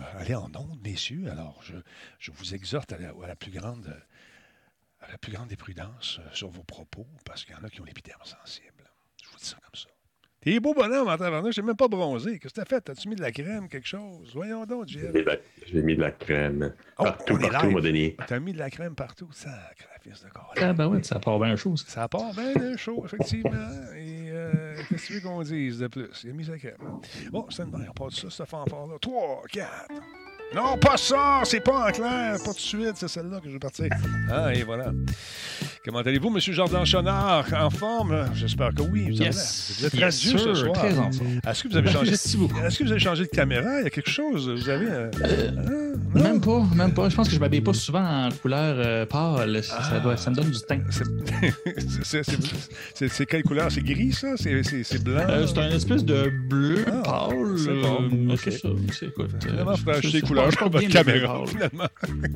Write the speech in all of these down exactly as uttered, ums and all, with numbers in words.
aller en ondes, messieurs. Alors, je, je vous exhorte à la, à la plus grande, à la plus grande des prudences euh, sur vos propos, parce qu'il y en a qui ont l'épiderme sensible. Je vous dis ça comme ça. T'es beau bonhomme en tabarnak, j'ai même pas bronzé. Qu'est-ce que t'as fait? T'as-tu mis de la crème, quelque chose? Voyons donc, Gilles. J'ai mis de la, j'ai mis de la crème. Oh, partout, on est partout, live. mon Denis. T'as mis de la crème partout. Sacrifice de corps. Ah ben ouais, ça part bien chaud. Ça, ça part bien chaud, effectivement. Et euh, qu'est-ce que tu veux qu'on dise de plus? Il a mis sa crème. Bon, c'est une barre, pas de ça, cette fanfare-là. Trois, quatre. Non, pas ça! C'est pas en clair. Pas tout de suite, c'est celle-là que je vais partir. Ah, et voilà. Comment allez-vous, M. Jordan Chonard? En forme? J'espère que oui. Vous, yes. vous êtes yes, radieux ce soir. Très en forme. Est-ce que vous avez changé de... Est-ce que vous avez changé de caméra? Il y a quelque chose? Vous avez... Euh... Euh, ah, même pas, même pas. Je pense que je m'habille pas souvent en couleur euh, pâle. Ah. Ça, doit, ça me donne du teint. C'est, c'est, c'est, c'est quelle couleur? C'est gris, ça? C'est, c'est, c'est blanc? Euh, c'est un espèce de bleu ah, pâle. C'est bon. Euh, okay. C'est ça. C'est, écoute, finalement, il faudrait acheter les couleurs pour votre caméra, finalement.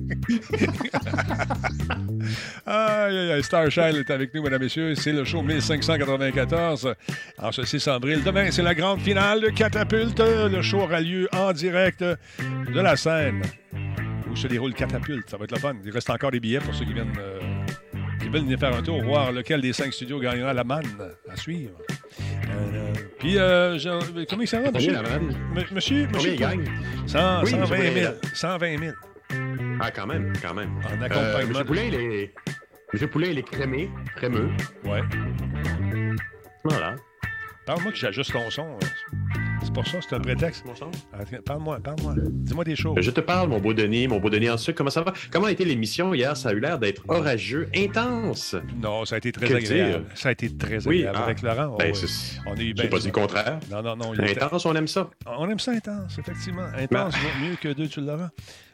Aïe, aïe, aïe. Starshine est avec nous, mesdames et messieurs. C'est le show mille cinq cent quatre-vingt-quatorze. En ce six avril. Demain, c'est la grande finale de Catapulte. Le show aura lieu en direct de la scène où se déroule Catapulte. Ça va être le fun. Il reste encore des billets pour ceux qui viennent... Euh, qui veulent venir faire un tour, voir lequel des cinq studios gagnera la manne à suivre. Euh, puis, euh, je, comment il s'en va, monsieur? La manne? M- monsieur, Combien monsieur, il gagne? cent, oui, cent vingt mille. Poulet. cent vingt mille. Ah, quand même, quand même. En accompagnement. Euh, monsieur Poulet, il est... Monsieur Poulet, il est crémé, crémeux. Ouais. Voilà. Parle-moi que j'ajuste ton son. C'est pour ça, c'est un prétexte. Mon son? Parle-moi, parle-moi. Dis-moi des choses. Je te parle, mon beau Denis, mon beau Denis en sucre. Comment ça va? Comment a été l'émission hier? Ça a eu l'air d'être orageux, intense. Non, ça a été très que agréable. Dire? Ça a été très oui, agréable. ah, Avec Laurent, ben, oh, on a eu bien. J'ai pas dit le contraire. Non, non, non. Intense, était... on aime ça. On aime ça intense, effectivement. Intense, ben... mieux que deux, tu l'auras.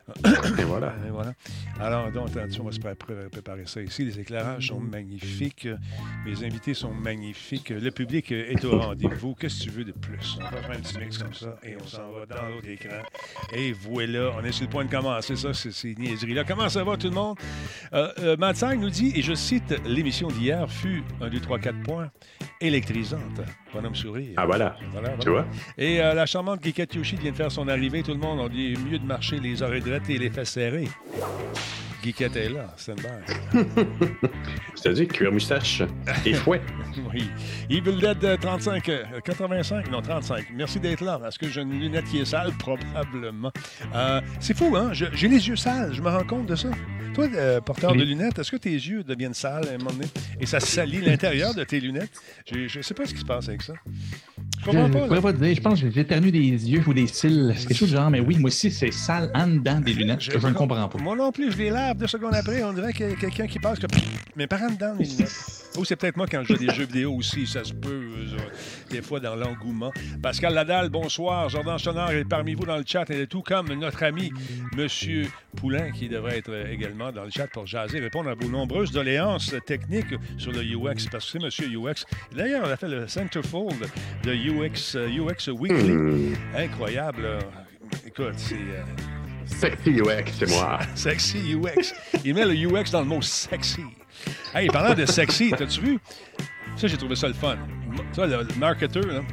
Et voilà. Et voilà. Alors, donc, attention, on va se préparer ça ici. Les éclairages sont magnifiques. Mes invités sont magnifiques. Le public est au rendez-vous. Qu'est-ce que tu veux de plus? On va faire un petit mix comme ça et on s'en va dans l'autre écran. Et voilà, on est sur le point de commencer ça, c'est ces niaiseries-là. Comment ça va, tout le monde? Euh, euh, Matsang nous dit, et je cite, l'émission d'hier fut un, deux, trois, quatre points, électrisante. Bonhomme sourire. Ah, voilà. voilà, voilà. Tu vois? Et euh, la charmante Guiquette Yoshi vient de faire son arrivée. Tout le monde, on dit mieux de marcher les oreilles droites et les fesses serrées. Guiquette est là, c'est une barre. C'est-à-dire cuir moustache et fouet. Oui. Evil Dead trente-cinq, quatre-vingt-cinq, non, trente-cinq. Merci d'être là. Est-ce que j'ai une lunette qui est sale? Probablement. Euh, c'est fou, hein? Je, j'ai les yeux sales, je me rends compte de ça. Toi, euh, porteur oui. de lunettes, est-ce que tes yeux deviennent sales à un moment donné? Et ça salit l'intérieur de tes lunettes? Je ne sais pas ce qui se passe avec ça. Je comprends je, pas. Je pourrais pas te dire. Je pense que j'éternue des yeux ou des cils. C'est quelque chose du genre, mais oui, moi aussi, c'est sale en dedans des lunettes. Je, je, je ne comprends pas. Moi non plus, je les lave deux secondes après. On dirait qu'il y a quelqu'un qui passe que... Mais par en dedans, les lunettes. Ou c'est peut-être moi quand je joue des jeux vidéo aussi, ça se peut, euh, des fois dans l'engouement. Pascal Ladal, bonsoir. Jordan Chonard est parmi vous dans le chat, et tout comme notre ami M. Poulain, qui devrait être également dans le chat pour jaser, répondre à vos nombreuses doléances techniques sur le U X, parce que c'est M. U X. D'ailleurs, on a fait le Centerfold de U X, uh, U X Weekly. Mmh. Incroyable. Écoute, c'est... Euh... Sexy U X, c'est moi. Sexy U X. Il met le U X dans le mot sexy. Hey, parlant de sexy, t'as-tu vu? Ça, j'ai trouvé ça le fun. Ça, le, le marketeur, là.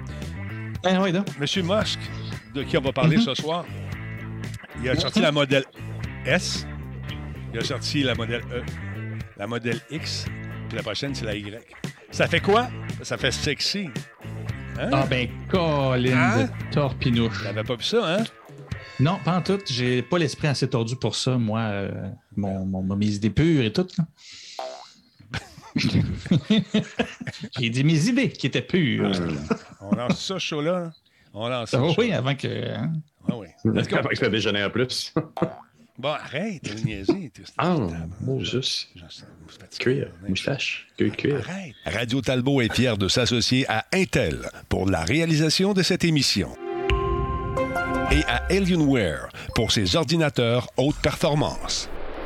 Ah oui, non. Monsieur Musk, de qui on va parler mm-hmm. ce soir, il a sorti la modèle S, il a sorti la modèle E, la modèle X, puis la prochaine, c'est la Y. Ça fait quoi? Ça fait sexy. Hein? Ah ben, colline hein? de torpinouche. T'avais pas vu ça, hein? Non, pas en tout. J'ai pas l'esprit assez tordu pour ça, moi. Euh, mon, mon, mes idées pures et tout. J'ai dit mes idées qui étaient pures. On lance ça, ce show-là. On lance ça. Ah, oui, avant que... Hein? Ah oui. Avant que je me déjeuner en plus. Bon, arrête, le niaiser. Ah, bon, juste. Cuir, moustache, cuir, cuir. Arrête. Radio Talbot est fier de s'associer à Intel pour la réalisation de cette émission. Et à Alienware pour ses ordinateurs haute performance.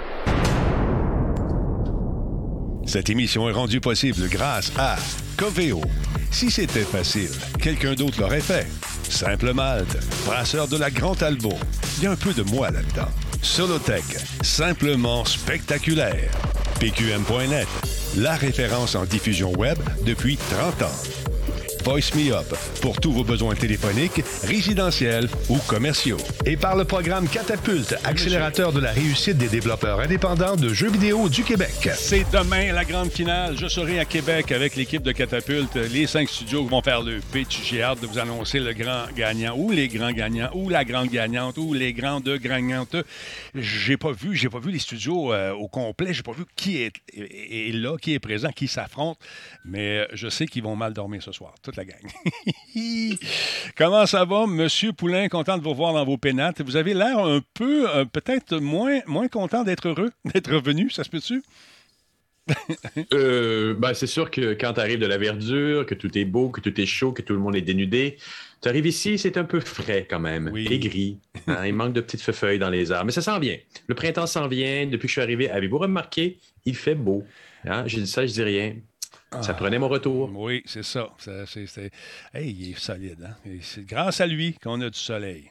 Cette émission est rendue possible grâce à Coveo. Si c'était facile, quelqu'un d'autre l'aurait fait. Simple Malte, brasseur de la Grande Talbot. Il y a un peu de moi là-dedans. Solotech, simplement spectaculaire. P Q M point net, la référence en diffusion web depuis trente ans. Voice Me Up pour tous vos besoins téléphoniques, résidentiels ou commerciaux. Et par le programme Catapulte, accélérateur de la réussite des développeurs indépendants de jeux vidéo du Québec. C'est demain la grande finale. Je serai à Québec avec l'équipe de Catapulte. Les cinq studios vont faire le pitch. J'ai hâte de vous annoncer le grand gagnant ou les grands gagnants ou la grande gagnante ou les grandes gagnantes. J'ai pas vu, j'ai pas vu les studios euh, au complet. J'ai pas vu qui est, est, est là, qui est présent, qui s'affronte. Mais je sais qu'ils vont mal dormir ce soir, toute la gang. Comment ça va, Monsieur Poulain? Content de vous voir dans vos pénates. Vous avez l'air un peu, euh, peut-être moins, moins content d'être heureux, d'être revenu. Ça se peut-tu? euh, ben, c'est sûr que quand tu arrives de la verdure, que tout est beau, que tout est chaud, que tout le monde est dénudé, tu arrives ici, c'est un peu frais quand même, oui. Et gris. Hein, il manque de petites feuilles dans les arbres. Mais ça s'en vient. Le printemps s'en vient. Depuis que je suis arrivé, avez-vous remarqué? Il fait beau. Hein? J'ai dit ça, je dis rien. Ça ah, prenait mon retour. Oui, c'est ça. ça c'est, c'est... Hey, il est solide. Hein? Et c'est grâce à lui qu'on a du soleil.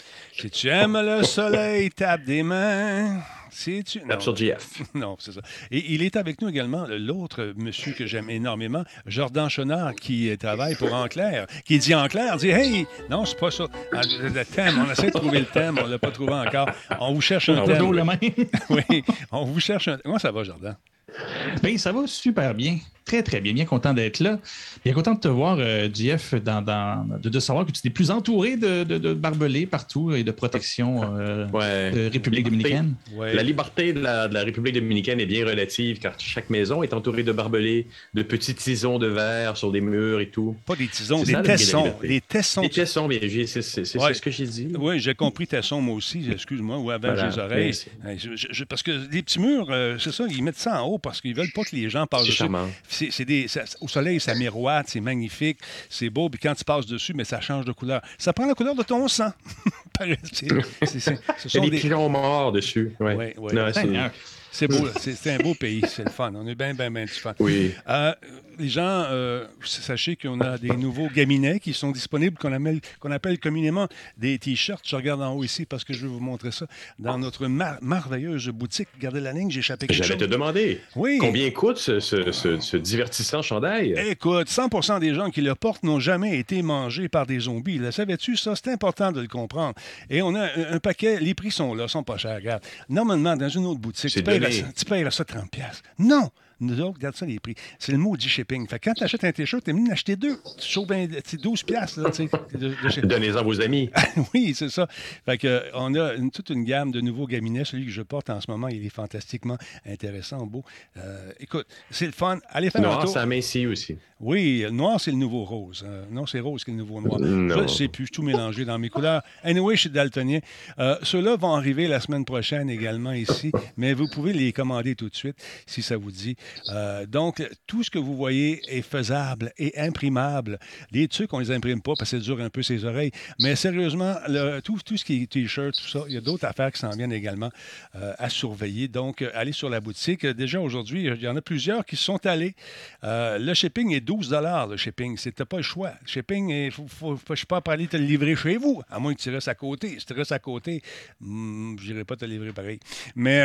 Si tu aimes le soleil, tape des mains. Si tu... Tape sur G F. Non, c'est ça. Et il est avec nous également, l'autre monsieur que j'aime énormément, Jordan Chenard, qui travaille pour Enclair, qui dit Enclair, dit « Hey! » Non, c'est pas ça. Le thème, on essaie de trouver le thème, on ne l'a pas trouvé encore. On vous cherche un on thème. Le main. Oui, on vous cherche un... Comment ça va, Jordan? Bien, ça va super bien. Très, très bien. Bien content d'être là. Bien content de te voir, euh, J F, dans, dans, de, de savoir que tu t'es plus entouré de, de, de barbelés partout et de protection euh, ouais. de République dominicaine. Ouais. La liberté de la, de la République dominicaine est bien relative car chaque maison est entourée de barbelés, de petits tisons de verre sur les murs et tout. Pas des tisons, c'est des tessons. Des tessons. Des tessons, bien, c'est, c'est, c'est ouais. ce que j'ai dit. Oui, j'ai compris tessons, moi aussi. Excuse-moi, ou avant voilà. J'ai les oreilles. Je, je, parce que les petits murs, euh, c'est ça, ils mettent ça en haut parce qu'ils veulent pas que les gens passent c'est dessus. Charmant. C'est, c'est des, ça, au soleil, ça miroite, c'est magnifique, c'est beau, puis quand tu passes dessus, mais ça change de couleur. Ça prend la couleur de ton sang. c'est, c'est, c'est, ce sont Il y a des, des clients morts dessus. Ouais. Ouais, ouais. Non, c'est... C'est beau, c'est, c'est un beau pays, c'est le fun. On est bien, bien, bien du fun. Oui. Euh, les gens, euh, sachez qu'on a des nouveaux gaminets qui sont disponibles, qu'on appelle, qu'on appelle communément des T-shirts. Je regarde en haut ici parce que je vais vous montrer ça. Dans notre mar- merveilleuse boutique, regardez la ligne, j'ai échappé quelque J'allais chose. J'allais te demander, oui. Combien coûte ce, ce, ce, ce divertissant chandail? Écoute, cent pour cent des gens qui le portent n'ont jamais été mangés par des zombies. Le savais-tu, ça? C'est important de le comprendre. Et on a un, un paquet, les prix sont là, sont pas chers. Regarde. Normalement, dans une autre boutique, tu payes, tu payes ça trente dollars. Non! Nous autres, regarde ça, les prix. C'est le maudit shipping. Fait que quand tu achètes un T-shirt, tu es mieux d'acheter deux. Tu sauves douze piastres. Là, de, de... Donnez-en à vos amis. Oui, c'est ça. Fait que, on a une, toute une gamme de nouveaux gaminets. Celui que je porte en ce moment, il est fantastiquement intéressant, beau. Euh, écoute, c'est le fun. Allez faire noir, un tour. ça amincit aussi. Oui, noir, c'est le nouveau rose. Euh, non, c'est rose qui est le nouveau noir. Non. Je ne sais plus, je suis tout mélangé dans mes couleurs. Anyway, je suis daltonien. Euh, ceux-là vont arriver la semaine prochaine également ici, mais vous pouvez les commander tout de suite si ça vous dit. Euh, donc, Donc, tout ce que vous voyez est faisable et imprimable. Les trucs, on ne les imprime pas parce que ça dure un peu ses oreilles. Mais sérieusement, le, tout, tout ce qui est T-shirt, tout ça, il y a d'autres affaires qui s'en viennent également euh, à surveiller. Donc, euh, allez sur la boutique. Déjà, aujourd'hui, il y en a plusieurs qui sont allés. Euh, le shipping est douze dollars, le shipping. Tu n'as pas le choix. Le shipping, il faut, faut, faut, je ne sais pas, pour aller te le livrer chez vous, à moins que tu restes à côté. Si tu restes à côté, hmm, je n'irai pas te livrer pareil. Mais,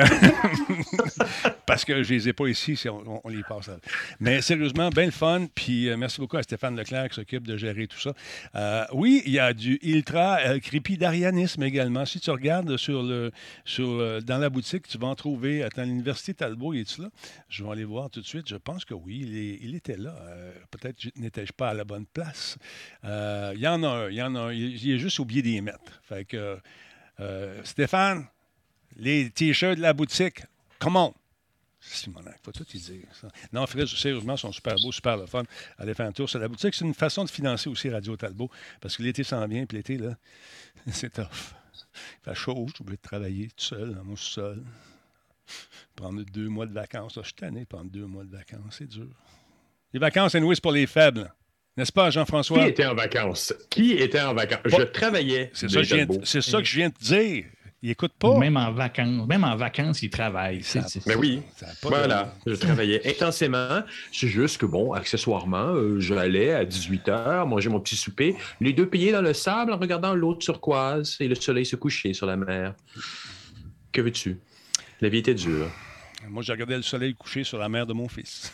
parce que je ne les ai pas ici, si on, on, on les passe. Mais sérieusement, bien le fun. Puis euh, merci beaucoup à Stéphane Leclerc qui s'occupe de gérer tout ça. Euh, oui, il y a du ultra euh, crépidarianisme également. Si tu regardes sur le, sur, euh, dans la boutique, tu vas en trouver. Attends, l'Université Talbot, est-tu là? Je vais aller voir tout de suite. Je pense que oui, il, est, il était là. Euh, peut-être n'étais-je pas à la bonne place. Euh, il y en a un. Il y en a un. Il, il est juste oublié d'y mettre. Fait que, euh, Stéphane, les T-shirts de la boutique, come on! Simonac, faut tout y dire. Ça. Non, Fred, sérieusement, ils sont super beaux, super le fun. Allez faire un tour sur la boutique. C'est une façon de financer aussi Radio Talbot, parce que l'été s'en vient, puis l'été, là, c'est tough. Il fait chaud, j'ai oublié de travailler tout seul, dans mon sous-sol. Prendre deux mois de vacances. Là, je suis tanné de prendre deux mois de vacances, c'est dur. Les vacances, anyway, c'est pour les faibles. N'est-ce pas, Jean-François? Qui était en vacances? Qui était en vacances? Bon, je travaillais. C'est ça, je viens, c'est ça que je viens de dire. Il n'écoute pas. Même en vacances, même en vacances, il travaille. C'est, c'est, mais oui, voilà, de... je travaillais intensément. C'est juste que, bon, accessoirement, euh, j'allais à dix-huit heures, manger mon petit souper, les deux pieds dans le sable en regardant l'eau turquoise et le soleil se coucher sur la mer. Que veux-tu? La vie était dure. Moi, j'ai regardé le soleil coucher sur la mer de mon fils.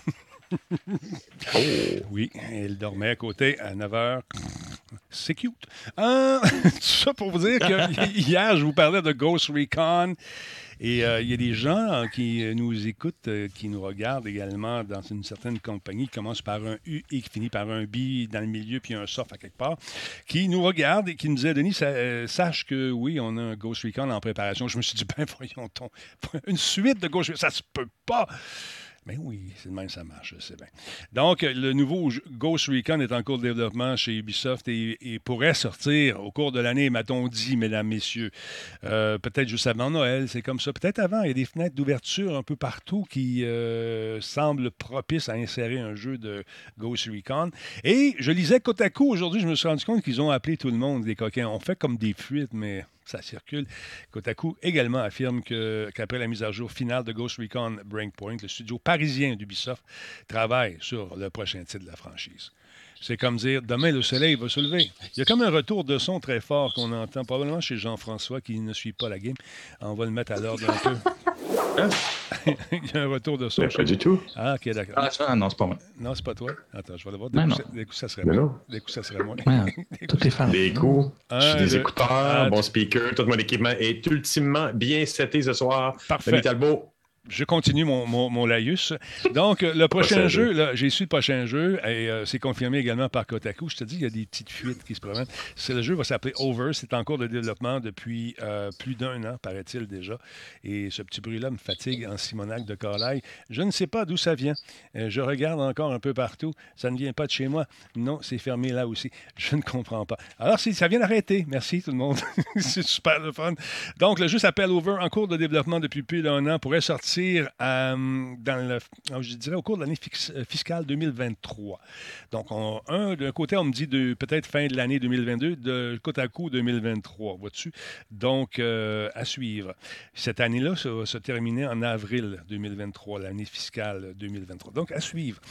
Oh. Oui, il dormait à côté à neuf heures. C'est cute. Euh, tout ça pour vous dire que hier, je vous parlais de Ghost Recon. Et euh, il y a des gens qui nous écoutent, euh, qui nous regardent également dans une certaine compagnie qui commence par un U et qui finit par un B dans le milieu, puis un soft à quelque part, qui nous regardent et qui nous disent, Denis, ça, euh, sache que oui, on a un Ghost Recon en préparation. Je me suis dit, ben voyons, ton, une suite de Ghost Recon, ça se peut pas. Mais oui, c'est de même ça marche, je sais bien. Donc, le nouveau Ghost Recon est en cours de développement chez Ubisoft et, et pourrait sortir au cours de l'année, m'a-t-on dit, mesdames, messieurs. Euh, peut-être juste avant Noël, c'est comme ça. Peut-être avant, il y a des fenêtres d'ouverture un peu partout qui euh, semblent propices à insérer un jeu de Ghost Recon. Et je lisais Kotaku aujourd'hui, je me suis rendu compte qu'ils ont appelé tout le monde des coquins. On fait comme des fuites, mais... ça circule. Kotaku également affirme que, qu'après la mise à jour finale de Ghost Recon Breakpoint, le studio parisien d'Ubisoft travaille sur le prochain titre de la franchise. C'est comme dire, demain, le soleil va se lever. Il y a comme un retour de son très fort qu'on entend, probablement chez Jean-François, qui ne suit pas la game. On va le mettre à l'ordre un peu. Hein? Il y a un retour de son. Pas du tout. Ah, OK, d'accord. Ah, ça, non, c'est pas moi. Non, c'est pas toi. Attends, je vais le voir. Ben Des, non. coups, ça, des coups, ça serait Ben moi. non. Des coups, ça serait moi. Ouais, toutes les femmes. Des coups. Un, Je suis des deux, écouteurs, ah, bon speaker, tout mon équipement est ultimement bien seté ce soir. Parfait. Denis Talbot. Je continue mon, mon, mon laïus. Donc, le prochain jeu, là, j'ai su le prochain jeu et euh, c'est confirmé également par Kotaku. Je te dis, il y a des petites fuites qui se promènent. C'est, le jeu va s'appeler Over. C'est en cours de développement depuis euh, plus d'un an, paraît-il déjà. Et ce petit bruit-là me fatigue en Simonac de Carlaï. Je ne sais pas d'où ça vient. Euh, je regarde encore un peu partout. Ça ne vient pas de chez moi. Non, c'est fermé là aussi. Je ne comprends pas. Alors, ça vient d'arrêter. Merci tout le monde. C'est super le fun. Donc, le jeu s'appelle Over, en cours de développement depuis plus d'un an. Pourrait sortir Euh, dans le, je dirais au cours de l'année fix, fiscale deux mille vingt-trois. Donc, on, un, d'un côté, on me dit de, peut-être fin de l'année deux mille vingt-deux, de Kotaku deux mille vingt-trois, vois-tu? Donc, euh, à suivre. Cette année-là, ça va se terminer en avril deux mille vingt-trois, l'année fiscale deux mille vingt-trois. Donc, à suivre.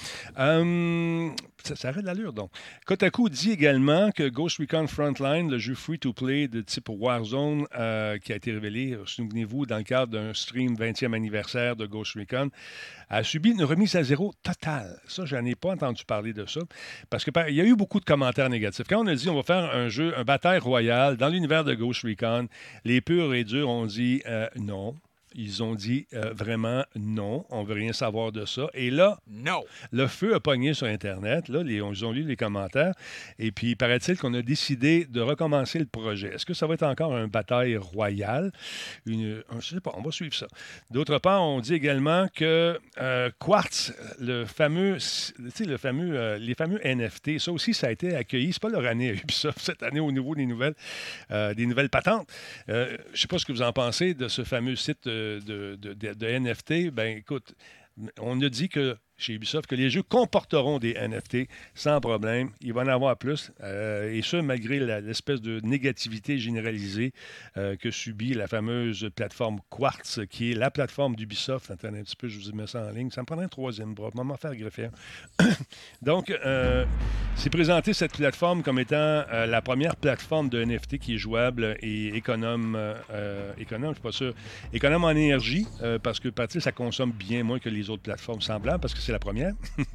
Euh, ça, ça arrête l'allure, donc. Kotaku dit également que Ghost Recon Frontline, le jeu free-to-play de type Warzone, euh, qui a été révélé, souvenez-vous, dans le cadre d'un stream vingtième anniversaire de Ghost Recon, a subi une remise à zéro totale. Ça, je n'en ai pas entendu parler de ça, parce qu'il y a eu beaucoup de commentaires négatifs. Quand on a dit on va faire un jeu, un bataille royale dans l'univers de Ghost Recon, les purs et durs ont dit euh, non. Ils ont dit euh, vraiment non, on ne veut rien savoir de ça. Et là, no. Le feu a pogné sur Internet. Là, les, ils ont lu les commentaires. Et puis, paraît-il qu'on a décidé de recommencer le projet. Est-ce que ça va être encore une bataille royale? Une, je ne sais pas, on va suivre ça. D'autre part, on dit également que euh, Quartz, le fameux, tu sais, le fameux, euh, les fameux N F T, ça aussi, ça a été accueilli. C'est pas leur année à Ubisoft cette année au niveau des nouvelles, euh, des nouvelles patentes. Euh, je ne sais pas ce que vous en pensez de ce fameux site de De, de, de, de N F T, ben écoute, on a dit que chez Ubisoft que les jeux comporteront des N F T sans problème. Il va en avoir plus. Euh, et ce, malgré la, l'espèce de négativité généralisée euh, que subit la fameuse plateforme Quartz, qui est la plateforme d'Ubisoft. Attendez un petit peu, je vous mets ça en ligne. Ça me prendrait un troisième bras. Maman faire greffer. Donc, euh, c'est présenté cette plateforme comme étant euh, la première plateforme de N F T qui est jouable et économe. Euh, économe, je ne suis pas sûr. Économe en énergie, euh, parce que partir, ça consomme bien moins que les autres plateformes semblables, parce que c'est la première.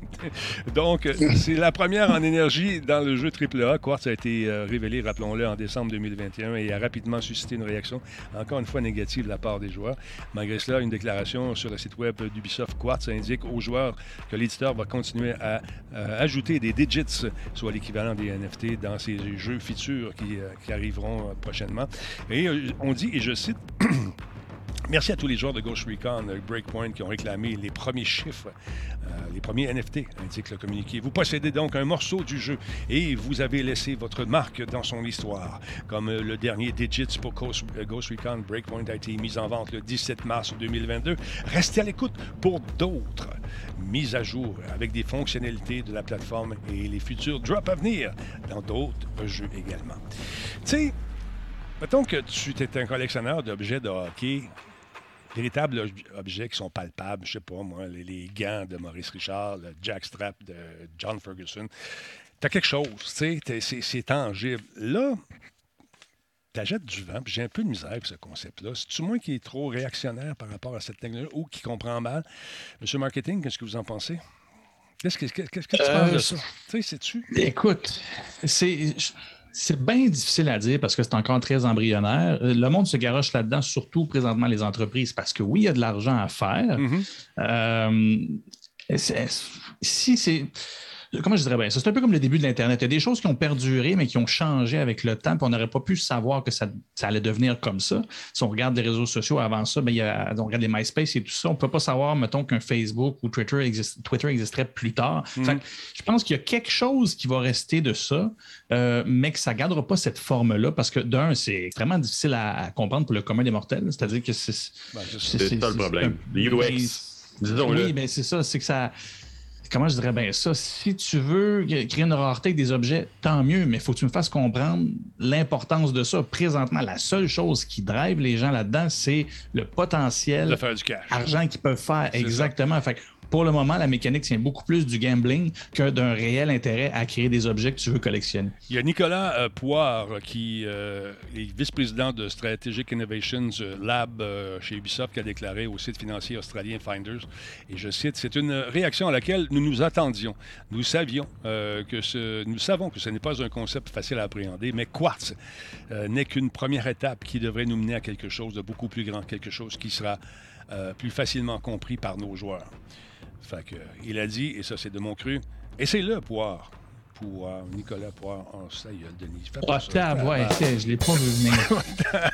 Donc, c'est la première en énergie dans le jeu triple A. Quartz a été euh, révélé, rappelons-le, en décembre deux mille vingt et un et a rapidement suscité une réaction, encore une fois négative de la part des joueurs. Malgré cela, une déclaration sur le site web d'Ubisoft Quartz indique aux joueurs que l'éditeur va continuer à euh, ajouter des digits, soit l'équivalent des N F T, dans ses jeux futurs qui, euh, qui arriveront euh, prochainement. Et euh, on dit, et je cite... Merci à tous les joueurs de Ghost Recon Breakpoint qui ont réclamé les premiers chiffres, euh, les premiers N F T, indique le communiqué. Vous possédez donc un morceau du jeu et vous avez laissé votre marque dans son histoire. Comme euh, le dernier Digits pour Ghost, euh, Ghost Recon Breakpoint a été mis en vente le dix-sept mars deux mille vingt-deux. Restez à l'écoute pour d'autres mises à jour avec des fonctionnalités de la plateforme et les futurs drops à venir dans d'autres jeux également. Tu sais, mettons que tu es un collectionneur d'objets de hockey, véritables objets qui sont palpables, je sais pas moi, les, les gants de Maurice Richard, le jackstrap de John Ferguson. Tu as quelque chose, tu sais, c'est, c'est tangible. Là, tu achètes du vent, puis j'ai un peu de misère avec ce concept-là. C'est-tu moi qui est trop réactionnaire par rapport à cette technologie ou qui comprend mal? Monsieur Marketing, qu'est-ce que vous en pensez? Qu'est-ce que, qu'est-ce que tu Euh, penses de ça? Tu sais, sais-tu? Écoute, c'est, c'est bien difficile à dire parce que c'est encore très embryonnaire. Le monde se garoche là-dedans, surtout présentement les entreprises, parce que oui, il y a de l'argent à faire. Mm-hmm. Euh, c'est, si c'est... Comment je dirais bien ça? C'est un peu comme le début de l'Internet. Il y a des choses qui ont perduré, mais qui ont changé avec le temps, puis on n'aurait pas pu savoir que ça, ça allait devenir comme ça. Si on regarde les réseaux sociaux avant ça, bien, il y a, on regarde les MySpace et tout ça, on ne peut pas savoir, mettons, qu'un Facebook ou Twitter, existe, Twitter existerait plus tard. Mm. Fait que je pense qu'il y a quelque chose qui va rester de ça, euh, mais que ça ne gardera pas cette forme-là, parce que d'un, c'est extrêmement difficile à, à comprendre pour le commun des mortels. C'est-à-dire que c'est... Ben, c'est, c'est, c'est ça le problème. Le U X. Disons-le. Oui, bien c'est ça. C'est que ça... Comment je dirais bien ça? Si tu veux créer une rareté avec des objets, tant mieux, mais il faut que tu me fasses comprendre l'importance de ça. Présentement, la seule chose qui drive les gens là-dedans, c'est le potentiel de faire du cash. Argent qu'ils peuvent faire. C'est exactement. Ça. Fait que pour le moment, la mécanique tient beaucoup plus du gambling que d'un réel intérêt à créer des objets que tu veux collectionner. Il y a Nicolas euh, Poire, qui euh, est vice-président de Strategic Innovations Lab euh, chez Ubisoft, qui a déclaré au site financier australien Finders, et je cite, « C'est une réaction à laquelle nous nous attendions. Nous savions euh, que ce, nous savons que ce n'est pas un concept facile à appréhender, mais Quartz euh, n'est qu'une première étape qui devrait nous mener à quelque chose de beaucoup plus grand, quelque chose qui sera euh, plus facilement compris par nos joueurs. » Fait que, il a dit, et ça c'est de mon cru, et c'est le Poire. Poire, Nicolas Poire. Oh, ça y est, Denis. Fais pas oh, ça. Tab, ouais, ah. Je l'ai pas vu venir.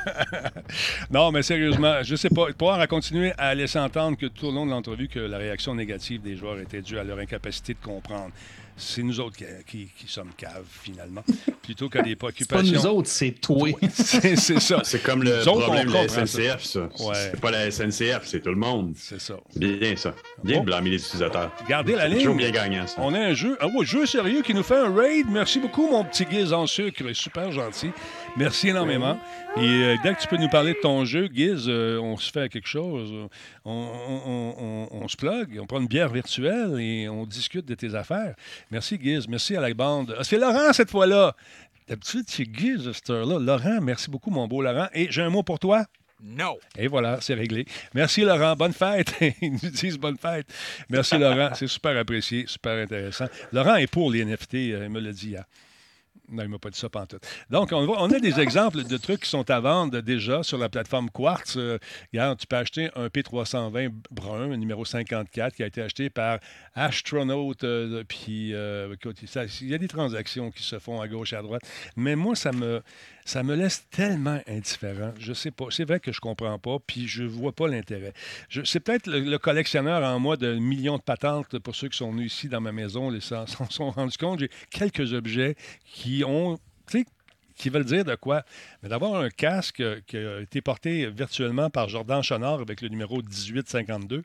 Non, mais sérieusement, je sais pas. Poire a continué à laisser entendre que tout au long de l'entrevue, que la réaction négative des joueurs était due à leur incapacité de comprendre. C'est nous autres qui, qui, qui sommes caves, finalement, plutôt que des préoccupations. C'est pas nous autres, c'est toi. c'est, c'est ça. C'est comme le nous problème de la S N C F, ça. ça. Ouais. C'est pas la S N C F, c'est tout le monde. C'est ça. Bien ça. Bien oh. blâmer les utilisateurs. Gardez la ligne. C'est toujours bien gagnant, ça. On a un jeu, un oh, jeu sérieux qui nous fait un raid. Merci beaucoup, mon petit Giz en sucre. Super gentil. Merci énormément. Et euh, dès que tu peux nous parler de ton jeu, Giz, euh, on se fait quelque chose. On, on, on, on se plug, on prend une bière virtuelle et on discute de tes affaires. Merci, Giz. Merci à la bande. Ah, c'est Laurent, cette fois-là. D'habitude, c'est Giz, à cette heure-là. Laurent, merci beaucoup, mon beau Laurent. Et j'ai un mot pour toi. Non. Et voilà, c'est réglé. Merci, Laurent. Bonne fête. Ils nous disent bonne fête. Merci, Laurent. C'est super apprécié, super intéressant. Laurent est pour les N F T, il me l'a dit hier. Non, il ne m'a pas dit ça pantoute. Donc, on, voit, on a des exemples de trucs qui sont à vendre déjà sur la plateforme Quartz. Euh, regarde, tu peux acheter un P trois cent vingt brun, numéro cinquante-quatre, qui a été acheté par Astronaut. Euh, puis, euh, il y a des transactions qui se font à gauche et à droite. Mais moi, ça me, ça me laisse tellement indifférent. Je sais pas. C'est vrai que je comprends pas, puis je vois pas l'intérêt. Je, c'est peut-être le, le collectionneur en moi de millions de patentes, pour ceux qui sont venus ici dans ma maison, les s'en sont rendus compte. J'ai quelques objets qui ont, tu sais, qui veulent dire de quoi. Mais d'avoir un casque qui a été porté virtuellement par Jordan Chonard avec le numéro dix-huit cinquante-deux,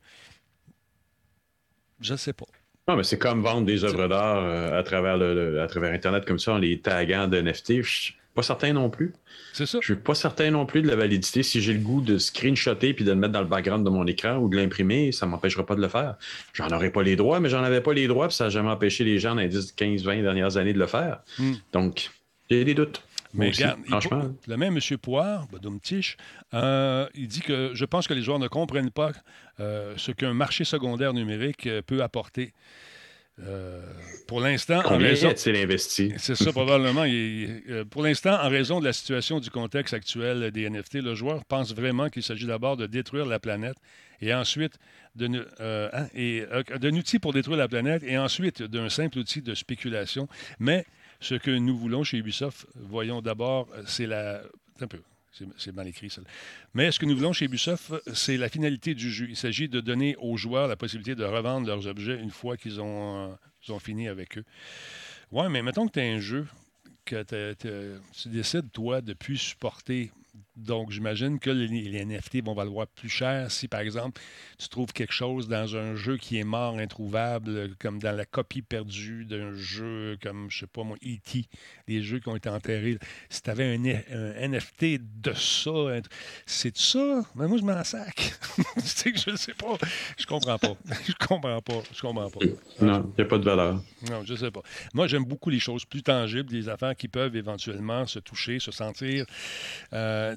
je ne sais pas. Non, mais c'est comme vendre des œuvres d'art euh, à travers le, le, à travers Internet comme ça, en les taguant de N F T. Je suis pas certain non plus. C'est ça. Je suis pas certain non plus de la validité. Si j'ai le goût de screenshotter puis de le mettre dans le background de mon écran ou de l'imprimer, ça ne m'empêchera pas de le faire. J'en aurais pas les droits, mais j'en avais pas les droits, puis ça n'a jamais empêché les gens dans les dix, quinze, vingt dernières années de le faire. Mm. Donc, j'ai des doutes. Mais aussi, regarde, franchement. Il, le même M. Poire, euh, il dit que je pense que les joueurs ne comprennent pas euh, ce qu'un marché secondaire numérique peut apporter. Euh, pour l'instant, Combien en raison... a-t-il investi? C'est ça, probablement. Il, euh, pour l'instant, en raison de la situation du contexte actuel des N F T, le joueur pense vraiment qu'il s'agit d'abord de détruire la planète et ensuite de, euh, hein, et, euh, d'un outil pour détruire la planète et ensuite d'un simple outil de spéculation. Mais ce que nous voulons chez Ubisoft, voyons d'abord, c'est la... Un peu. C'est, c'est mal écrit, ça. Mais ce que nous voulons chez Ubisoft, c'est la finalité du jeu. Il s'agit de donner aux joueurs la possibilité de revendre leurs objets une fois qu'ils ont, euh, ils ont fini avec eux. Ouais, mais mettons que tu as un jeu que t'as, t'as, tu décides, toi, de ne plus supporter. Donc, j'imagine que les, les N F T vont valoir plus cher si, par exemple, tu trouves quelque chose dans un jeu qui est mort, introuvable, comme dans la copie perdue d'un jeu comme, je sais pas moi, E T, les jeux qui ont été enterrés. Si tu avais un, un N F T de ça, c'est ça? Mais moi, je m'en sac. C'est que je ne sais pas. Je comprends pas. Je comprends pas. Je comprends pas. Non, il n'y a pas de valeur. Non, je sais pas. Moi, j'aime beaucoup les choses plus tangibles, des affaires qui peuvent éventuellement se toucher, se sentir. Euh,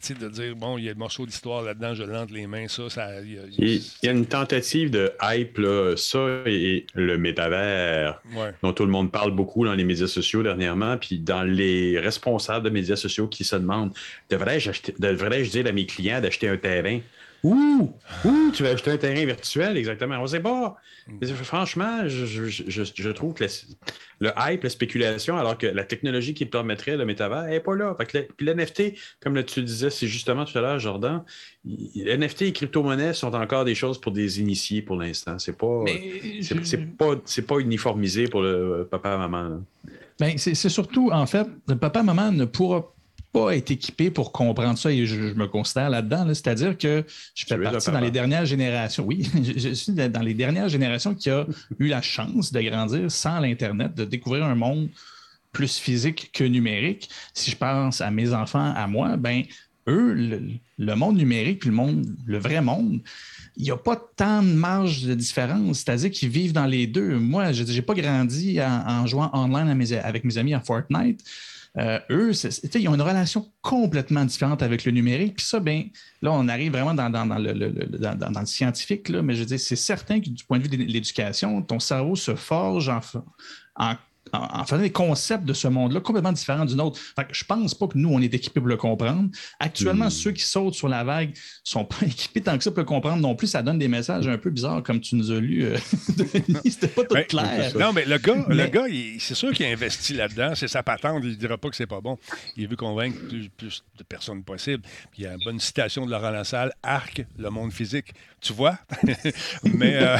sais, de dire, bon, il y a le morceau d'histoire là-dedans, je l'entre les mains, ça, ça... Il y, a, il y a une tentative de hype, là, ça et le métavers, ouais. dont tout le monde parle beaucoup dans les médias sociaux dernièrement, puis dans les responsables de médias sociaux qui se demandent, devrais-je, acheter, devrais-je dire à mes clients d'acheter un terrain? Ouh! Ouh! Tu vas acheter un terrain virtuel, exactement. On ne sait pas. Franchement, je, je, je, je trouve que le, le hype, la spéculation, alors que la technologie qui permettrait le métavers n'est pas là. Fait que le, puis l'N F T, comme tu le disais, c'est justement tout à l'heure, Jordan, N F T et crypto-monnaies sont encore des choses pour des initiés pour l'instant. C'est pas, c'est, c'est pas, c'est pas uniformisé pour le papa-maman. Ben, c'est, c'est surtout, en fait, le papa-maman ne pourra pas pas être équipé pour comprendre ça et je, je me considère là-dedans. Là. C'est-à-dire que je fais je partie dans les dernières générations. Oui, je, je suis dans les dernières générations qui a eu la chance de grandir sans l'Internet, de découvrir un monde plus physique que numérique. Si je pense à mes enfants, à moi, ben eux, le, le monde numérique puis le monde, le vrai monde, il n'y a pas tant de marge de différence. C'est-à-dire qu'ils vivent dans les deux. Moi, je n'ai pas grandi en, en jouant online à mes, avec mes amis à Fortnite. Euh, eux, ils ont une relation complètement différente avec le numérique. Puis ça, ben, là, on arrive vraiment dans, dans, dans, le, le, le, dans, dans le scientifique, là, mais je veux dire, c'est certain que du point de vue de l'éducation, ton cerveau se forge en, en, en faisant des concepts de ce monde-là complètement différents du nôtre. Fait que je pense pas que nous, on est équipés pour le comprendre. Actuellement, mmh. ceux qui sautent sur la vague sont pas équipés tant que ça pour le comprendre non plus. Ça donne des messages un peu bizarres, comme tu nous as lu. Euh, C'était pas tout ben, clair. Non, mais le gars, mais... le gars il, c'est sûr qu'il a investi là-dedans. C'est sa patente. Il ne dira pas que c'est pas bon. Il veut convaincre plus, plus de personnes possible. Puis il y a une bonne citation de Laurent Lassalle, « Arc, le monde physique ». Tu vois? mais... Euh,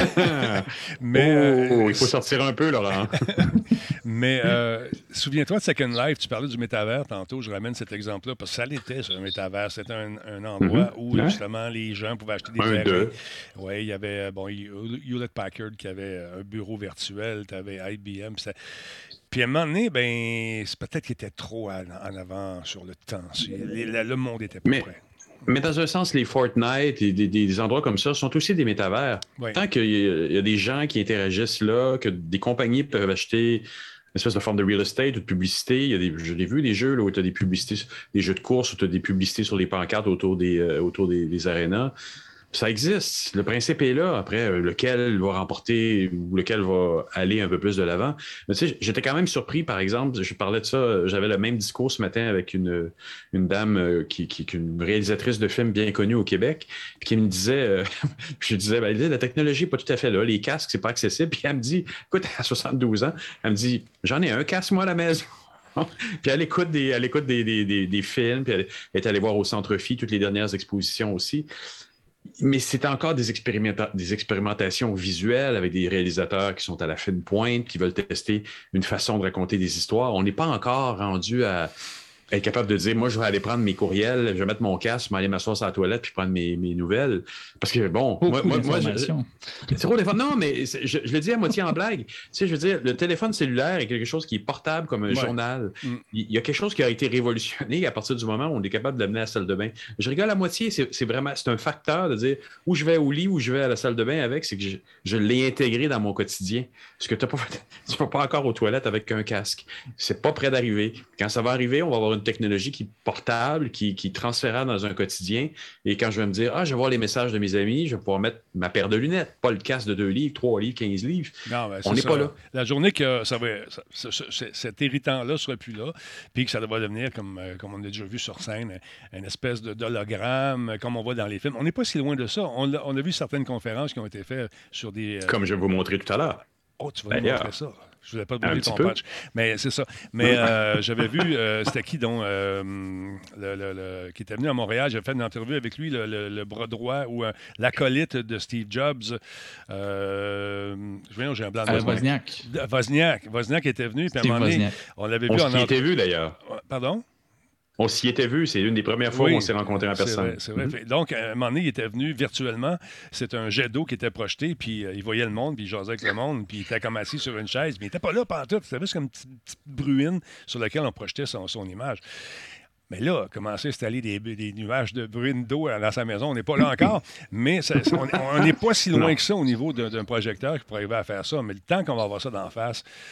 mais oh, euh, il faut sortir un peu, Laurent. mais euh, souviens-toi de Second Life, tu parlais du métavers tantôt, je ramène cet exemple-là, parce que ça l'était, ce métavers. C'était un, un endroit mm-hmm. où, ouais. justement, les gens pouvaient acheter des terrains. Oui, il y avait, bon, Hewlett-Packard qui avait un bureau virtuel, tu avais I B M, ça... Puis à un moment donné, ben, c'est peut-être qu'il était trop en, en avant sur le temps. Les, le, le monde était pas mais... prêt. Mais dans un sens, les Fortnite et des, des endroits comme ça sont aussi des métavers. Oui. Tant qu'il y a, il y a des gens qui interagissent là, que des compagnies peuvent acheter une espèce de forme de real estate ou de publicité. Il y a des, je l'ai vu, des jeux là, où tu as des publicités, des jeux de course où tu as des publicités sur les pancartes autour des, euh, autour des, des arénas. Ça existe. Le principe est là. Après, lequel va remporter ou lequel va aller un peu plus de l'avant. Mais tu sais, j'étais quand même surpris, par exemple, je parlais de ça, j'avais le même discours ce matin avec une, une dame qui, qui est une réalisatrice de films bien connue au Québec, puis qui me disait, euh, je disais, ben, la technologie n'est pas tout à fait là, les casques, c'est pas accessible. Puis elle me dit, écoute, à soixante-douze ans, elle me dit, j'en ai un casque, moi, à la maison. Puis elle écoute des, elle écoute des, des, des, des films, puis elle est allée voir au Centre Phi toutes les dernières expositions aussi. Mais c'est encore des, expérimenta- des expérimentations visuelles avec des réalisateurs qui sont à la fine pointe, qui veulent tester une façon de raconter des histoires. On n'est pas encore rendu à être capable de dire, moi, je vais aller prendre mes courriels, je vais mettre mon casque, je vais aller m'asseoir sur la toilette puis prendre mes, mes nouvelles. Parce que, bon, Beaucoup moi, moi, je, c'est trop Non, mais je, je le dis à moitié en blague. Tu sais, je veux dire, le téléphone cellulaire est quelque chose qui est portable comme un ouais. journal. Mm. Il y a quelque chose qui a été révolutionné à partir du moment où on est capable de l'amener à la salle de bain. Je rigole à moitié, c'est, c'est vraiment, c'est un facteur de dire où je vais au lit, où je vais à la salle de bain avec, c'est que je, je l'ai intégré dans mon quotidien. Parce que tu ne vas pas encore aux toilettes avec qu'un casque. C'est pas près d'arriver. Quand ça va arriver, on va avoir une technologie qui est portable, qui, qui est transférable dans un quotidien. Et quand je vais me dire, ah, je vais voir les messages de mes amis, je vais pouvoir mettre ma paire de lunettes, pas le casque de deux livres, trois livres, quinze livres. Non, ben, on n'est pas là. La journée que ça va, ça, ça, ça, cet irritant-là ne sera plus là, puis que ça va devenir, comme, comme on a déjà vu sur scène, une espèce de d'hologramme, comme on voit dans les films. On n'est pas si loin de ça. On a, on a vu certaines conférences qui ont été faites sur des... Euh... Comme je vais vous montrer tout à l'heure. Oh, tu vas nous montrer ça. Je ne voulais pas te brûler ton patch. Mais c'est ça. Mais euh, j'avais vu, euh, c'était qui donc, euh, le, le, le, qui était venu à Montréal. J'avais fait une interview avec lui, le, le, le bras droit ou euh, l'acolyte de Steve Jobs. Euh, je viens, j'ai un blanc de euh, Wozniak. Wozniak. Wozniak était venu. Puis à un moment donné, on l'avait vu on en s'y était vu d'ailleurs. Pardon? On s'y était vu, c'est une des premières fois oui, où on s'est rencontrés en personne. C'est vrai, c'est vrai. Mm-hmm. Donc, à un moment donné, il était venu virtuellement. C'est un jet d'eau qui était projeté, puis euh, il voyait le monde, puis il jasait avec le monde, puis il était comme assis sur une chaise, mais il n'était pas là pantoute. C'était juste comme une petite, petite bruine sur laquelle on projetait son, son image. Mais là, commencer à installer des, des nuages de bruine d'eau dans sa maison, on n'est pas là encore, mais ça, on n'est pas si loin non. que ça au niveau d'un, d'un projecteur qui pourrait arriver à faire ça. Mais le temps qu'on va avoir ça d'en face...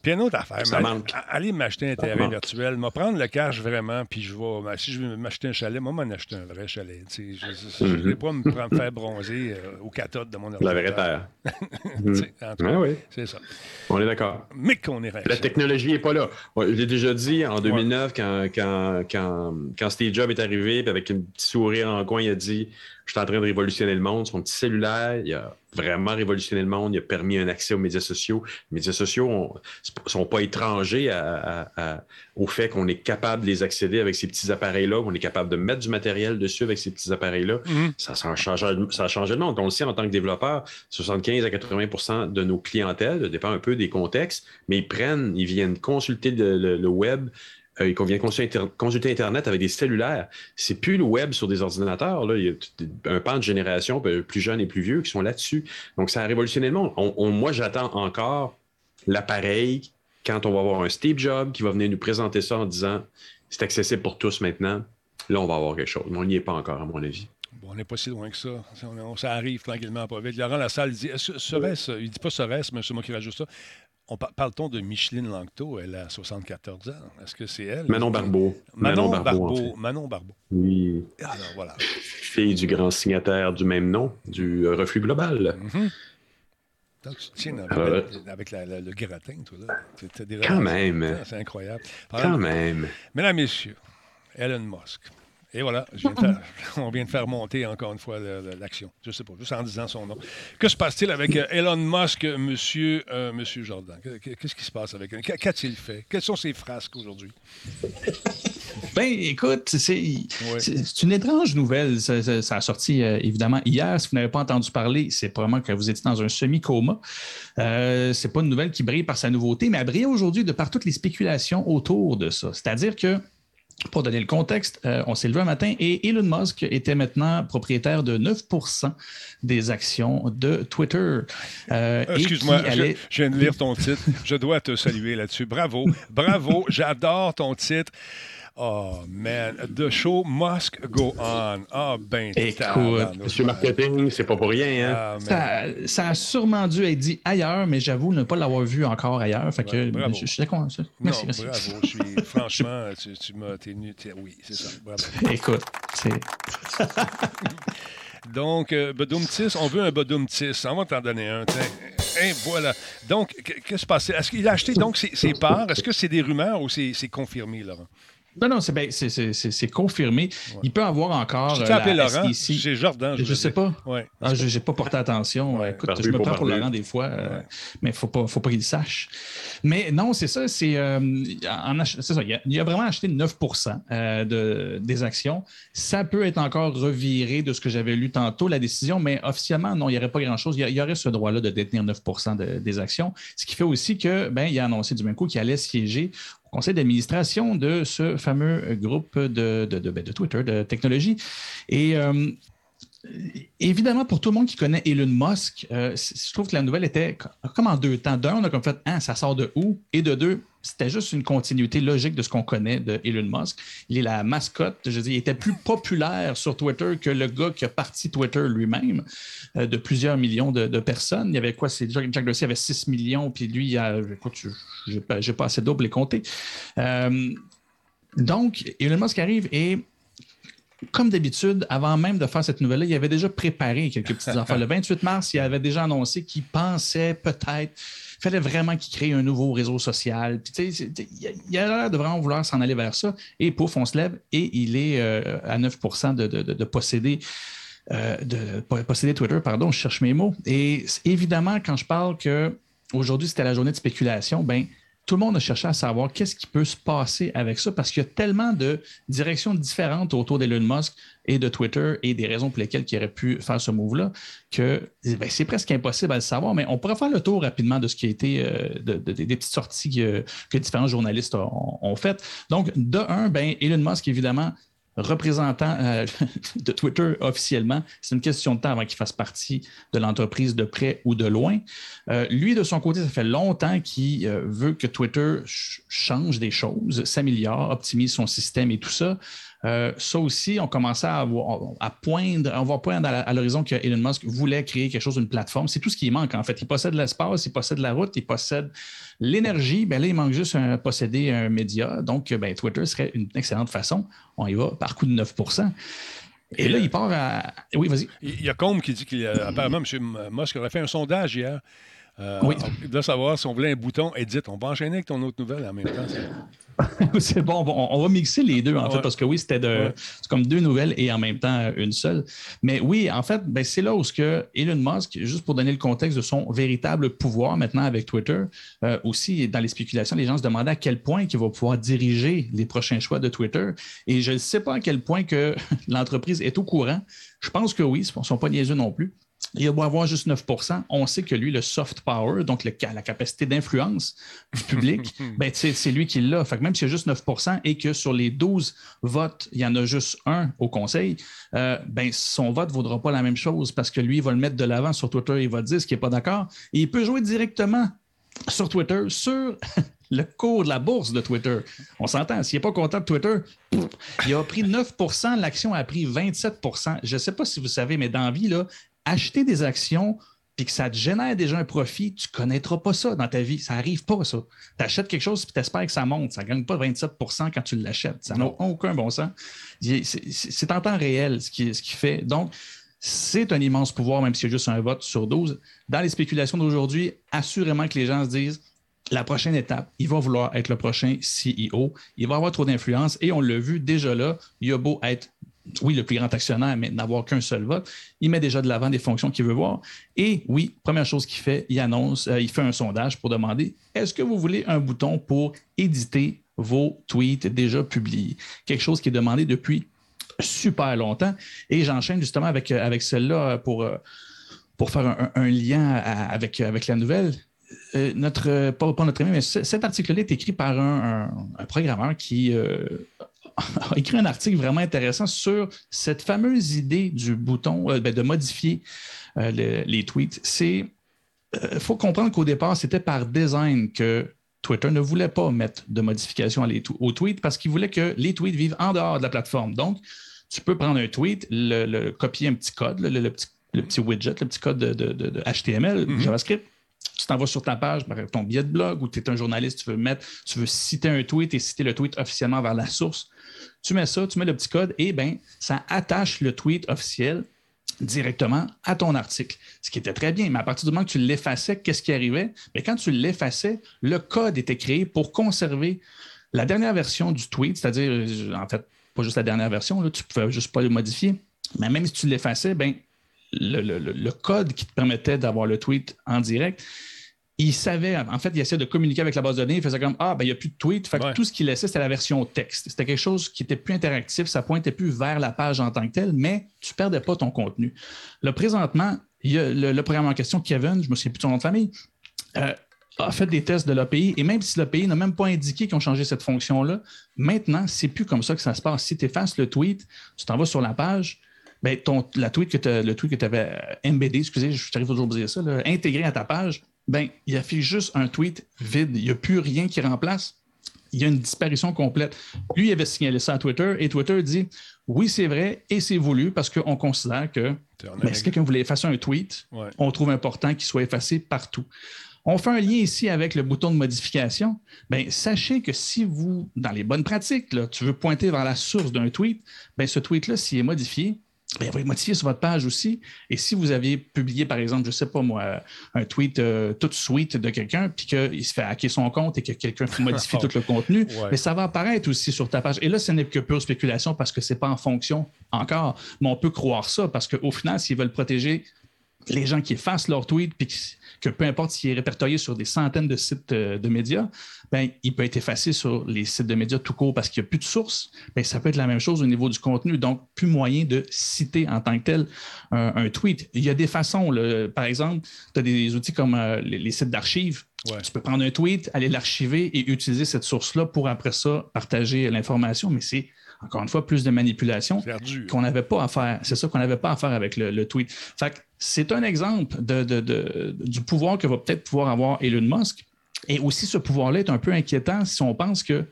Puis une autre affaire, Ça mais manque. allez m'acheter un terrain manque. virtuel, me prendre le cash vraiment, puis je vais, ben, si je veux m'acheter un chalet, moi, m'en acheter un vrai chalet. Tu sais, je ne vais pas me prendre, me faire bronzer euh, aux catottes de mon La ordinateur. vraie terre. Tu sais, en tout cas, Ah oui, c'est ça. on est d'accord. Mais qu'on est resté. La technologie n'est pas là. Ouais, je l'ai déjà dit en deux mille neuf, quand, quand, quand, quand Steve Jobs est arrivé, puis avec un petit sourire en coin, il a dit « Je suis en train de révolutionner le monde. » Son petit cellulaire, il a vraiment révolutionné le monde. Il a permis un accès aux médias sociaux. Les médias sociaux ne sont pas étrangers à, à, à, au fait qu'on est capable de les accéder avec ces petits appareils-là, qu'on est capable de mettre du matériel dessus avec ces petits appareils-là. Mm-hmm. Ça, ça, a changé, ça a changé le monde. On le sait en tant que développeur, soixante-quinze à quatre-vingts pour cent de nos clientèles, ça dépend un peu des contextes, mais ils prennent, ils viennent consulter le, le, le web. Euh, qu'on vient consulter, consulter Internet avec des cellulaires. C'est plus le web sur des ordinateurs. Là. Il y a un pan de génération, plus jeunes et plus vieux, qui sont là-dessus. Donc, ça a révolutionné le monde. On, on, moi, j'attends encore l'appareil quand on va avoir un Steve Jobs qui va venir nous présenter ça en disant c'est accessible pour tous maintenant. Là, on va avoir quelque chose. Mais on n'y est pas encore, à mon avis. Bon, on n'est pas si loin que ça. On, on, ça arrive tranquillement, pas vite. Laurent Lassalle dit serait-ce, il ne dit pas serait-ce, mais c'est moi qui rajoute ça. On par- parle-t-on de Micheline Langto? Elle a soixante-quatorze ans. Est-ce que c'est elle? Manon Barbeau. Manon, Manon Barbeau. En fait. Manon Barbeau. Oui. Alors, voilà. Fille du grand signataire du même nom, du euh, reflux global. Mm-hmm. Donc, tu tiens avec, Alors, la, avec la, la, le gratin, toi, là. T'as des quand même. C'est incroyable. Alors, quand même. Mesdames, messieurs, Elon Musk. Et voilà, je viens de faire, on vient de faire monter encore une fois le, le, l'action. Je ne sais pas, juste en disant son nom. Que se passe-t-il avec euh, Elon Musk, monsieur, euh, monsieur Jordan? Qu'est-ce qui se passe avec lui? Qu'a-t-il fait? Quelles sont ses frasques aujourd'hui? Ben, écoute, c'est, ouais. c'est, c'est une étrange nouvelle. Ça, ça, ça a sorti euh, évidemment hier. Si vous n'avez pas entendu parler, c'est probablement que vous étiez dans un semi-coma. Euh, c'est pas une nouvelle qui brille par sa nouveauté, mais elle brille aujourd'hui de par toutes les spéculations autour de ça. C'est-à-dire que, pour donner le contexte, euh, on s'est levé un matin et Elon Musk était maintenant propriétaire de neuf pour cent des actions de Twitter. Euh, Excuse-moi, je, allait... je viens de lire ton titre. Je dois te saluer là-dessus. Bravo, bravo, j'adore ton titre. Oh, man, the show must go on. Ah, oh, ben, écoute, monsieur marketing, c'est pas pour rien, hein? Ah, ça, ça a sûrement dû être dit ailleurs, mais j'avoue ne pas l'avoir vu encore ailleurs. Fait que, ouais, je, je suis d'accord. Merci, non, merci. Bravo, je suis, franchement, tu, tu m'as, t'es nu, t'es, oui, c'est ça, bravo. Écoute, c'est... Donc, euh, Badoumtis, on veut un Badoumtis. On va t'en donner un. Et voilà. Donc, qu'est-ce qui se passe? Est-ce qu'il a acheté donc ses, ses parts? Est-ce que c'est des rumeurs ou c'est, c'est confirmé, Laurent? Non, non, c'est, ben, c'est, c'est, c'est, c'est confirmé. Ouais. Il peut avoir encore. Je t'ai appelé Laurent. C'est Jordan. Je ne sais pas. Ouais. Ah, je n'ai pas porté attention. Ouais. Écoute, je me prends pour Laurent des fois, euh, ouais. mais il ne faut pas, faut pas qu'il le sache. Mais non, c'est ça. C'est, euh, en ach... c'est ça. Il, a, il a vraiment acheté neuf pour cent euh, de, des actions. Ça peut être encore reviré de ce que j'avais lu tantôt, la décision, mais officiellement, non, il n'y aurait pas grand-chose. Il y aurait ce droit-là de détenir neuf pour cent de, des actions. Ce qui fait aussi que, ben, il a annoncé du même coup qu'il allait siéger conseil d'administration de ce fameux groupe de, de, de, de Twitter, de technologie. Et euh, évidemment, pour tout le monde qui connaît Elon Musk, euh, je trouve que la nouvelle était comme en deux temps. D'un, on a comme fait hein, « ça sort de où ?» et de deux, c'était juste une continuité logique de ce qu'on connaît de Elon Musk. Il est la mascotte, je veux dire, il était plus populaire sur Twitter que le gars qui a parti Twitter lui-même, euh, de plusieurs millions de, de personnes. Il y avait quoi? C'est Jack Dorsey avait six millions, puis lui, il a, écoute, j'ai pas, j'ai pas assez d'eau pour les compter. Euh, donc, Elon Musk arrive et comme d'habitude, avant même de faire cette nouvelle-là, il avait déjà préparé quelques petits enfants. Le vingt-huit mars, il avait déjà annoncé qu'il pensait peut-être qu'il fallait vraiment qu'il crée un nouveau réseau social. Puis, tu sais, il a l'air de vraiment vouloir s'en aller vers ça. Et pouf, on se lève et il est euh, à neuf pour cent de, de, de, de posséder euh, de posséder Twitter. Pardon, je cherche mes mots. Et évidemment, quand je parle qu'aujourd'hui, c'était la journée de spéculation, bien, tout le monde a cherché à savoir qu'est-ce qui peut se passer avec ça parce qu'il y a tellement de directions différentes autour d'Elon Musk et de Twitter et des raisons pour lesquelles il aurait pu faire ce move-là que ben, c'est presque impossible à le savoir, mais on pourrait faire le tour rapidement de ce qui a été euh, de, de, des petites sorties que, que différents journalistes ont, ont faites. Donc, de un, ben, Elon Musk, évidemment, représentant euh, de Twitter officiellement, c'est une question de temps avant qu'il fasse partie de l'entreprise de près ou de loin. Euh, lui, de son côté, ça fait longtemps qu'il euh, veut que Twitter ch- change des choses, s'améliore, optimise son système et tout ça. Euh, ça aussi, on commençait à, avoir, à poindre, on va poindre à l'horizon que Elon Musk voulait créer quelque chose, une plateforme. C'est tout ce qui manque, en fait. Il possède l'espace, il possède la route, il possède l'énergie. Ben là, il manque juste un, posséder un média. Donc, ben, Twitter serait une excellente façon. On y va par coup de neuf pour cent. Et, Et là, il part à... Oui, vas-y. Il y a Combe qui dit qu'apparemment, M. Musk aurait fait un sondage hier. Euh, oui. Il doit savoir si on voulait un bouton Edit. On va enchaîner avec ton autre nouvelle en même temps. C'est bon, bon, on va mixer les deux, en ouais. fait, parce que oui, c'était de, ouais. c'est comme deux nouvelles et en même temps une seule. Mais oui, en fait, ben, c'est là où ce que Elon Musk, juste pour donner le contexte de son véritable pouvoir maintenant avec Twitter, euh, aussi dans les spéculations, les gens se demandaient à quel point il va pouvoir diriger les prochains choix de Twitter. Et je ne sais pas à quel point que l'entreprise est au courant. Je pense que oui, ils ne sont pas niaiseux non plus. Il va avoir juste neuf pour cent. On sait que lui, le soft power, donc le, la capacité d'influence du public, ben, c'est lui qui l'a. Fait que même s'il y a juste neuf pour cent et que sur les douze votes, il y en a juste un au conseil, euh, ben, son vote ne vaudra pas la même chose parce que lui, il va le mettre de l'avant sur Twitter, il va dire ce qui n'est pas d'accord. Et il peut jouer directement sur Twitter, sur le cours de la bourse de Twitter. On s'entend, s'il n'est pas content de Twitter, pff, il a pris neuf pour cent, l'action a pris vingt-sept pour cent. Je ne sais pas si vous savez, mais dans la vie, là, acheter des actions puis que ça te génère déjà un profit, tu ne connaîtras pas ça dans ta vie. Ça n'arrive pas, ça. Tu achètes quelque chose puis tu espères que ça monte. Ça ne gagne pas vingt-sept pour cent quand tu l'achètes. Ça n'a aucun bon sens. C'est en temps réel ce qui, ce qui fait. Donc, c'est un immense pouvoir, même s'il y a juste un vote sur douze. Dans les spéculations d'aujourd'hui, assurément que les gens se disent la prochaine étape, il va vouloir être le prochain C E O. Il va avoir trop d'influence et on l'a vu déjà là. Il a beau être oui, le plus grand actionnaire, mais n'avoir qu'un seul vote, il met déjà de l'avant des fonctions qu'il veut voir. Et oui, première chose qu'il fait, il annonce, euh, il fait un sondage pour demander est-ce que vous voulez un bouton pour éditer vos tweets déjà publiés? Quelque chose qui est demandé depuis super longtemps. Et j'enchaîne justement avec, avec celle-là pour, pour faire un, un lien à, avec, avec la nouvelle. Euh, notre, pas, pas notre ami, mais c- cet article-là est écrit par un, un, un programmeur qui euh, a écrit un article vraiment intéressant sur cette fameuse idée du bouton, euh, ben, de modifier euh, le, les tweets. Il euh, faut comprendre qu'au départ, c'était par design que Twitter ne voulait pas mettre de modification aux tweets parce qu'il voulait que les tweets vivent en dehors de la plateforme. Donc, tu peux prendre un tweet, le, le, copier un petit code, le, le, petit, le petit widget, le petit code de, de, de, de H T M L, mm-hmm. JavaScript. Tu t'en vas sur ta page, ton billet de blog, ou tu es un journaliste, tu veux mettre, tu veux citer un tweet et citer le tweet officiellement vers la source. Tu mets ça, tu mets le petit code et bien, ça attache le tweet officiel directement à ton article, ce qui était très bien. Mais à partir du moment que tu l'effaçais, qu'est-ce qui arrivait? Bien, quand tu l'effaçais, le code était créé pour conserver la dernière version du tweet, c'est-à-dire, en fait, pas juste la dernière version, là, tu ne pouvais juste pas le modifier, mais même si tu l'effaçais, bien, Le, le, le code qui te permettait d'avoir le tweet en direct, il savait, en fait, il essayait de communiquer avec la base de données, il faisait comme « Ah, ben il n'y a plus de tweet ». Fait que ouais. Tout ce qu'il laissait, c'était la version texte. C'était quelque chose qui était plus interactif, ça pointait plus vers la page en tant que telle, mais tu ne perdais pas ton contenu. Là, présentement, il y a le, le programme en question, Kevin, je ne me souviens plus de son nom de famille, euh, a fait des tests de l'A P I, et même si l'A P I n'a même pas indiqué qu'ils ont changé cette fonction-là, maintenant, c'est plus comme ça que ça se passe. Si tu effaces le tweet, tu t'en vas sur la page, ben, ton, la tweet que le tweet que tu avais embeddé, excusez, je t'arrive toujours à dire ça, là, intégré à ta page, ben, il affiche juste un tweet vide. Il n'y a plus rien qui remplace. Il y a une disparition complète. Lui, il avait signalé ça à Twitter et Twitter dit oui, c'est vrai et c'est voulu parce qu'on considère que ben, si quelqu'un voulait effacer un tweet, ouais. on trouve important qu'il soit effacé partout. On fait un lien ici avec le bouton de modification. Bien, sachez que si vous, dans les bonnes pratiques, là, tu veux pointer vers la source d'un tweet, bien, ce tweet-là, s'il est modifié, bien, il va être modifié sur votre page aussi. Et si vous aviez publié, par exemple, je ne sais pas moi, un tweet euh, tout sweet de quelqu'un, puis qu'il se fait hacker son compte et que quelqu'un modifie tout le contenu, ouais. mais ça va apparaître aussi sur ta page. Et là, ce n'est que pure spéculation parce que ce n'est pas en fonction encore. Mais on peut croire ça parce qu'au final, s'ils veulent protéger les gens qui effacent leur tweet, puis que peu importe s'il est répertorié sur des centaines de sites euh, de médias, ben, il peut être effacé sur les sites de médias tout court parce qu'il n'y a plus de source. Ben, ça peut être la même chose au niveau du contenu, donc plus moyen de citer en tant que tel un, un tweet. Il y a des façons, là. Par exemple, tu as des outils comme euh, les, les sites d'archives. Ouais. Tu peux prendre un tweet, aller l'archiver et utiliser cette source-là pour après ça partager l'information, mais c'est encore une fois, plus de manipulation qu'on n'avait pas à faire. C'est ça qu'on n'avait pas à faire avec le, le tweet. Fait que c'est un exemple de, de, de, du pouvoir que va peut-être pouvoir avoir Elon Musk. Et aussi, ce pouvoir-là est un peu inquiétant si on pense que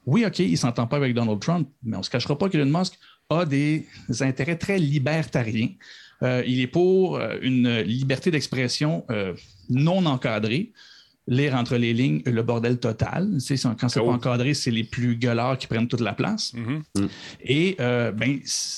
oui, OK, il ne s'entend pas avec Donald Trump, mais on ne se cachera pas qu'Elon Musk a des intérêts très libertariens. Euh, il est pour euh, une liberté d'expression euh, non encadrée. Lire entre les lignes, le bordel total. Tu sais, quand c'est oh. pas encadré, c'est les plus gueulards qui prennent toute la place. Mm-hmm. Mm. Et euh, ben,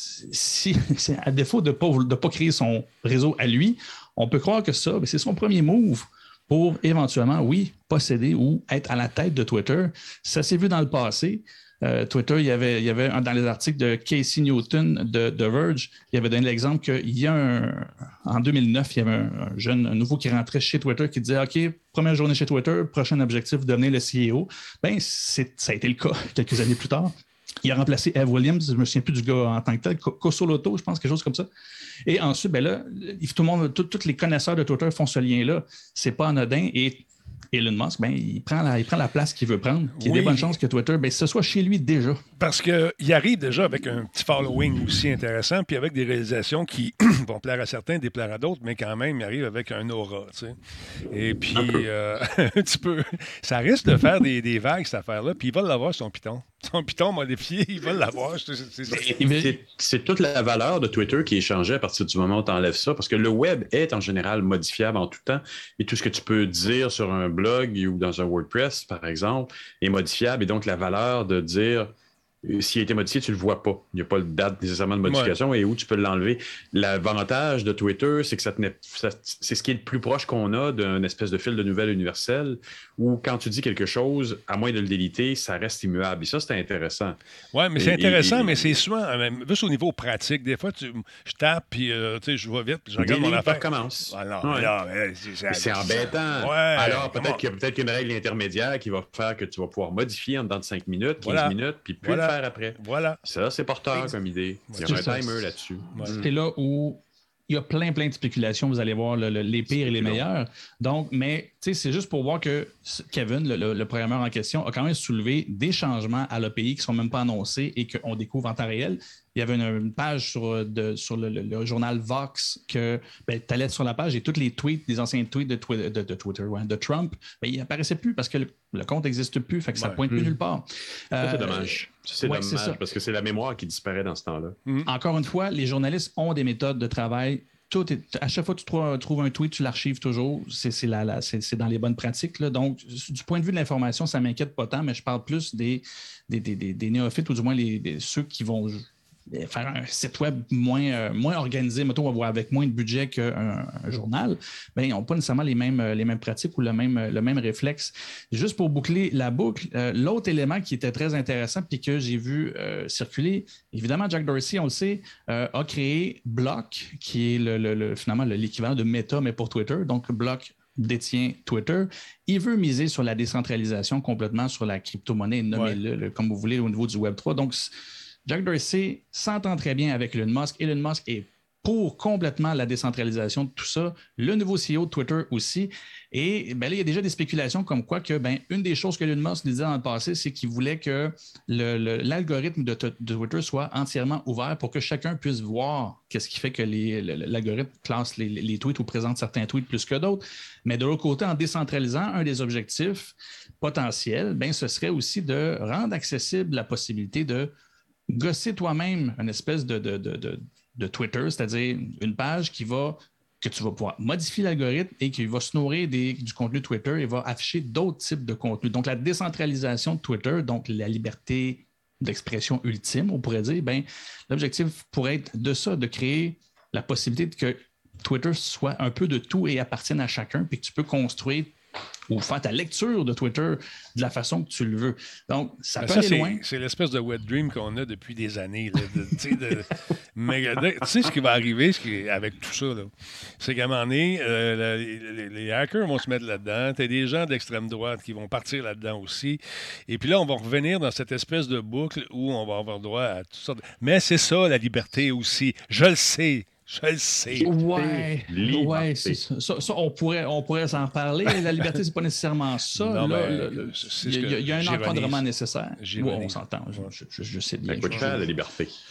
si, à défaut de ne pas, de pas créer son réseau à lui, on peut croire que ça, ben, c'est son premier move pour éventuellement, oui, posséder ou être à la tête de Twitter. Ça s'est vu dans le passé. Euh, Twitter, il y avait, il y avait un, dans les articles de Casey Newton de, de Verge, il avait donné l'exemple qu'il y a un, en deux mille neuf, il y avait un, un jeune, un nouveau qui rentrait chez Twitter qui disait OK, première journée chez Twitter, prochain objectif, devenir le C E O. Ben, c'est, ça a été le cas quelques années plus tard. Il a remplacé Ev Williams, je ne me souviens plus du gars en tant que tel, Cosoloto, je pense, quelque chose comme ça. Et ensuite, ben là, tout le monde, tous les connaisseurs de Twitter font ce lien-là. C'est pas anodin. Et Elon Musk, ben, il, prend la, il prend la place qu'il veut prendre. Il y a oui. des bonnes chances que Twitter, ben, ce soit chez lui déjà. Parce qu'il arrive déjà avec un petit following aussi intéressant, puis avec des réalisations qui vont plaire à certains, déplaire à d'autres, mais quand même, il arrive avec un aura. Tu sais. Et puis, un, euh, un petit peu, ça risque de faire des, des vagues, cette affaire-là, puis il va l'avoir, son piton. Son piton modifié, il va l'avoir. C'est, c'est, c'est, c'est toute la valeur de Twitter qui est changée à partir du moment où tu enlèves ça, parce que le web est en général modifiable en tout temps, et tout ce que tu peux dire sur un blog ou dans un WordPress, par exemple, est modifiable, et donc la valeur de dire s'il a été modifié, tu ne le vois pas. Il n'y a pas de date nécessairement de modification ouais. et où tu peux l'enlever. L'avantage de Twitter, c'est que ça, tenait, ça c'est ce qui est le plus proche qu'on a d'une espèce de fil de nouvelles universel où quand tu dis quelque chose, à moins de le déliter, ça reste immuable. Et ça, c'est intéressant. Oui, mais c'est et, intéressant, et, mais c'est souvent, même, juste au niveau pratique, des fois, tu, je tape, puis euh, tu sais, je vais vite, puis je regarde mon affaire. Recommence. Ah, non, ouais. là, c'est, c'est embêtant. Ouais, Alors, peut-être qu'il y a peut-être une règle intermédiaire qui va faire que tu vas pouvoir modifier en dedans de cinq minutes, quinze voilà. minutes, puis plus voilà. le faire après. Voilà. Ça, c'est porteur comme idée. Il y a un ça. timer là-dessus. Ouais. C'est là où il y a plein, plein de spéculations. Vous allez voir le, le, les pires et les meilleurs. Donc, mais c'est juste pour voir que Kevin, le, le, le programmeur en question, a quand même soulevé des changements à l'A P I qui ne sont même pas annoncés et qu'on découvre en temps réel. Il y avait une, une page sur, de, sur le, le, le journal Vox que ben, tu allais sur la page et tous les tweets, les anciens tweets de, twi- de, de Twitter, ouais, de Trump, ben, ils n'apparaissaient plus parce que le, le compte n'existe plus, fait que ça ne ouais. pointe plus mmh. nulle part. Ça, euh, c'est dommage. C'est ouais, dommage c'est parce que c'est la mémoire qui disparaît dans ce temps-là. Mmh. Encore une fois, les journalistes ont des méthodes de travail. Tout est, à chaque fois que tu trouves, trouves un tweet, tu l'archives toujours. C'est, c'est, la, la, c'est, c'est dans les bonnes pratiques. Là. Donc, du point de vue de l'information, ça ne m'inquiète pas tant, mais je parle plus des, des, des, des, des néophytes ou du moins les, des, ceux qui vont faire un site web moins, euh, moins organisé, mettons, avec moins de budget qu'un un journal, bien, ils n'ont pas nécessairement les mêmes, les mêmes pratiques ou le même, le même réflexe. Juste pour boucler la boucle, euh, l'autre élément qui était très intéressant et que j'ai vu euh, circuler, évidemment, Jack Dorsey, on le sait, euh, a créé Block, qui est le, le, le, finalement l'équivalent de Meta, mais pour Twitter. Donc, Block détient Twitter. Il veut miser sur la décentralisation complètement, sur la crypto-monnaie, nommez-le ouais. le, comme vous voulez, au niveau du Web trois. Donc, Jack Dorsey s'entend très bien avec Elon Musk. Elon Musk est pour complètement la décentralisation de tout ça. Le nouveau C E O de Twitter aussi. Et ben là, il y a déjà des spéculations comme quoi que ben, une des choses que Elon Musk disait dans le passé, c'est qu'il voulait que le, le, l'algorithme de, de Twitter soit entièrement ouvert pour que chacun puisse voir qu'est-ce qui fait que les, le, l'algorithme classe les, les tweets ou présente certains tweets plus que d'autres. Mais de l'autre côté, en décentralisant, un des objectifs potentiels, ben, ce serait aussi de rendre accessible la possibilité de gosser toi-même une espèce de, de, de, de, de Twitter, c'est-à-dire une page qui va, que tu vas pouvoir modifier l'algorithme et qui va se nourrir des, du contenu Twitter et va afficher d'autres types de contenus. Donc, la décentralisation de Twitter, donc la liberté d'expression ultime, on pourrait dire, ben, l'objectif pourrait être de ça, de créer la possibilité que Twitter soit un peu de tout et appartienne à chacun, puis que tu peux construire ou faire ta lecture de Twitter de la façon que tu le veux. Donc, ça mais peut ça, aller c'est, loin. C'est l'espèce de wet dream qu'on a depuis des années. Là, de, de, mais tu sais ce qui va arriver ce qui, avec tout ça, là, c'est qu'à un moment donné, euh, les, les hackers vont se mettre là-dedans. Tu as des gens d'extrême droite qui vont partir là-dedans aussi. Et puis là, on va revenir dans cette espèce de boucle où on va avoir droit à toutes sortes. De... Mais c'est ça, la liberté aussi. Je le sais. Je le sais. Ouais, ouais c'est ça. Ça, ça, on pourrait, on pourrait s'en parler. La liberté, c'est pas nécessairement ça. Non, là, mais, le, le, c'est il, y a, il y a un encadrement nécessaire. Ouais, on s'entend. Je, je, je sais bien. Ça coûte cher, la liberté.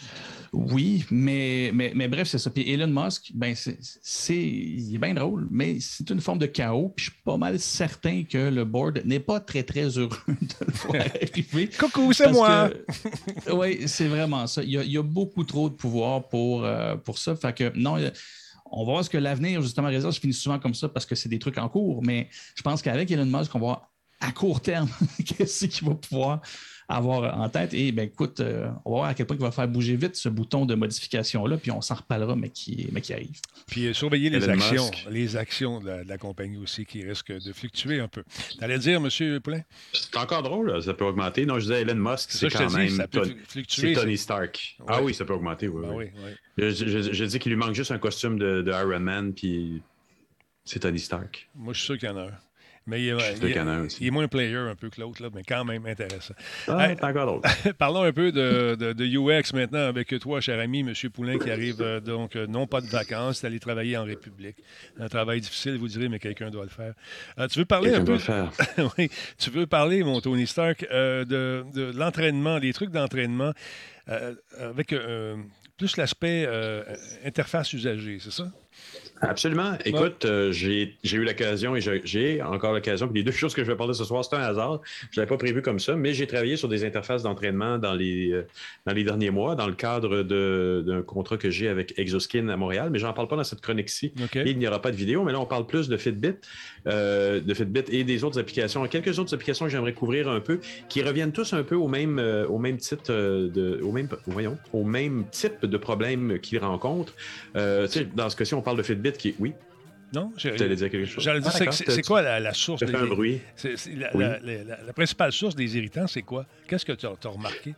Oui, mais, mais, mais bref, c'est ça. Puis Elon Musk, ben c'est, c'est, il est bien drôle, mais c'est une forme de chaos. Puis je suis pas mal certain que le board n'est pas très, très heureux de le voir arriver. Coucou, c'est moi! Oui, c'est vraiment ça. Il y, a, il y a beaucoup trop de pouvoir pour, euh, pour ça. Fait que non, on va voir ce que l'avenir, justement, réserve. Je finis souvent comme ça parce que c'est des trucs en cours, mais je pense qu'avec Elon Musk, on va voir à court terme qu'est-ce qu'il va pouvoir avoir en tête. Et bien, écoute, euh, on va voir à quel point il va faire bouger vite ce bouton de modification-là, puis on s'en reparlera, mais qui, mais qui arrive. Puis euh, surveiller les Elon actions, Musk. les actions de la, de la compagnie aussi qui risquent de fluctuer un peu. T'allais dire, M. Poulain? C'est encore drôle, là, ça peut augmenter. Non, je disais Elon Musk, c'est, ça, quand je te même... dis, ça peut Tony, fluctuer. c'est Tony ça. Stark. Ouais. Ah oui, ça peut augmenter, oui. Ben oui. oui, oui. Je, je, je dis qu'il lui manque juste un costume de, de Iron Man, puis c'est Tony Stark. Moi, je suis sûr qu'il y en a un. Mais il est, Je suis sûr il, qu'il y en a un aussi. il est moins player un peu que l'autre, là, mais quand même intéressant. Ah, Hey, c'est encore drôle. Parlons un peu de, de, de U X maintenant avec toi, cher ami, M. Poulain, qui arrive euh, donc euh, non pas de vacances, c'est aller travailler en République. Un travail difficile, vous direz, mais quelqu'un doit le faire. Euh, tu veux parler Quelqu'un un peu... doit le faire. oui, tu veux parler, mon Tony Stark, euh, de, de l'entraînement, des trucs d'entraînement euh, avec euh, plus l'aspect euh, interface usagée, c'est ça? Absolument. Écoute, euh, j'ai, j'ai eu l'occasion et j'ai, j'ai encore l'occasion. Puis les deux choses que je vais parler ce soir, c'est un hasard. Je ne l'avais pas prévu comme ça, mais j'ai travaillé sur des interfaces d'entraînement dans les, euh, dans les derniers mois, dans le cadre de, d'un contrat que j'ai avec Exoskin à Montréal. Mais je n'en parle pas dans cette chronique-ci. Okay. Et il n'y aura pas de vidéo, mais là, on parle plus de Fitbit, euh, de Fitbit et des autres applications. Quelques autres applications que j'aimerais couvrir un peu, qui reviennent tous un peu au même, euh, au même titre euh, de, au même, voyons, au même type de problème qu'ils rencontrent. Euh, tu sais, dans ce cas-ci, on parle de Fitbit qui est oui. Non, tu allais dire quelque chose. J'allais dire, ah, c'est, c'est quoi la, la source des... des... un bruit. C'est, c'est la, oui. la, la, la, la principale source des irritants, c'est quoi? Qu'est-ce que tu as, as remarqué?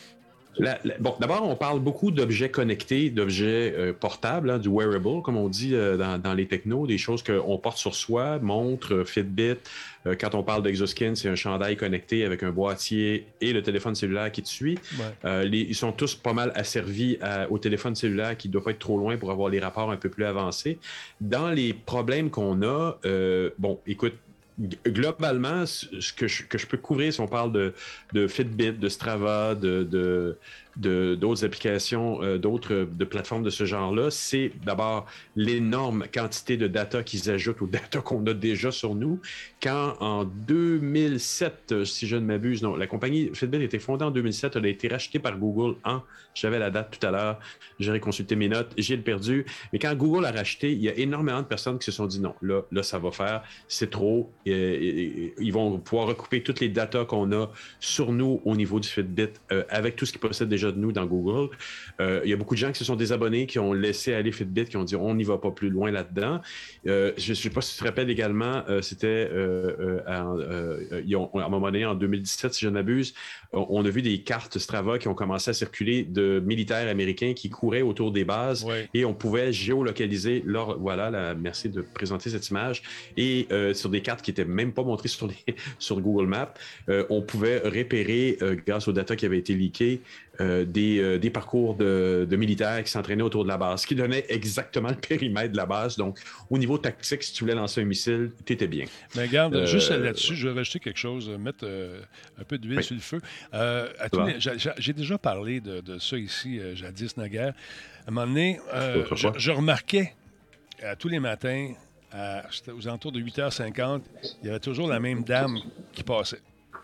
La, la, bon, d'abord, on parle beaucoup d'objets connectés, d'objets euh, portables, hein, du wearable, comme on dit euh, dans, dans les technos, des choses qu'on porte sur soi, montre, Fitbit. Euh, quand on parle d'Exoskin, c'est un chandail connecté avec un boîtier et le téléphone cellulaire qui te suit. Ouais. Euh, les, ils sont tous pas mal asservis à, au téléphone cellulaire qui ne doit pas être trop loin pour avoir les rapports un peu plus avancés. Dans les problèmes qu'on a, euh, bon, écoute, globalement, ce que je, que je peux couvrir, si on parle de, de Fitbit, de Strava, de, de, de, d'autres applications, euh, d'autres de plateformes de ce genre-là, c'est d'abord l'énorme quantité de data qui s'ajoute aux data qu'on a déjà sur nous. Quand en deux mille sept, si je ne m'abuse, non, la compagnie Fitbit a été fondée en deux mille sept, elle a été rachetée par Google en, j'avais la date tout à l'heure, j'ai consulté mes notes, j'ai le perdu, mais quand Google a racheté, il y a énormément de personnes qui se sont dit non, là, là ça va faire, c'est trop, et, et, et, ils vont pouvoir recouper toutes les data qu'on a sur nous au niveau du Fitbit euh, avec tout ce qu'ils possèdent déjà de nous dans Google. Euh, il y a beaucoup de gens qui se sont désabonnés, qui ont laissé aller Fitbit, qui ont dit on n'y va pas plus loin là-dedans. Euh, je ne sais pas si tu te rappelles également, euh, c'était euh, euh, euh, ils ont, à un moment donné, en deux mille dix-sept, si je ne m'abuse, on, on a vu des cartes Strava qui ont commencé à circuler de militaires américains qui couraient autour des bases oui. Et on pouvait géolocaliser leur... Voilà, la, merci de présenter cette image. Et euh, sur des cartes qui n'étaient même pas montrées sur, les, sur Google Maps, euh, on pouvait repérer, euh, grâce aux data qui avaient été leakées, Euh, des, euh, des parcours de, de militaires qui s'entraînaient autour de la base, ce qui donnait exactement le périmètre de la base. Donc, au niveau tactique, si tu voulais lancer un missile, tu étais bien. Mais regarde, euh, juste là-dessus, je vais rajouter quelque chose, mettre euh, un peu d'huile oui. sur le feu. Euh, à tous les, j'ai, j'ai déjà parlé de, de ça ici, euh, jadis naguère. À un moment donné, euh, je, je remarquais à tous les matins, à, aux alentours de huit heures cinquante, il y avait toujours la même dame qui passait.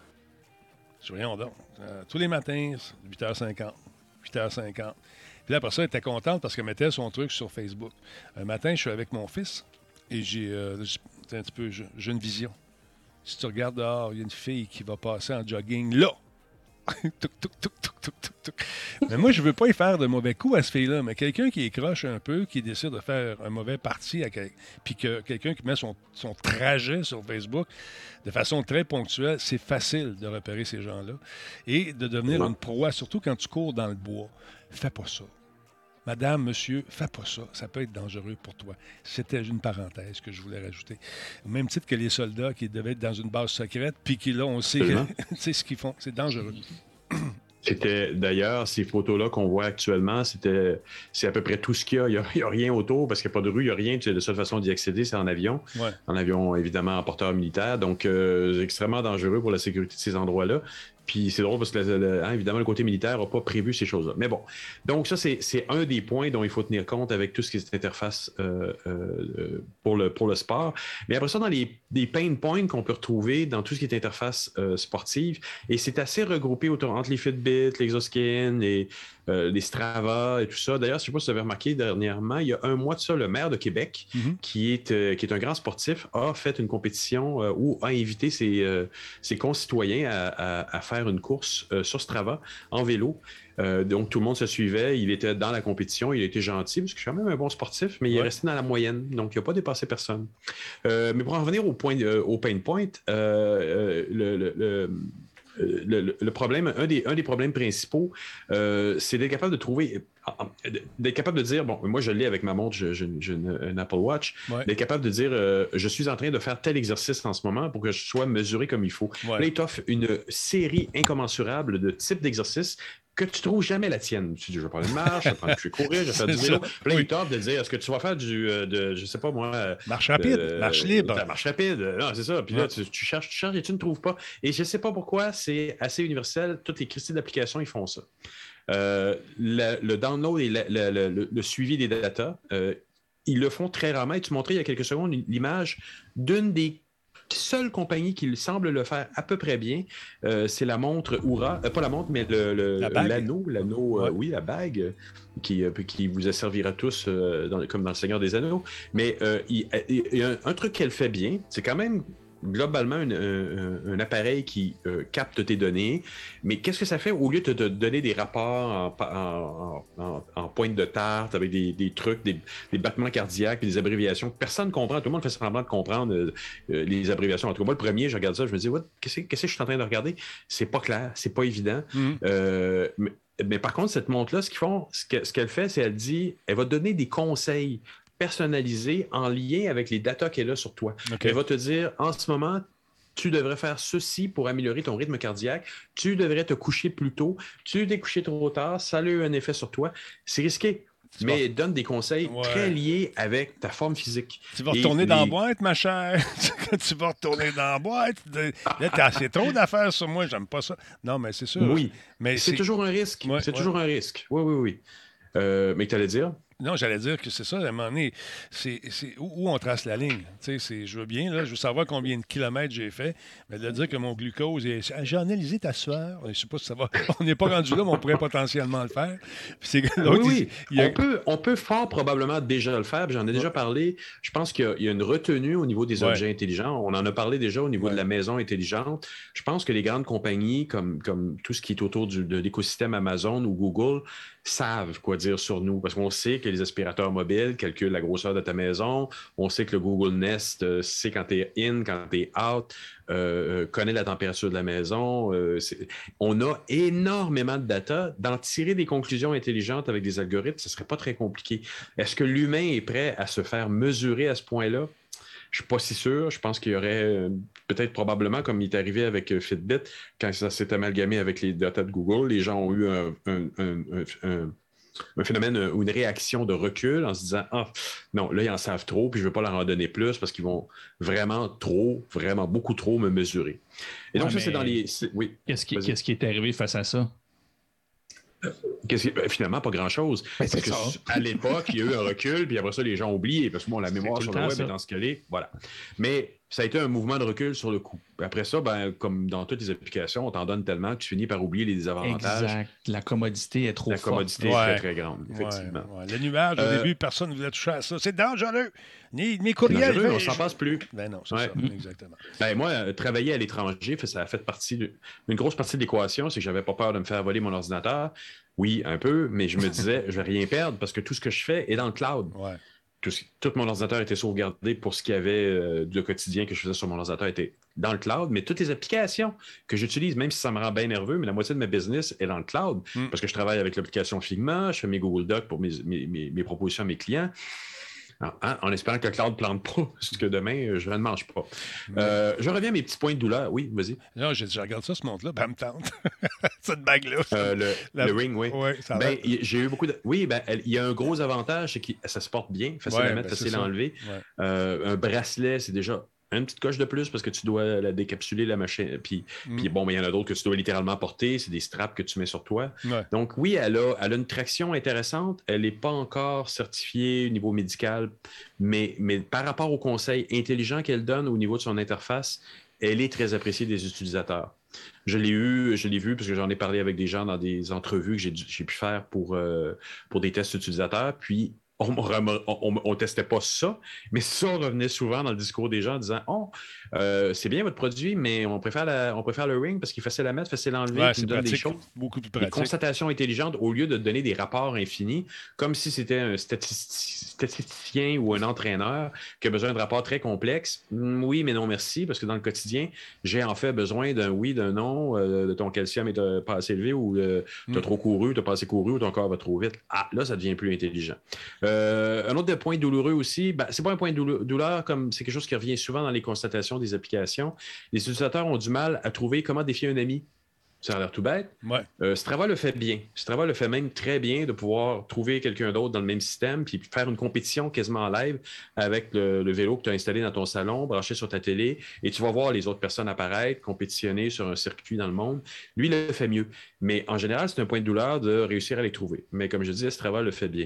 Voyons donc. Euh, tous les matins, huit heures cinquante. huit heures cinquante. Puis là, après ça, elle était contente parce qu'elle mettait son truc sur Facebook. Un matin, je suis avec mon fils et j'ai, euh, j'ai un petit peu, j'ai une vision. Si tu regardes dehors, il y a une fille qui va passer en jogging là. Touc, touc, touc, touc, touc, touc, touc. Mais moi, je ne veux pas y faire de mauvais coups à ce fille-là, mais quelqu'un qui écroche un peu, qui décide de faire un mauvais parti, à quel... puis que quelqu'un qui met son, son trajet sur Facebook de façon très ponctuelle, c'est facile de repérer ces gens-là et de devenir une proie, surtout quand tu cours dans le bois. Fais pas ça. Madame, monsieur, fais pas ça. Ça peut être dangereux pour toi. C'était une parenthèse que je voulais rajouter. Au même titre que les soldats qui devaient être dans une base secrète, puis qui, là, on sait, sait ce qu'ils font. C'est dangereux. C'était d'ailleurs ces photos-là qu'on voit actuellement, c'était, c'est à peu près tout ce qu'il y a. Il n'y a, a rien autour parce qu'il n'y a pas de rue, il n'y a rien. La seule façon d'y accéder, c'est en avion. Ouais. En avion, évidemment, en porteur militaire. Donc, euh, c'est extrêmement dangereux pour la sécurité de ces endroits-là. Puis c'est drôle parce que, le, le, hein, évidemment, le côté militaire n'a pas prévu ces choses-là. Mais bon, donc ça, c'est, c'est un des points dont il faut tenir compte avec tout ce qui est interface euh, euh, pour, le, pour le sport. Mais après ça, dans les, les pain points qu'on peut retrouver dans tout ce qui est interface euh, sportive, et c'est assez regroupé autour, entre les Fitbit, les Exoskin, les, euh, les Strava et tout ça. D'ailleurs, je ne sais pas si vous avez remarqué dernièrement, il y a un mois de ça, le maire de Québec, mm-hmm. qui, est, euh, qui est un grand sportif, a fait une compétition euh, où a invité ses, euh, ses concitoyens à, à, à faire une course euh, sur Strava en vélo. Euh, donc, tout le monde se suivait. Il était dans la compétition. Il a été gentil parce que je suis quand même un bon sportif, mais ouais. il est resté dans la moyenne. Donc, il n'a pas dépassé personne. Euh, mais pour en revenir au, point, euh, au pain point, euh, le, le, le Le, le, le problème, un des, un des problèmes principaux, euh, c'est d'être capable de trouver, d'être capable de dire, bon, moi je l'ai avec ma montre, j'ai une Apple Watch, ouais. d'être capable de dire, euh, je suis en train de faire tel exercice en ce moment pour que je sois mesuré comme il faut. Ouais. Là, il t'offre une série incommensurable de types d'exercices que tu ne trouves jamais la tienne. Tu dis, je vais prendre une marche, je vais, prendre, je vais courir, je vais faire du vélo. Puis là, oui. il t'offre de dire, est-ce que tu vas faire du, de, je sais pas moi... Marche rapide, euh, marche libre. Ta marche rapide. Non, c'est ça. Puis ouais. là, tu, tu cherches, tu cherches et tu ne trouves pas. Et je ne sais pas pourquoi, c'est assez universel. Toutes les critiques d'application, ils font ça. Euh, le, le download et le, le, le, le suivi des datas, euh, ils le font très rarement. Et tu montrais il y a quelques secondes l'image d'une des seule compagnie qui semble le faire à peu près bien, euh, c'est la montre Oura, euh, pas la montre, mais le, le, l'anneau, l'anneau, ouais. euh, oui, la bague, euh, qui, euh, qui vous asservira tous euh, dans, comme dans le Seigneur des Anneaux. Mais euh, il, il, il y a un, un truc qu'elle fait bien, c'est quand même globalement un, un, un appareil qui euh, capte tes données, mais qu'est-ce que ça fait au lieu de te donner des rapports en, en, en, en pointe de tarte avec des, des trucs, des, des battements cardiaques et des abréviations que personne ne comprend, tout le monde fait semblant de comprendre euh, les abréviations. En tout cas, moi, le premier, je regarde ça, je me dis, qu'est-ce que je suis en train de regarder? C'est pas clair, c'est pas évident. Mm-hmm. euh, mais, mais par contre, cette montre-là, ce qu'ils font, ce, que, ce qu'elle fait, c'est qu'elle dit, elle va te donner des conseils personnalisé en lien avec les datas qu'elle a sur toi. Okay. Elle va te dire, en ce moment, tu devrais faire ceci pour améliorer ton rythme cardiaque, tu devrais te coucher plus tôt, tu t'es couché trop tard, ça a eu un effet sur toi. C'est risqué, tu mais vas... elle donne des conseils ouais. très liés avec ta forme physique. Tu vas retourner Et dans les... la boîte, ma chère. Tu vas retourner dans la boîte. Là, t'as assez trop d'affaires sur moi, j'aime pas ça. Non, mais c'est sûr. Oui, mais c'est, c'est toujours un risque. Ouais, c'est ouais. toujours un risque. Oui, oui, oui. Euh, mais tu allais dire? Non, j'allais dire que c'est ça, à un moment donné, c'est, c'est où, où on trace la ligne. Tu sais, c'est, je veux bien, là, je veux savoir combien de kilomètres j'ai fait, mais de dire que mon glucose, est, j'ai analysé ta sueur, je ne sais pas si ça va, on n'est pas rendu là, mais on pourrait potentiellement le faire. C'est, oui, oui. Il, il a... on, peut, on peut fort probablement déjà le faire, j'en ai ouais. déjà parlé. Je pense qu'il y a, il y a une retenue au niveau des objets ouais. intelligents. On en a parlé déjà au niveau ouais. de la maison intelligente. Je pense que les grandes compagnies, comme, comme tout ce qui est autour du, de l'écosystème Amazon ou Google, savent quoi dire sur nous, parce qu'on sait que les aspirateurs mobiles calculent la grosseur de ta maison, on sait que le Google Nest euh, sait quand tu es in, quand tu es out, euh, connaît la température de la maison. Euh, on a énormément de data. D'en tirer des conclusions intelligentes avec des algorithmes, ce ne serait pas très compliqué. Est-ce que l'humain est prêt à se faire mesurer à ce point-là? Je ne suis pas si sûr. Je pense qu'il y aurait euh, peut-être probablement, comme il est arrivé avec euh, Fitbit, quand ça s'est amalgamé avec les data de Google, les gens ont eu un, un, un, un, un, un phénomène ou une réaction de recul en se disant « Ah, non, là, ils en savent trop, puis je ne veux pas leur en donner plus parce qu'ils vont vraiment trop, vraiment beaucoup trop me mesurer. » Et donc, ouais, ça, c'est dans les... C'est... Oui. Qu'est-ce qui, qu'est-ce qui est arrivé face à ça? Qu'est-ce qui... Finalement, pas grand-chose. Ben, parce que ça. À l'époque, il y a eu un recul, puis après ça, les gens ont oublié, parce que bon, la mémoire sur le web est dans ce qu'elle est. Voilà. Mais ça a été un mouvement de recul sur le coup. Après ça, ben, comme dans toutes les applications, on t'en donne tellement que tu finis par oublier les désavantages. Exact. La commodité est trop La forte. commodité est ouais. très, très grande, effectivement. Ouais, ouais. Le nuage, au euh... début, personne ne voulait toucher à ça. C'est dangereux. Ni, mes courriels... Dangereux, on s'en passe plus. Ben non, c'est ouais. ça, mmh. exactement. Ben moi, euh, travailler à l'étranger, ça a fait partie... De... Une grosse partie de l'équation, c'est que j'avais pas peur de me faire voler mon ordinateur. Oui, un peu, mais je me disais, je vais rien perdre parce que tout ce que je fais est dans le cloud. Ouais. Tout, tout mon ordinateur était sauvegardé pour ce qu'il y avait euh, de quotidien que je faisais sur mon ordinateur était dans le cloud, mais toutes les applications que j'utilise, même si ça me rend bien nerveux, mais la moitié de ma business est dans le cloud mm. parce que je travaille avec l'application Figma, je fais mes Google Docs pour mes, mes, mes, mes propositions à mes clients. En, hein, en espérant que le cloud ne plante pas, parce que demain, je ne mange pas. Euh, je reviens à mes petits points de douleur. Oui, vas-y. Non, je, je regarde ça, ce montre-là, ben, elle me tente. Cette bague-là. Euh, le, la... le ring, oui. Ouais, ça ben, y, j'ai eu beaucoup de... Oui, ben, il y a un gros avantage, c'est que ça se porte bien, facile ouais, à mettre, ben, facile à enlever. Ouais. Euh, un bracelet, c'est déjà une petite coche de plus parce que tu dois la décapsuler, la machine. Puis, mm. puis bon, mais il y en a d'autres que tu dois littéralement porter. C'est des straps que tu mets sur toi. Ouais. Donc, oui, elle a, elle a une traction intéressante. Elle n'est pas encore certifiée au niveau médical, mais, mais par rapport aux conseils intelligents qu'elle donne au niveau de son interface, elle est très appréciée des utilisateurs. Je l'ai eu, je l'ai vu parce que j'en ai parlé avec des gens dans des entrevues que j'ai, j'ai pu faire pour, euh, pour des tests utilisateurs. Puis, on ne testait pas ça, mais ça revenait souvent dans le discours des gens en disant « Oh, euh, c'est bien votre produit, mais on préfère, la, on préfère le Ring parce qu'il est facile à mettre, facile à enlever, ouais, il nous donne pratique, des choses. » Beaucoup plus pratique. Des constatations intelligentes au lieu de donner des rapports infinis, comme si c'était un statisticien ou un entraîneur qui a besoin de rapports très complexes. Oui, mais non, merci, parce que dans le quotidien, j'ai en fait besoin d'un oui, d'un non, euh, de ton calcium est pas assez élevé ou euh, tu as mm. trop couru, tu as pas assez couru ou ton corps va trop vite. Ah, là, ça devient plus intelligent. Euh, un autre point douloureux aussi, ben, c'est pas un point de douleur, comme c'est quelque chose qui revient souvent dans les constatations des applications. Les utilisateurs ont du mal à trouver comment défier un ami. Ça a l'air tout bête. Ouais. Euh, Strava le fait bien. Strava le fait même très bien de pouvoir trouver quelqu'un d'autre dans le même système puis faire une compétition quasiment en live avec le, le vélo que tu as installé dans ton salon, branché sur ta télé, et tu vas voir les autres personnes apparaître, compétitionner sur un circuit dans le monde. Lui, il le fait mieux. Mais en général, c'est un point de douleur de réussir à les trouver. Mais comme je disais, Strava le fait bien.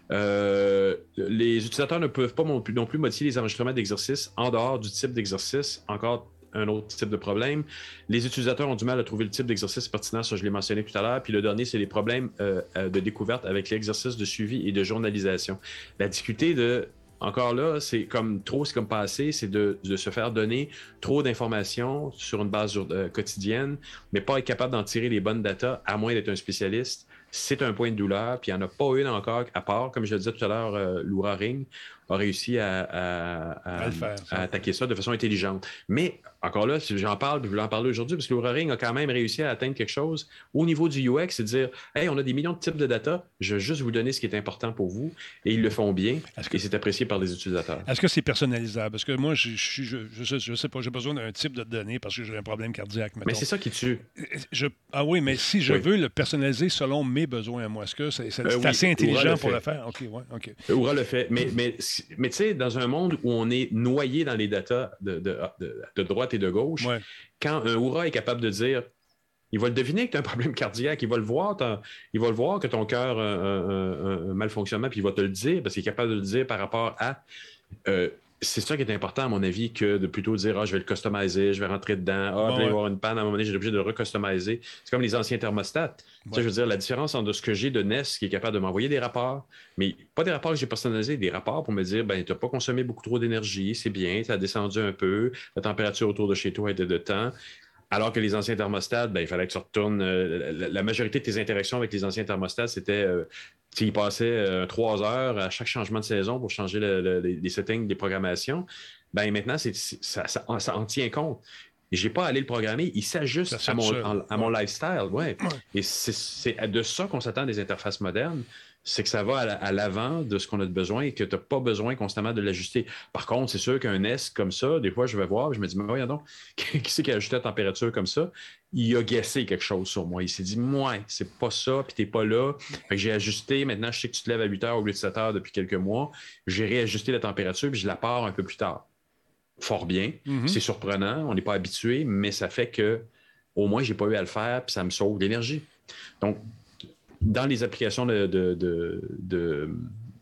Euh, les utilisateurs ne peuvent pas non plus, non plus modifier les enregistrements d'exercices en dehors du type d'exercice. Encore un autre type de problème. Les utilisateurs ont du mal à trouver le type d'exercice pertinent, ça je l'ai mentionné tout à l'heure. Puis le dernier, c'est les problèmes euh, de découverte avec l'exercice de suivi et de journalisation. La difficulté de, encore là, c'est comme trop, c'est comme pas assez, c'est de, de se faire donner trop d'informations sur une base euh, quotidienne, mais pas être capable d'en tirer les bonnes datas, à moins d'être un spécialiste. C'est un point de douleur, puis il n'y en a pas une encore, à part, comme je le disais tout à l'heure, euh, l'Oura Ring a réussi à, à, à, à, faire, à attaquer ça de façon intelligente. Mais, encore là, si j'en parle, je voulais en parler aujourd'hui, parce que l'Oura Ring a quand même réussi à atteindre quelque chose au niveau du U X, c'est de dire « Hey, on a des millions de types de data, je vais juste vous donner ce qui est important pour vous. » Et ils le font bien, que, et c'est apprécié par les utilisateurs. Est-ce que c'est personnalisable? Parce que moi, je je, je, je, je sais pas, j'ai besoin d'un type de données parce que j'ai un problème cardiaque, mettons. Mais c'est ça qui tue. Je, ah oui, mais si je oui. veux le personnaliser selon mes besoins à moi, est-ce que c'est, c'est, c'est euh, oui, assez intelligent pour le faire? OK, ouais, OK. Oura le fait. Mais, mais, mais tu sais, dans un monde où on est noyé dans les datas de, de, de, de droite et de gauche, ouais. quand un Oura est capable de dire, il va le deviner que tu as un problème cardiaque, il va le voir, il va le voir que ton cœur a un, un, un malfonctionnement, puis il va te le dire, parce qu'il est capable de le dire par rapport à... Euh, c'est ça qui est important, à mon avis, que de plutôt dire « Ah, je vais le customiser, je vais rentrer dedans. Ah, bon, puis il va y avoir une panne, à un moment donné, j'ai obligé de le recustomiser. » C'est comme les anciens thermostats. Ouais. Ça, je veux dire, la différence entre ce que j'ai de Nest qui est capable de m'envoyer des rapports, mais pas des rapports que j'ai personnalisés, des rapports pour me dire « Ben, tu n'as pas consommé beaucoup trop d'énergie, c'est bien, tu as descendu un peu, la température autour de chez toi était de temps. » Alors que les anciens thermostats, ben, il fallait que tu retournes. Euh, la, la majorité de tes interactions avec les anciens thermostats, c'était. Euh, ils passaient euh, trois heures à chaque changement de saison pour changer le, le, les settings des programmations. Ben, maintenant, c'est, c'est, ça, ça, ça en tient compte. Et je n'ai pas à aller le programmer, il s'ajuste à mon, en, à mon lifestyle. Ouais. Ouais. Et c'est, c'est de ça qu'on s'attend des interfaces modernes. C'est que ça va à l'avant de ce qu'on a de besoin et que tu n'as pas besoin constamment de l'ajuster. Par contre, c'est sûr qu'un Nest comme ça, des fois, je vais voir et je me dis, mais voyons donc, qui c'est qui a ajusté la température comme ça? Il a guessé quelque chose sur moi. Il s'est dit, moi, c'est pas ça, puis t'es pas là. Fait que j'ai ajusté. Maintenant, je sais que tu te lèves à huit heures au lieu de sept heures depuis quelques mois. J'ai réajusté la température, puis je la pars un peu plus tard. Fort bien. Mm-hmm. C'est surprenant, on n'est pas habitué, mais ça fait que au moins, j'ai pas eu à le faire, puis ça me sauve de l'énergie. Donc, dans les applications de, de, de, de,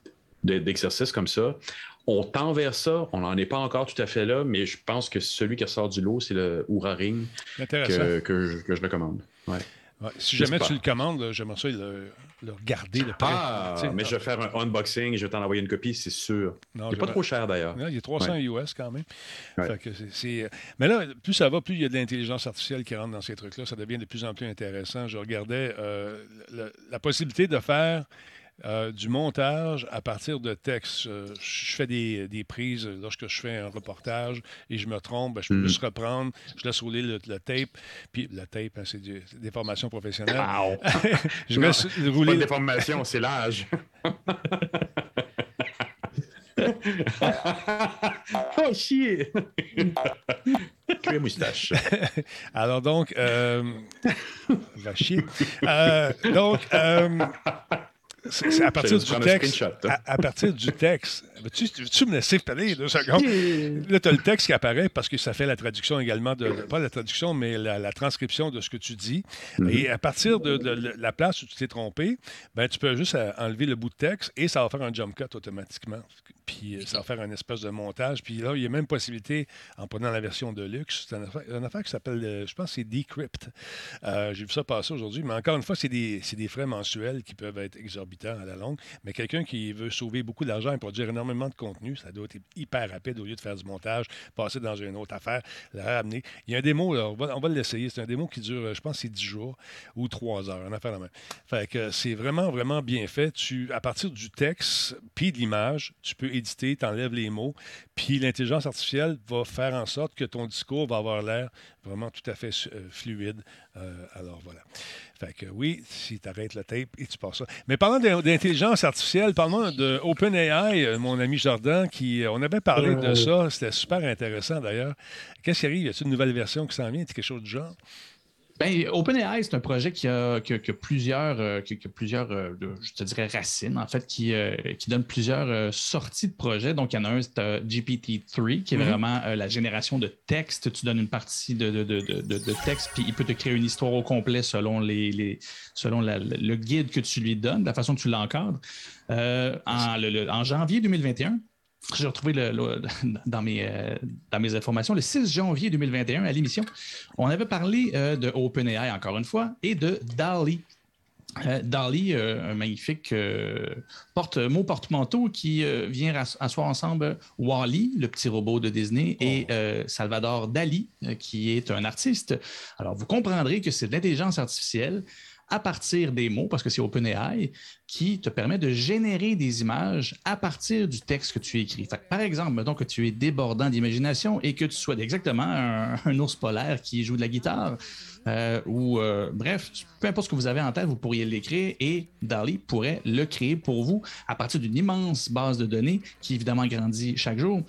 de, d'exercices comme ça, on tend vers ça. On n'en est pas encore tout à fait là, mais je pense que celui qui ressort du lot, c'est le Oura Ring que, que, je, que je recommande. Ouais. Ouais, si jamais tu le commandes, là, j'aimerais ça le, le regarder de près. Ah, t'sais, mais non. Je vais faire un unboxing et je vais t'en envoyer une copie, c'est sûr. Non, il n'est pas trop cher d'ailleurs. Non, il est trois cents ouais. U S quand même. Ouais. Fait que c'est, c'est... Mais là, plus ça va, plus il y a de l'intelligence artificielle qui rentre dans ces trucs-là. Ça devient de plus en plus intéressant. Je regardais euh, le, la possibilité de faire Euh, du montage à partir de texte. Euh, je fais des, des prises lorsque je fais un reportage et je me trompe, ben, je peux mm. juste reprendre, je laisse rouler le, le tape, puis le tape, hein, c'est du, des formations professionnelles. je non, laisse c'est rouler. Pas des formations, c'est l'âge. Oh, chier! Cuir moustache. Alors donc, euh... va chier. Euh, donc, euh... C'est, c'est à partir du texte. À, à partir du texte, Veux-tu, veux-tu me laisser parler deux secondes? Là, tu as le texte qui apparaît parce que ça fait la traduction également, de, pas la traduction, mais la, la transcription de ce que tu dis. Mm-hmm. Et à partir de, de, de la place où tu t'es trompé, ben, tu peux juste enlever le bout de texte et ça va faire un jump cut automatiquement. Puis ça va faire un espèce de montage. Puis là, il y a même possibilité, en prenant la version de luxe, c'est une affaire, une affaire qui s'appelle, je pense que c'est Decrypt. Euh, j'ai vu ça passer aujourd'hui, mais encore une fois, c'est des, c'est des frais mensuels qui peuvent être exorbitants à la longue. Mais quelqu'un qui veut sauver beaucoup d'argent et produire énormément de contenu, ça doit être hyper rapide au lieu de faire du montage, passer dans une autre affaire, la ramener. Il y a un démo, là, on va, on va l'essayer. C'est un démo qui dure, je pense, c'est dix jours ou trois heures, une affaire la même. Fait que c'est vraiment, vraiment bien fait. Tu, à partir du texte puis de l'image, tu peux éditer, tu enlèves les mots, puis l'intelligence artificielle va faire en sorte que ton discours va avoir l'air vraiment tout à fait euh, fluide. Euh, alors voilà. Fait que oui, si tu arrêtes le tape et tu passes ça. Mais parlant d'intelligence artificielle, parlons de OpenAI, mon ami Jordan, qui, on avait parlé de ça, c'était super intéressant d'ailleurs. Qu'est-ce qui arrive? Y a-t-il une nouvelle version qui s'en vient? Quelque chose du genre? Ben, OpenAI, c'est un projet qui a, qui a, qui a plusieurs, euh, qui, qui a plusieurs euh, je te dirais, racines, en fait, qui, euh, qui donne plusieurs euh, sorties de projets. Donc, il y en a un, c'est euh, G P T trois, qui est mm-hmm. vraiment euh, la génération de texte. Tu donnes une partie de, de, de, de, de texte, puis il peut te créer une histoire au complet selon, les, les, selon la, le guide que tu lui donnes, la façon que tu l'encadres. Euh, en, le, le, en janvier deux mille vingt et un, j'ai retrouvé le, le, dans, mes, euh, dans mes informations, le six janvier deux mille vingt et un, à l'émission, on avait parlé euh, de OpenAI, encore une fois, et de DALL-E. Euh, DALL-E, euh, un magnifique euh, porte, mot porte-manteau qui euh, vient asseoir ensemble Wall-E, le petit robot de Disney, oh. et euh, Salvador Dali, euh, qui est un artiste. Alors, vous comprendrez que c'est de l'intelligence artificielle à partir des mots, parce que c'est OpenAI, qui te permet de générer des images à partir du texte que tu écris. Fait que, par exemple, mettons que tu es débordant d'imagination et que tu sois exactement un, un ours polaire qui joue de la guitare, euh, ou euh, bref, peu importe ce que vous avez en tête, vous pourriez l'écrire et DALL-E pourrait le créer pour vous à partir d'une immense base de données qui, évidemment, grandit chaque jour.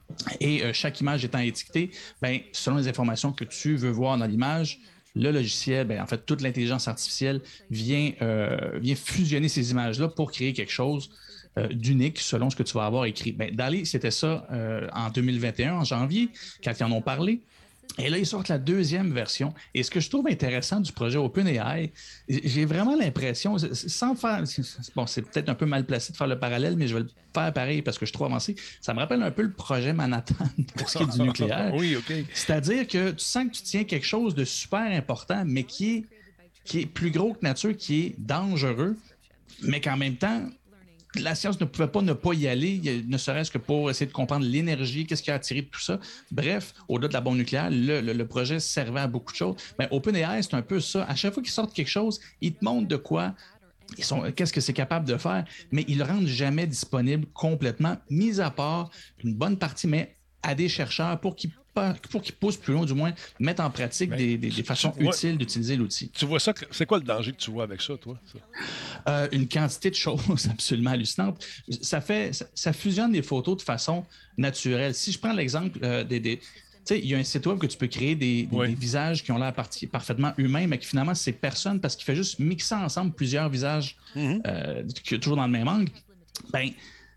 Et euh, chaque image étant étiquetée, ben, selon les informations que tu veux voir dans l'image, le logiciel, bien, en fait, toute l'intelligence artificielle vient, euh, vient fusionner ces images-là pour créer quelque chose euh, d'unique selon ce que tu vas avoir écrit. Bien, DALL-E, c'était ça euh, en deux mille vingt et un, en janvier, quand ils en ont parlé. Et là, ils sortent la deuxième version. Et ce que je trouve intéressant du projet OpenAI, j'ai vraiment l'impression, sans faire... Bon, c'est peut-être un peu mal placé de faire le parallèle, mais je vais le faire pareil parce que je suis trop avancé. Ça me rappelle un peu le projet Manhattan pour ce qui est du nucléaire. Oui, OK. C'est-à-dire que tu sens que tu tiens quelque chose de super important, mais qui est, qui est plus gros que nature, qui est dangereux, mais qu'en même temps... La science ne pouvait pas ne pas y aller, ne serait-ce que pour essayer de comprendre l'énergie, qu'est-ce qui a attiré tout ça. Bref, au-delà de la bombe nucléaire, le, le, le projet servait à beaucoup de choses. Mais OpenAI, c'est un peu ça. À chaque fois qu'ils sortent quelque chose, ils te montrent de quoi, ils sont, qu'est-ce que c'est capable de faire, mais ils ne le rendent jamais disponible complètement, mis à part une bonne partie, mais à des chercheurs pour qu'ils pour qu'ils poussent plus loin, du moins, mettre en pratique des, des, des façons vois, utiles d'utiliser l'outil. Tu vois ça, c'est quoi le danger que tu vois avec ça, toi? Ça? Euh, une quantité de choses absolument hallucinantes. Ça fait, ça, ça fusionne des photos de façon naturelle. Si je prends l'exemple euh, des... des tu sais, il y a un site web que tu peux créer des, des, oui. des visages qui ont l'air parfaitement humains, mais qui finalement, c'est personne parce qu'il fait juste mixer ensemble plusieurs visages mm-hmm. euh, toujours dans le même angle. Ben,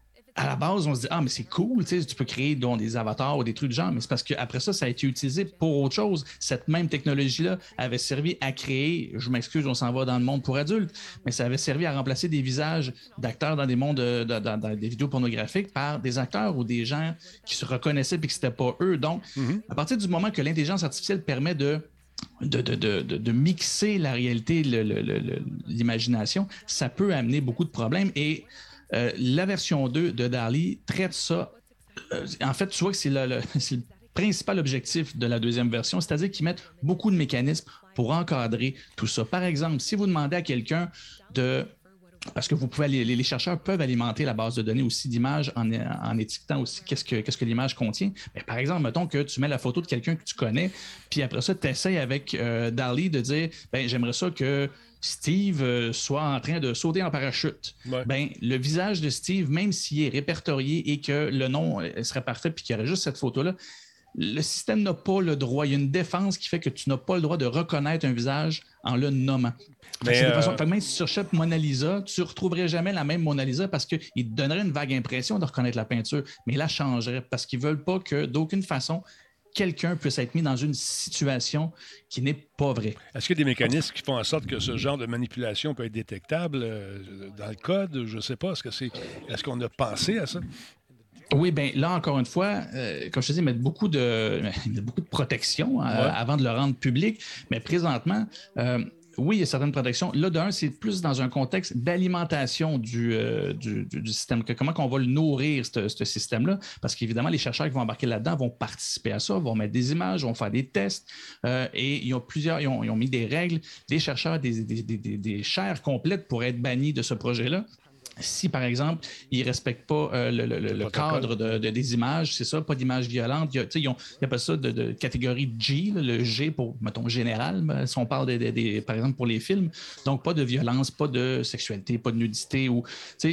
à la base, on se dit « Ah, mais c'est cool, tu sais, tu peux créer donc, des avatars ou des trucs de genre, mais c'est parce qu'après ça, ça a été utilisé pour autre chose. Cette même technologie-là avait servi à créer, je m'excuse, on s'en va dans le monde pour adultes, mais ça avait servi à remplacer des visages d'acteurs dans des mondes, de, de, de, dans des vidéos pornographiques par des acteurs ou des gens qui se reconnaissaient et que c'était pas eux. Donc, mm-hmm. à partir du moment que l'intelligence artificielle permet de De, de, de, de mixer la réalité, le, le, le, l'imagination, ça peut amener beaucoup de problèmes. Et euh, la version deux de DALL-E traite ça. Euh, en fait, tu vois que c'est le, le, c'est le principal objectif de la deuxième version, c'est-à-dire qu'ils mettent beaucoup de mécanismes pour encadrer tout ça. Par exemple, si vous demandez à quelqu'un de... Parce que vous pouvez aller, les chercheurs peuvent alimenter la base de données aussi d'images en, en étiquetant aussi qu'est-ce que, qu'est-ce que l'image contient. Mais par exemple, mettons que tu mets la photo de quelqu'un que tu connais, puis après ça, tu essaies avec euh, DALL-E de dire ben j'aimerais ça que Steve euh, soit en train de sauter en parachute. Ouais. Ben, le visage de Steve, même s'il est répertorié et que le nom serait parfait puis qu'il y aurait juste cette photo-là, le système n'a pas le droit. Il y a une défense qui fait que tu n'as pas le droit de reconnaître un visage en le nommant. Mais c'est de façon, euh... même si tu recherches Mona Lisa, tu ne retrouverais jamais la même Mona Lisa parce qu'il te donnerait une vague impression de reconnaître la peinture, mais là changerait parce qu'ils ne veulent pas que, d'aucune façon, quelqu'un puisse être mis dans une situation qui n'est pas vraie. Est-ce qu'il y a des mécanismes qui font en sorte que ce genre de manipulation peut être détectable euh, dans le code? Je ne sais pas. Est-ce que c'est, est-ce qu'on a pensé à ça? Oui, bien là, encore une fois, euh, comme je te dis, mettre beaucoup de, beaucoup de protection euh, ouais. avant de le rendre public, mais présentement... Euh, oui, il y a certaines protections. Là, d'un, c'est plus dans un contexte d'alimentation du, euh, du, du, du système. Que, comment on va le nourrir, ce, ce système-là? Parce qu'évidemment, les chercheurs qui vont embarquer là-dedans vont participer à ça, vont mettre des images, vont faire des tests. Euh, et ils ont plusieurs, ils ont, ils ont mis des règles. Des chercheurs, des, des, des, des, des chaires complètes pour être bannis de ce projet-là. Si, par exemple, ils ne respectent pas euh, le, le, le, le cadre de, de, des images, c'est ça, pas d'images violentes. Il y a, ils, ont, ils appellent ça de, de catégorie G, là, le G pour, mettons, général, si on parle, de, de, de, par exemple, pour les films. Donc, pas de violence, pas de sexualité, pas de nudité. Ou,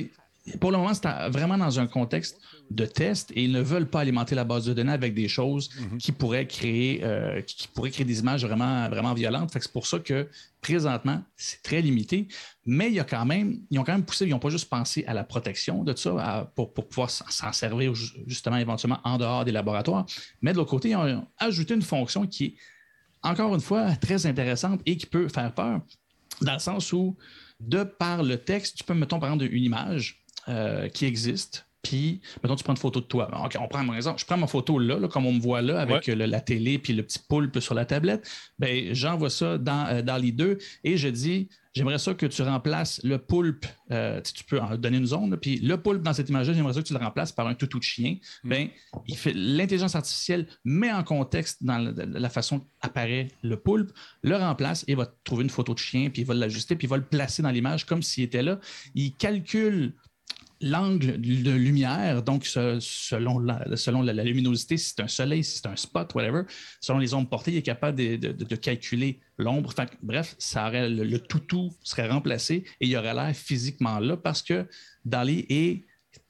pour le moment, c'est vraiment dans un contexte de test et ils ne veulent pas alimenter la base de données avec des choses mm-hmm. qui pourraient créer euh, qui, qui pourraient créer des images vraiment, vraiment violentes. Fait que c'est pour ça que présentement, c'est très limité, mais il y a quand même, ils ont quand même poussé, ils n'ont pas juste pensé à la protection de ça à, pour, pour pouvoir s'en servir justement éventuellement en dehors des laboratoires, mais de l'autre côté, ils ont ajouté une fonction qui est encore une fois très intéressante et qui peut faire peur dans le sens où de par le texte, tu peux, mettons par exemple une image euh, qui existe. Puis, mettons, tu prends une photo de toi. OK, on prend mon exemple. Je prends ma photo là, là comme on me voit là, avec ouais. le, la télé puis le petit poulpe sur la tablette. Bien, j'envoie ça dans, euh, dans les deux et je dis, j'aimerais ça que tu remplaces le poulpe. Euh, tu peux en donner une zone. Là, puis le poulpe dans cette image-là, j'aimerais ça que tu le remplaces par un toutou de chien. Mm. Bien, il fait, l'intelligence artificielle met en contexte dans la, la façon qu'apparaît le poulpe, le remplace et va trouver une photo de chien, puis il va l'ajuster, puis il va le placer dans l'image comme s'il était là. Il calcule l'angle de lumière, donc selon la, selon la, la luminosité, si c'est un soleil, si c'est un spot, whatever, selon les ondes portées, il est capable de, de, de calculer l'ombre. Fait que, bref, ça aurait, le, le toutou serait remplacé et il aurait l'air physiquement là parce que DALL-E est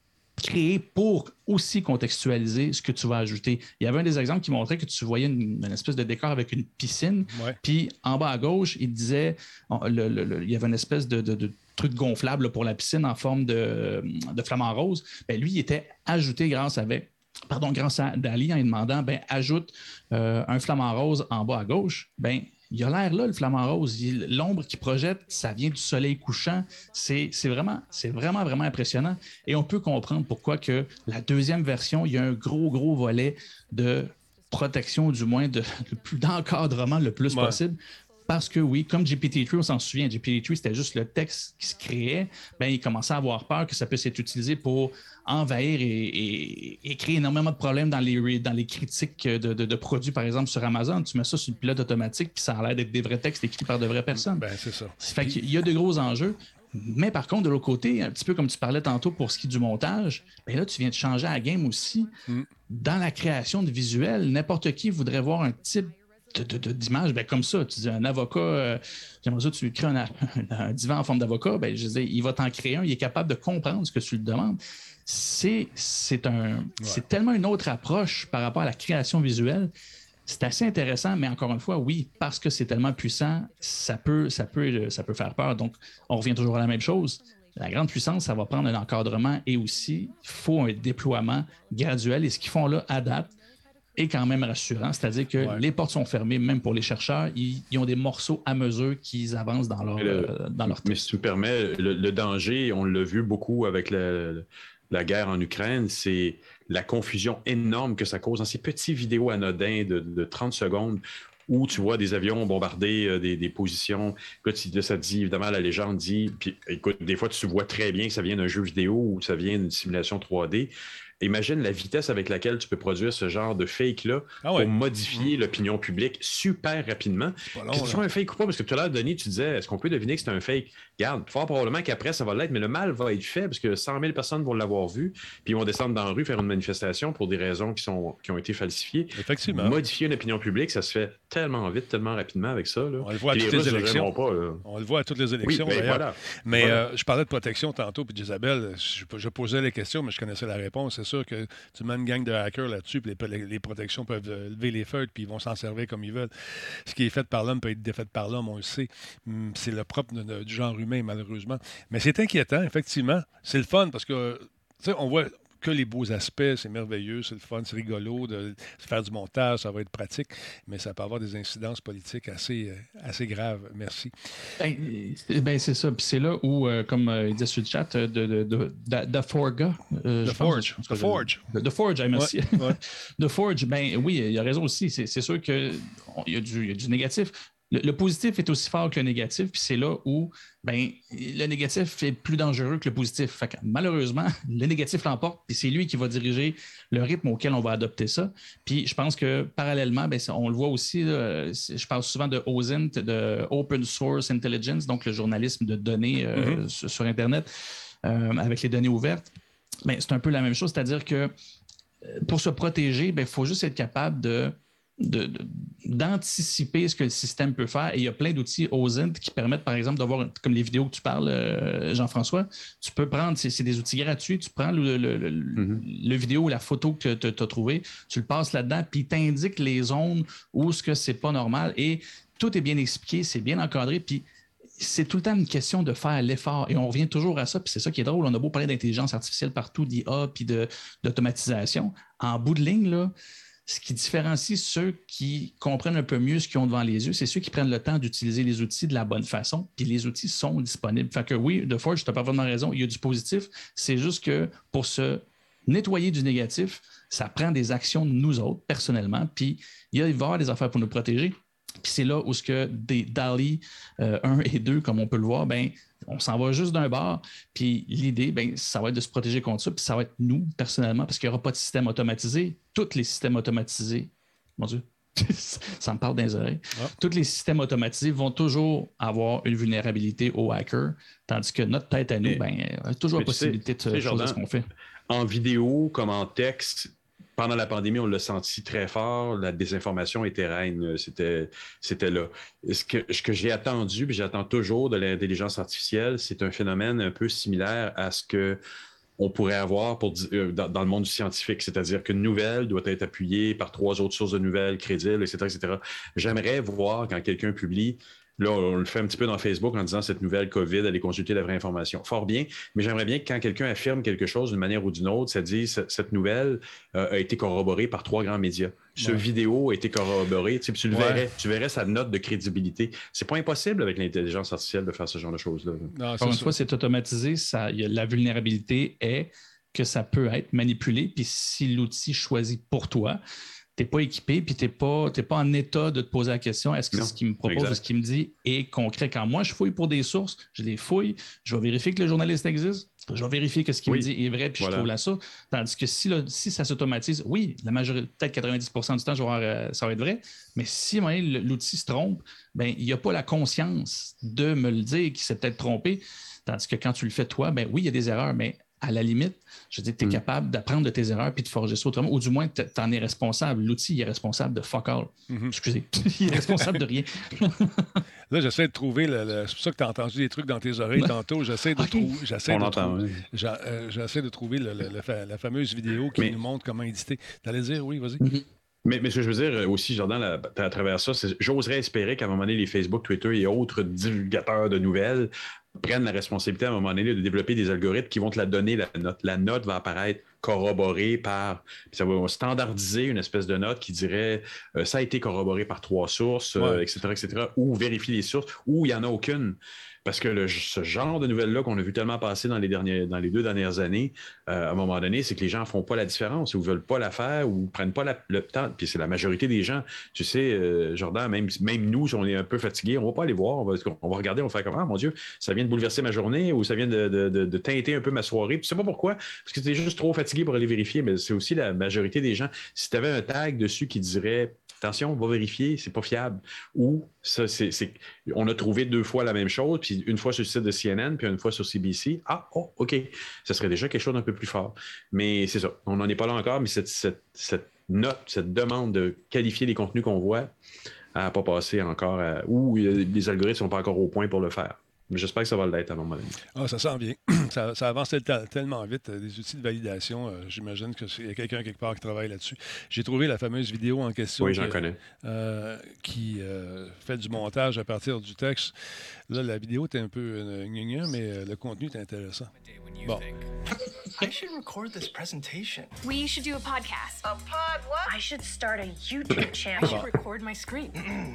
créé pour aussi contextualiser ce que tu vas ajouter. Il y avait un des exemples qui montrait que tu voyais une, une espèce de décor avec une piscine, ouais. Puis en bas à gauche, il disait, le, le, le, il y avait une espèce de, de, de truc gonflable pour la piscine en forme de, de flamant rose. Bien, lui, il était ajouté grâce avec, pardon, grâce à DALL-E en lui demandant, ben ajoute euh, un flamant rose en bas à gauche. Ben il a l'air là, le flamant rose. Il, l'ombre qu'il projette, ça vient du soleil couchant. C'est, c'est, vraiment, c'est vraiment, vraiment impressionnant. Et on peut comprendre pourquoi que la deuxième version, il y a un gros, gros volet de protection, du moins de, de, d'encadrement le plus ouais. possible. Parce que oui, comme G P T trois, on s'en souvient, G P T trois, c'était juste le texte qui se créait. Ben, il commençait à avoir peur que ça puisse être utilisé pour envahir et, et, et créer énormément de problèmes dans les, dans les critiques de, de, de produits, par exemple, sur Amazon. Tu mets ça sur le pilote automatique, puis ça a l'air d'être des vrais textes écrits par de vraies personnes. Ben, c'est ça. Fait qu'il y a de gros enjeux. Mais par contre, de l'autre côté, un petit peu comme tu parlais tantôt pour ce qui est du montage, ben là, tu viens de changer la game aussi. Mm. Dans la création de visuels, n'importe qui voudrait voir un type De, de, de, d'image, ben comme ça, tu dis un avocat, euh, j'aimerais ça, tu lui crées un, un divan en forme d'avocat, ben je dis, il va t'en créer un, il est capable de comprendre ce que tu lui demandes. C'est, c'est, un, ouais. c'est tellement une autre approche par rapport à la création visuelle. C'est assez intéressant, mais encore une fois, oui, parce que c'est tellement puissant, ça peut, ça peut, ça peut faire peur. Donc, on revient toujours à la même chose. La grande puissance, ça va prendre un encadrement et aussi, il faut un déploiement graduel. Et ce qu'ils font là, à date, est quand même rassurant, c'est-à-dire que ouais. les portes sont fermées, même pour les chercheurs. Ils, ils ont des morceaux à mesure qu'ils avancent dans leur, le, euh, dans leur Mais si tu me permets, le, le danger, on l'a vu beaucoup avec le, la guerre en Ukraine, c'est la confusion énorme que ça cause dans ces petits vidéos anodins de, de trente secondes où tu vois des avions bombarder euh, des, des positions. Écoute, ça dit, évidemment, la légende dit, puis écoute, des fois, tu vois très bien que ça vient d'un jeu vidéo ou que ça vient d'une simulation trois D. Imagine la vitesse avec laquelle tu peux produire ce genre de fake-là ah ouais. pour modifier mmh. l'opinion publique super rapidement. Long, que ce soit un fake ou pas, parce que tout à l'heure, Denis, tu disais, est-ce qu'on peut deviner que c'est un fake? Regarde, fort probablement qu'après, ça va l'être, mais le mal va être fait parce que cent mille personnes vont l'avoir vu, puis ils vont descendre dans la rue, faire une manifestation pour des raisons qui, sont, qui ont été falsifiées. Effectivement. Modifier une opinion publique, ça se fait tellement vite, tellement rapidement avec ça. Là. On le voit à toutes les, les élections. Pas, on le voit à toutes les élections, oui, ben, d'ailleurs. Voilà. Mais voilà. Euh, je parlais de protection tantôt, puis Isabelle, je, je posais les questions, mais je connaissais la réponse. sûr que tu mets une gang de hackers là-dessus, puis les, les protections peuvent lever les feutres, puis ils vont s'en servir comme ils veulent. Ce qui est fait par l'homme peut être défait par l'homme, on le sait. C'est le propre de, de, du genre humain, malheureusement. Mais c'est inquiétant, effectivement. C'est le fun, parce que, tu sais, on voit que les beaux aspects, c'est merveilleux, c'est le fun, c'est rigolo de faire du montage, ça va être pratique, mais ça peut avoir des incidences politiques assez, assez graves. Merci. Ben, ben c'est ça. Puis c'est là où, euh, comme euh, il disait sur le chat, de, de, de, de, de Forga. Euh, The Forge. The Forge. The Forge, merci. Ouais, ouais. The Forge, ben oui, il a raison aussi. C'est, c'est sûr qu'il y, y a du négatif. Le, le positif est aussi fort que le négatif, puis c'est là où ben, le négatif est plus dangereux que le positif. Fait que, malheureusement, le négatif l'emporte, puis c'est lui qui va diriger le rythme auquel on va adopter ça. Puis je pense que parallèlement, ben, on le voit aussi, là, je parle souvent de O S I N T, de Open Source Intelligence, donc le journalisme de données euh, mm-hmm. sur, sur Internet, euh, avec les données ouvertes. Ben, c'est un peu la même chose, c'est-à-dire que pour se protéger, il faut juste être capable de De, de, d'anticiper ce que le système peut faire. Et il y a plein d'outils O S I N T qui permettent, par exemple, d'avoir, comme les vidéos que tu parles, euh, Jean-François, tu peux prendre, c'est, c'est des outils gratuits, tu prends le, le, le, mm-hmm. le vidéo ou la photo que tu as trouvée, tu le passes là-dedans, puis il t'indique les zones où ce que c'est pas normal. Et tout est bien expliqué, c'est bien encadré, puis c'est tout le temps une question de faire l'effort. Et on revient toujours à ça, puis c'est ça qui est drôle. On a beau parler d'intelligence artificielle partout, d'I A, puis de, d'automatisation. En bout de ligne, là, ce qui différencie ceux qui comprennent un peu mieux ce qu'ils ont devant les yeux, c'est ceux qui prennent le temps d'utiliser les outils de la bonne façon, puis les outils sont disponibles. Fait que oui, The Forge, tu as parfaitement raison, il y a du positif, c'est juste que pour se nettoyer du négatif, ça prend des actions de nous autres, personnellement, puis il va y avoir des affaires pour nous protéger. Puis c'est là où ce que des D A L L-E euh, un et deux, comme on peut le voir, ben, on s'en va juste d'un bord. Puis l'idée, ben, ça va être de se protéger contre ça. Puis ça va être nous, personnellement, parce qu'il n'y aura pas de système automatisé. Tous les systèmes automatisés, mon Dieu, ça me parle dans les oreilles. Ah. Tous les systèmes automatisés vont toujours avoir une vulnérabilité aux hackers, tandis que notre tête à nous, ben, a toujours la possibilité sais, de choisir ce qu'on fait. En vidéo comme en texte, pendant la pandémie, on l'a senti très fort. La désinformation était reine. C'était, c'était là. Ce que, ce que j'ai attendu, puis j'attends toujours de l'intelligence artificielle, c'est un phénomène un peu similaire à ce que on pourrait avoir pour, euh, dans, dans le monde scientifique. C'est-à-dire qu'une nouvelle doit être appuyée par trois autres sources de nouvelles crédibles, et cetera, et cetera. J'aimerais voir quand quelqu'un publie. Là, on le fait un petit peu dans Facebook en disant cette nouvelle COVID, allez consulter la vraie information. Fort bien, mais j'aimerais bien que quand quelqu'un affirme quelque chose d'une manière ou d'une autre, ça dit cette nouvelle euh, a été corroborée par trois grands médias. Ce ouais. vidéo a été corroborée. Tu, sais, tu le ouais. verrais, tu verrais sa note de crédibilité. C'est pas impossible avec l'intelligence artificielle de faire ce genre de choses-là. Non, Encore une ça. fois, c'est automatisé. Ça, y a, la vulnérabilité est que ça peut être manipulé. Puis si l'outil choisit pour toi, tu n'es pas équipé, puis tu n'es pas, t'es pas en état de te poser la question, est-ce que non, ce qu'il me propose exact. ou ce qu'il me dit est concret? Quand moi, je fouille pour des sources, je les fouille, je vais vérifier que le journaliste existe, je vais vérifier que ce qu'il oui. me dit est vrai, puis voilà. je trouve là ça. Tandis que si, là, si ça s'automatise, oui, la majorité, peut-être quatre-vingt-dix pour cent du temps, je vais voir, euh, ça va être vrai, mais si moi, l'outil se trompe, ben, il n'y a pas la conscience de me le dire qu'il s'est peut-être trompé. Tandis que quand tu le fais toi, ben oui, il y a des erreurs, mais à la limite, je dis que tu es mm. capable d'apprendre de tes erreurs puis de forger ça autrement, ou du moins, tu en es responsable. L'outil, il est responsable de fuck all. Mm-hmm. Excusez, il est responsable de rien. Là, j'essaie de trouver, le, le, c'est pour ça que tu as entendu des trucs dans tes oreilles tantôt. J'essaie de, okay. trou, j'essaie de, trou, oui. j'a, euh, j'essaie de trouver le, le, le, la fameuse vidéo qui Mais... nous montre comment éditer. Tu allais dire, oui, vas-y. Mm-hmm. Mais, mais ce que je veux dire aussi, Jordan, là, à travers ça, c'est, j'oserais espérer qu'à un moment donné, les Facebook, Twitter et autres divulgateurs de nouvelles prennent la responsabilité à un moment donné de développer des algorithmes qui vont te la donner, la note. La note va apparaître corroborée par... Ça va standardiser une espèce de note qui dirait euh, ça a été corroboré par trois sources, ouais. euh, et cetera, et cetera, ou vérifier les sources, ou il n'y en a aucune. Parce que le, ce genre de nouvelles-là qu'on a vu tellement passer dans les, derniers, dans les deux dernières années, euh, à un moment donné, c'est que les gens ne font pas la différence, ou ne veulent pas la faire, ou ne prennent pas la, le temps. Puis c'est la majorité des gens. Tu sais, euh, Jordan, même, même nous, si on est un peu fatigués, on ne va pas aller voir. On va, on va regarder, on va faire comme « Ah, mon Dieu, ça vient de bouleverser ma journée, ou ça vient de, de, de, de teinter un peu ma soirée. » Puis je ne sais pas pourquoi, parce que tu es juste trop fatigué pour aller vérifier, mais c'est aussi la majorité des gens. Si tu avais un tag dessus qui dirait « Attention, on va vérifier, c'est pas fiable. » Ou ça, c'est, c'est, on a trouvé deux fois la même chose, puis une fois sur le site de C N N, puis une fois sur C B C. Ah, oh, OK. Ça serait déjà quelque chose d'un peu plus fort. Mais c'est ça. On n'en est pas là encore, mais cette, cette, cette note, cette demande de qualifier les contenus qu'on voit n'a pas passé encore à, ou les algorithmes ne sont pas encore au point pour le faire. j'espère que ça va l'être à un moment donné. Ah, ça sent bien. ça, ça avance tel- tellement vite. Des outils de validation, euh, j'imagine qu'il y a quelqu'un quelque part qui travaille là-dessus. J'ai trouvé la fameuse vidéo en question. Oui, j'en qui, connais. Euh, qui euh, fait du montage à partir du texte. Là, la vidéo est un peu euh, gna-gna, mais euh, le contenu est intéressant. Bon. I should record this presentation. We should do a podcast. A pod what? I should start a YouTube channel. I should record my screen.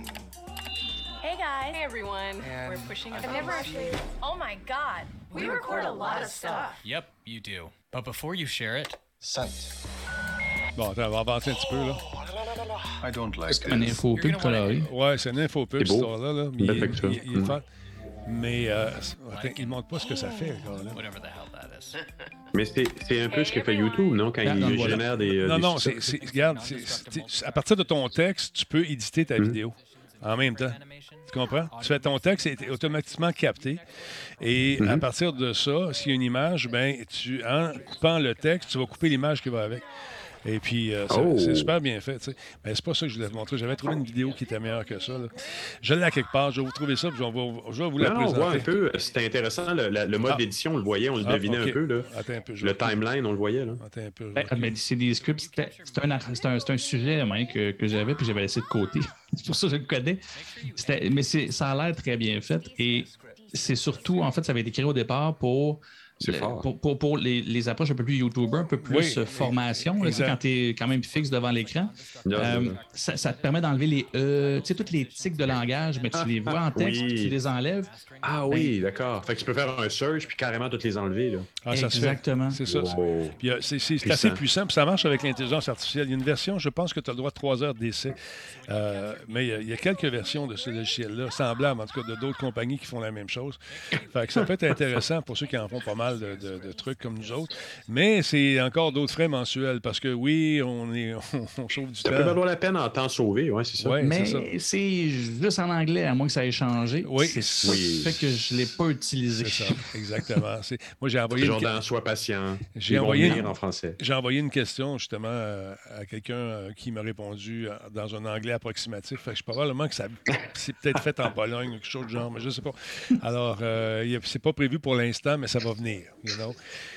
Hey guys. Hey everyone. And We're pushing. I've never actually. Oh my god. We record a lot of stuff. Yep, you do. But before you share it, Sent. Bon, attends, on va avancer un petit peu, là. I don't like C'est comme une this. info pub colorée. Ouais, c'est une infopub, C'est cette beau. histoire-là. Là. Une Mais belle il, facture. il- il est Mm. fat. Mais euh, attends, il ne montre pas ce que ça fait, le gars, là. whatever the hell that is. Mais c'est, c'est un peu ce que fait YouTube, non? Quand Ah, il non, voilà. génère des. euh, Non, des non, succès. c'est, c'est, regarde, c'est, c'est- à partir de ton texte, tu peux éditer ta vidéo en même temps. Tu comprends? Tu fais ton texte, c'est automatiquement capté. Et à partir de ça, s'il y a une image, ben, tu, en coupant le texte, tu vas couper l'image qui va avec. Et puis, euh, c'est, Oh. c'est super bien fait. Tu sais. Mais c'est pas ça que je voulais te montrer. J'avais trouvé une vidéo qui était meilleure que ça. Là. Je l'ai à quelque part. Je vais vous trouver ça, puis je vais, je vais vous la Non, non, on présenter. voit un peu. C'était intéressant. Le, la- le mode Ah. d'édition, on le voyait, on le Ah, devinait ok. un peu. Là. Attends un peu. je Le vais- timeline, on le voyait. Là. Attends un peu. je Ben, vais- mais c'est des scripts, c'était- c'est un, c'est un, c'est un sujet moi, que, que j'avais puis j'avais laissé de côté. C'est pour ça que je le connais. C'était- mais c'est, ça a l'air très bien fait et c'est surtout, en fait, ça avait été créé au départ pour, C'est le- fort. pour, pour, pour les, les approches un peu plus YouTuber, un peu plus Oui, euh, formation, là, tu sais, exact. quand tu es quand même fixe devant l'écran. Yeah, Euh, yeah. ça, ça te permet d'enlever les E, tu sais, toutes les tics de langage, mais tu les vois en texte, Oui. puis tu les enlèves. Ah oui, d'accord. Fait que tu peux faire un search puis carrément toutes les enlever. Là. Ah, ça se fait. Exactement. C'est ça. Wow. Puis, euh, c'est, c'est- c'est Puissant. assez puissant, puis ça marche avec l'intelligence artificielle. Il y a une version, je pense que tu as le droit de trois heures d'essai. Euh, mais il y a- il y, a quelques versions de ce logiciel-là, semblables en tout cas de d'autres compagnies qui font la même chose. Fait que ça peut être intéressant pour ceux qui en font pas mal de, de- de trucs comme nous autres. Mais c'est encore d'autres frais mensuels parce que oui, on, est, on, on sauve du Ça temps. peut valoir la peine en temps sauvé, ouais, c'est ça. Ouais, Mais c'est ça. c'est juste en anglais, à moins que ça ait changé. Oui. C'est ça Oui. qui fait que je ne l'ai pas utilisé. C'est ça, exactement. C'est- Moi, j'ai envoyé une... Jordan, sois patient. J'ai Ils vont envoyé venir une- en français. J'ai envoyé une question justement euh, à quelqu'un euh, qui m'a répondu euh, dans un anglais approximatif. Fait que je probablement que ça c'est peut-être fait en Pologne ou quelque chose du genre, mais je sais pas. Alors, euh, il y a- c'est pas prévu pour l'instant, mais ça va venir, you know.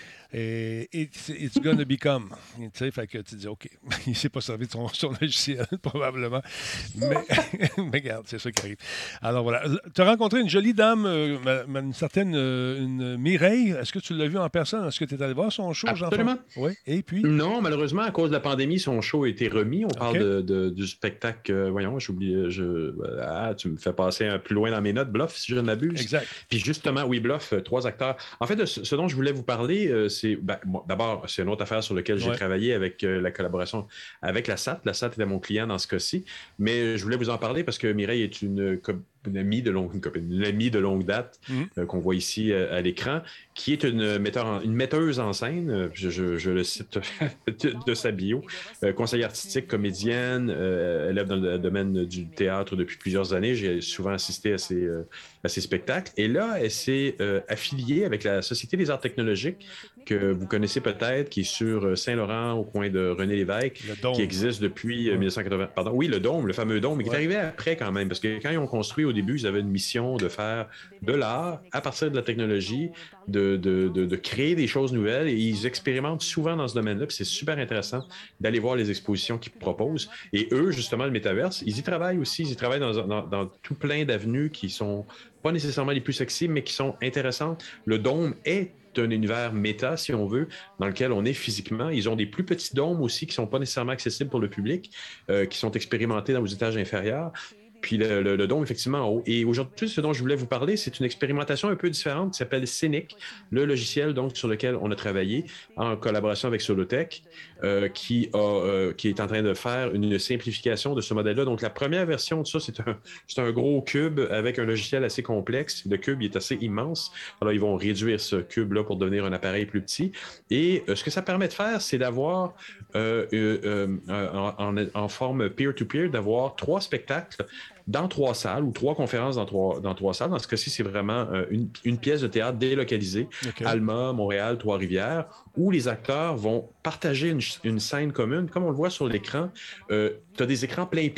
Et it's, it's gonna become. Tu sais, fait que tu dis, OK, il s'est pas servi de son, son logiciel, probablement. Mais, mais regarde, c'est ça qui arrive. Alors voilà. Tu as rencontré une jolie dame, euh, ma- ma- une certaine euh, une Mireille. Est-ce que tu l'as vue en personne? Est-ce que tu es allé voir son show, Jean-François? Absolument. Oui. Et puis? Non, malheureusement, à cause de la pandémie, son show a été remis. On parle OK. de, de- du spectacle. euh, voyons, j'oublie. Je, ah, tu me fais passer un plus loin dans mes notes. Bluff, si je ne m'abuse. Exact. Puis justement, oui, Bluff, euh, trois acteurs. En fait, de ce, ce dont je voulais vous parler, euh, c'est. Ben, bon, d'abord, c'est une autre affaire sur laquelle j'ai Ouais. travaillé avec euh, la collaboration avec la S A T. La S A T était mon client dans ce cas-ci. Mais je voulais vous en parler parce que Mireille est une, co- une amie de longue, une, copine, une amie de longue date Mhm. euh, qu'on voit ici euh, à l'écran, qui est une, metteur en- une metteuse en scène. euh, Je, je- je le cite de, de sa bio. Euh, conseillère artistique, comédienne, euh, élève dans le domaine du théâtre depuis plusieurs années. J'ai souvent assisté à ses, euh, à ses spectacles. Et là, elle s'est euh, affiliée avec la Société des arts technologiques, que vous connaissez peut-être, qui est sur Saint-Laurent, au coin de René Lévesque, Le Dôme. qui existe depuis euh, Ouais. mille neuf cent quatre-vingts. Pardon, oui, le Dôme, le fameux Dôme, mais qui Ouais. est arrivé après quand même, parce que quand ils ont construit au début, ils avaient une mission de faire de l'art à partir de la technologie, de, de, de, de créer des choses nouvelles, et ils expérimentent souvent dans ce domaine-là, puis c'est super intéressant d'aller voir les expositions qu'ils proposent. Et eux, justement, le métaverse, ils y travaillent aussi, ils y travaillent dans, dans, dans tout plein d'avenues qui sont pas nécessairement les plus sexy, mais qui sont intéressantes. Le Dôme est un univers méta, si on veut, dans lequel on est physiquement. Ils ont des plus petits dômes aussi qui ne sont pas nécessairement accessibles pour le public, euh, qui sont expérimentés dans les étages inférieurs. Puis le, le, le dôme, effectivement, en haut. Et aujourd'hui, ce dont je voulais vous parler, c'est une expérimentation un peu différente qui s'appelle Scénic, le logiciel donc, sur lequel on a travaillé en collaboration avec Solotech, euh, qui, a, euh, qui est en train de faire une simplification de ce modèle-là. Donc, la première version de ça, c'est un, c'est un gros cube avec un logiciel assez complexe. Le cube il est assez immense. Alors, ils vont réduire ce cube-là pour devenir un appareil plus petit. Et euh, ce que ça permet de faire, c'est d'avoir, euh, euh, euh, en, en, en forme peer-to-peer, d'avoir trois spectacles dans trois salles ou trois conférences dans trois, dans trois salles. Dans ce cas-ci, c'est vraiment euh, une, une pièce de théâtre délocalisée, OK. Alma, Montréal, Trois-Rivières, où les acteurs vont partager une, une scène commune. Comme on le voit sur l'écran, euh, tu as des écrans plein pied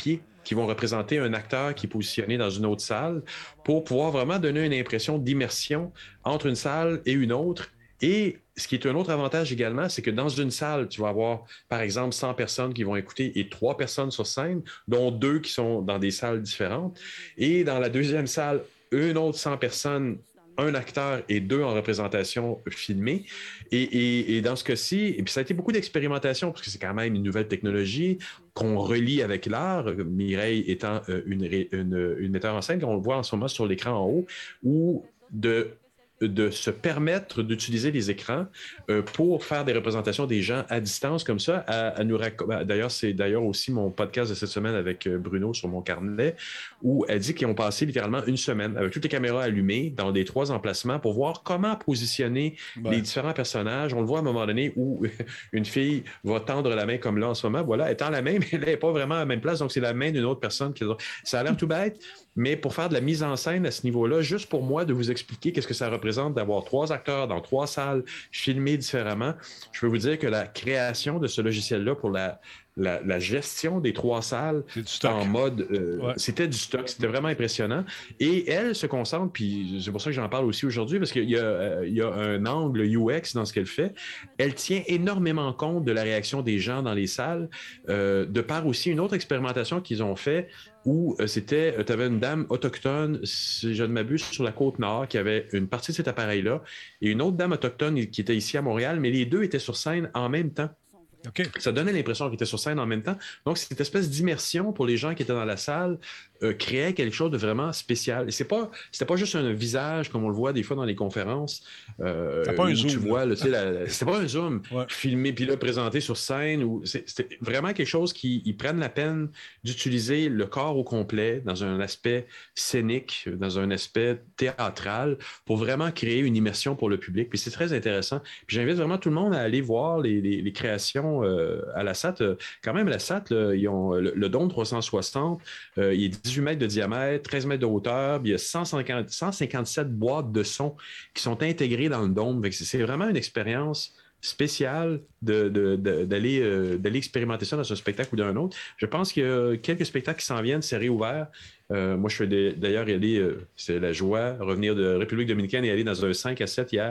qui vont représenter un acteur qui est positionné dans une autre salle pour pouvoir vraiment donner une impression d'immersion entre une salle et une autre. Et ce qui est un autre avantage également, c'est que dans une salle, tu vas avoir, par exemple, cent personnes qui vont écouter et trois personnes sur scène, dont deux qui sont dans des salles différentes. Et dans la deuxième salle, une autre cent personnes, un acteur et deux en représentation filmée. Et, et, et dans ce cas-ci, et puis ça a été beaucoup d'expérimentation, parce que c'est quand même une nouvelle technologie qu'on relie avec l'art, Mireille étant une, une, une metteur en scène, qu'on le voit en ce moment sur l'écran en haut, où de... de se permettre d'utiliser les écrans euh, pour faire des représentations des gens à distance comme ça. À, à nous rac... D'ailleurs, c'est d'ailleurs aussi mon podcast de cette semaine avec Bruno sur mon carnet, où elle dit qu'ils ont passé littéralement une semaine avec toutes les caméras allumées dans les trois emplacements pour voir comment positionner ouais. les différents personnages. On le voit à un moment donné où une fille va tendre la main comme là en ce moment. Voilà, elle tend la main, mais elle n'est pas vraiment à la même place, donc c'est la main d'une autre personne. Qui... Ça a l'air tout bête, mais pour faire de la mise en scène à ce niveau-là, juste pour moi de vous expliquer qu'est-ce que ça représente d'avoir trois acteurs dans trois salles filmés différemment, je peux vous dire que la création de ce logiciel-là pour la, la, la gestion des trois salles en mode... Euh, ouais. C'était du stock, c'était vraiment impressionnant. Et elle se concentre, puis c'est pour ça que j'en parle aussi aujourd'hui, parce qu'il y a, euh, il y a un angle U X dans ce qu'elle fait. Elle tient énormément compte de la réaction des gens dans les salles, euh, de par aussi une autre expérimentation qu'ils ont fait où euh, c'était, euh, tu avais une dame autochtone, si je ne m'abuse, sur la Côte-Nord, qui avait une partie de cet appareil-là, et une autre dame autochtone qui était ici à Montréal, mais les deux étaient sur scène en même temps. Okay. Ça donnait l'impression qu'ils étaient sur scène en même temps. Donc, cette espèce d'immersion pour les gens qui étaient dans la salle euh, créait quelque chose de vraiment spécial. Et c'est pas, c'était pas juste un visage, comme on le voit des fois dans les conférences. Euh, c'était pas un zoom. Tu vois, là, la, la, c'était pas un zoom ouais. filmé puis là, présenté sur scène. Ou, c'est, c'était vraiment quelque chose qui ils prennent la peine d'utiliser le corps au complet dans un aspect scénique, dans un aspect théâtral, pour vraiment créer une immersion pour le public. Puis c'est très intéressant. Puis j'invite vraiment tout le monde à aller voir les, les, les créations Euh, à la S A T. Euh, quand même, la S A T, là, ils ont le, le dôme trois cent soixante, euh, il est dix-huit mètres de diamètre, treize mètres de hauteur, puis il y a cent cinquante, cent cinquante-sept boîtes de son qui sont intégrées dans le dôme. C'est, c'est vraiment une expérience spéciale de, de, de, d'aller, euh, d'aller expérimenter ça dans un spectacle ou dans un autre. Je pense qu'il y a quelques spectacles qui s'en viennent, c'est réouvert. Euh, moi, je suis des, d'ailleurs allé, euh, c'est la joie, revenir de République dominicaine et aller dans un cinq à sept hier.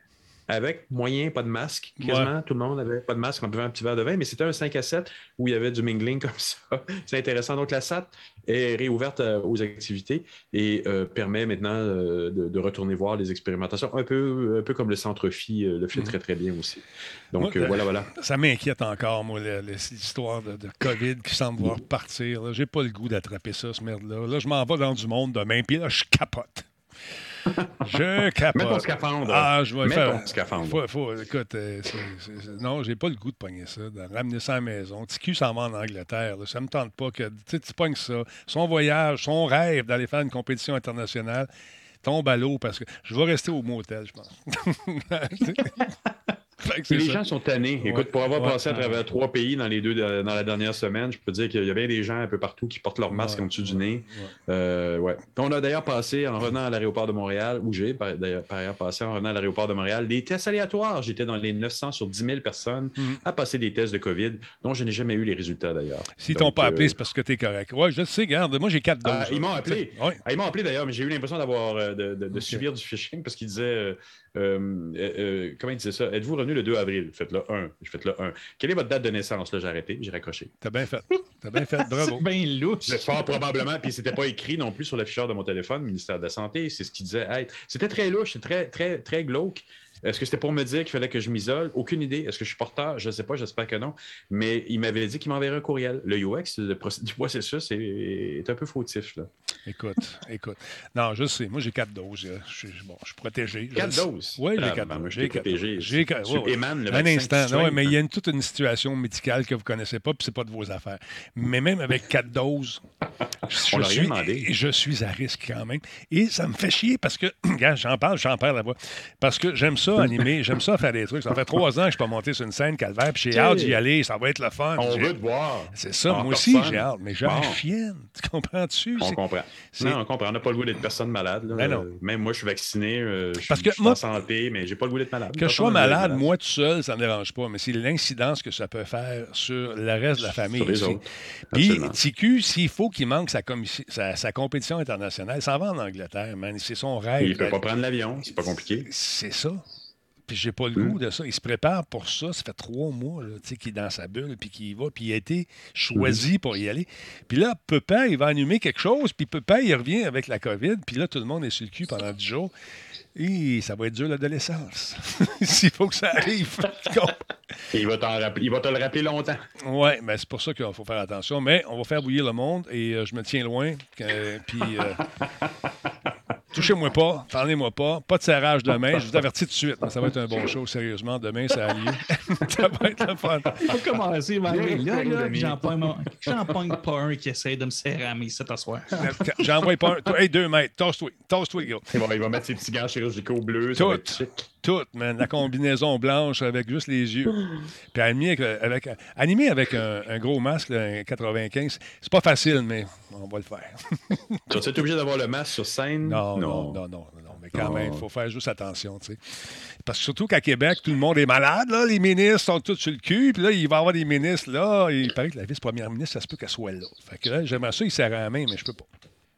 Avec moyen, pas de masque, quasiment. Ouais. Tout le monde avait pas de masque, on buvait un petit verre de vin, mais c'était un cinq à sept où il y avait du mingling comme ça. C'est intéressant. Donc, la S A T est réouverte aux activités et euh, permet maintenant euh, de, de retourner voir les expérimentations, un peu, un peu comme le Centre Phi le fait mmh. très, très bien aussi. Donc, moi, euh, voilà, voilà. Ça m'inquiète encore, moi, l'histoire de, de COVID qui semble voir partir. Là. J'ai pas le goût d'attraper ça, ce merde-là. Là, je m'en vais dans du monde demain, puis là, je capote. Je capote. Mets ton scaphandre. Ah, je vais Mets faire. ton scaphandre. Faut, faut, écoute, euh, c'est, c'est, c'est, non, j'ai pas le goût de pogner ça, de ramener ça à la maison. T Q s'en va en Angleterre. Là, ça me tente pas que tu pognes ça. Son voyage, son rêve d'aller faire une compétition internationale tombe à l'eau parce que je vais rester au motel, je pense. Les ça. gens sont tannés. Ouais. Écoute, pour avoir ouais, passé à travers ouais. trois pays dans les deux dans la dernière semaine, je peux dire qu'il y a bien des gens un peu partout qui portent leur masque ouais, en dessous ouais, du nez. Ouais. Euh, ouais. On a d'ailleurs passé, en revenant à l'aéroport de Montréal, où j'ai par, d'ailleurs, par ailleurs passé en revenant à l'aéroport de Montréal, des tests aléatoires. J'étais dans les neuf cents sur dix mille personnes mm-hmm. à passer des tests de COVID, dont je n'ai jamais eu les résultats d'ailleurs. S'ils t'ont pas euh... appelé, c'est parce que tu es correct. Oui, je sais, regarde, moi j'ai quatre doses. Ah, ils m'ont appelé. Ouais. Ah, ils m'ont appelé d'ailleurs, mais j'ai eu l'impression d'avoir de, de, de okay. subir du phishing parce qu'ils disaient euh, euh, euh, comment ils disaient ça? Êtes-vous revenu le deux avril? Faites-le un. Je fais le un. Quelle est votre date de naissance? Là, j'ai arrêté, j'ai raccroché. T'as bien fait. T'as bien fait. Bravo. C'est bien louche. C'est fort probablement. Puis c'était pas écrit non plus sur l'afficheur de mon téléphone, ministère de la Santé. C'est ce qu'il disait être. C'était très louche, c'était très, très, très glauque. Est-ce que c'était pour me dire qu'il fallait que je m'isole? Aucune idée. Est-ce que je suis porteur? Je ne sais pas, j'espère que non. Mais il m'avait dit qu'il m'enverrait un courriel. Le U X le procé- du processus est, est un peu fautif. Là. Écoute, écoute. Non, je sais. Moi, j'ai quatre doses. Je suis, bon, je suis protégé. Quatre je... doses? Oui, j'ai ah, quatre ben, doses. Moi, je suis protégé. J'ai quatre... Tu ouais, émanes le un instant. Non, ouais, mais il y a une, toute une situation médicale que vous ne connaissez pas, puis ce n'est pas de vos affaires. Mais même avec quatre doses, je, On suis, je suis à risque quand même. Et ça me fait chier parce que, regarde, j'en parle, j'en perds la voix. Parce que j'aime ça ça, animer. J'aime ça, faire des trucs. Ça fait trois ans que je suis pas monté sur une scène, Calvaire, puis j'ai hâte d'y aller. Ça va être le fun. On J'ai... veut te voir. C'est ça, Encore moi aussi, fun. j'ai hâte. Mais j'ai Bon. la chienne. Tu comprends-tu? On C'est... comprend. c'est... Non, on comprend. On n'a pas le goût d'être personne malade. Là. Ben non. Euh, même moi, je suis vacciné. Euh, je, Parce suis, que je suis moi- en santé, mais j'ai pas le goût d'être malade. Que je Personne sois n'a le goût d'être malade, moi tout seul, ça ne me dérange pas. Mais c'est l'incidence que ça peut faire sur le reste de la famille. Sur les aussi. autres. Puis, Absolument. T Q, s'il faut qu'il manque sa, commis- sa, sa compétition internationale, il s'en va en Angleterre, man. C'est son rêve. Il ne peut pas prendre l'avion. C'est pas compliqué. C'est ça. Puis j'ai pas le Mm. goût de ça. Il se prépare pour ça. Ça fait trois mois là, tu sais, qu'il est dans sa bulle, puis qu'il y va, puis il a été choisi pour y aller. Puis là, Pépin, il va allumer quelque chose, puis Pépin, il revient avec la COVID, puis là, tout le monde est sur le cul pendant dix jours. Et ça va être dur l'adolescence. S'il faut que ça arrive. Et il va, t'en rappeler, il va te le rappeler longtemps. Oui, mais c'est pour ça qu'il faut faire attention. Mais on va faire bouillir le monde et euh, je me tiens loin. que- Puis, euh, touchez-moi pas, parlez-moi pas. Pas de serrage demain. Je vous avertis tout de suite. Ça va être un bon show, sérieusement. Demain, ça a lieu. Ça va être le fun. Il faut commencer, Marie. Là, là, Amis. j'en pogne, mon- j'en pogne pas un qui essaie de me serrer à mes cet asseoir. J'envoie pas un. Hey, deux mètres. Tasse-toi. Tasse-toi, gars. Il va, il va mettre ses petits gants chirurgicaux bleus. Ça va être Tout. chic. Tout, man. La combinaison blanche avec juste les yeux. Puis animé avec, avec, animé avec un, un gros masque, là, un quatre-vingt-quinze, c'est pas facile, mais on va le faire. Tu vas être obligé d'avoir le masque sur scène? Non, non, non, non, non, non. Mais quand Non. même, il faut faire juste attention, tu sais. Parce que surtout qu'à Québec, tout le monde est malade, là. Les ministres sont tous sur le cul, puis là, il va y avoir des ministres, là. Il paraît que la vice-première ministre, ça se peut qu'elle soit là. Fait que là, j'aimerais ça, il serre à la main, mais je peux pas.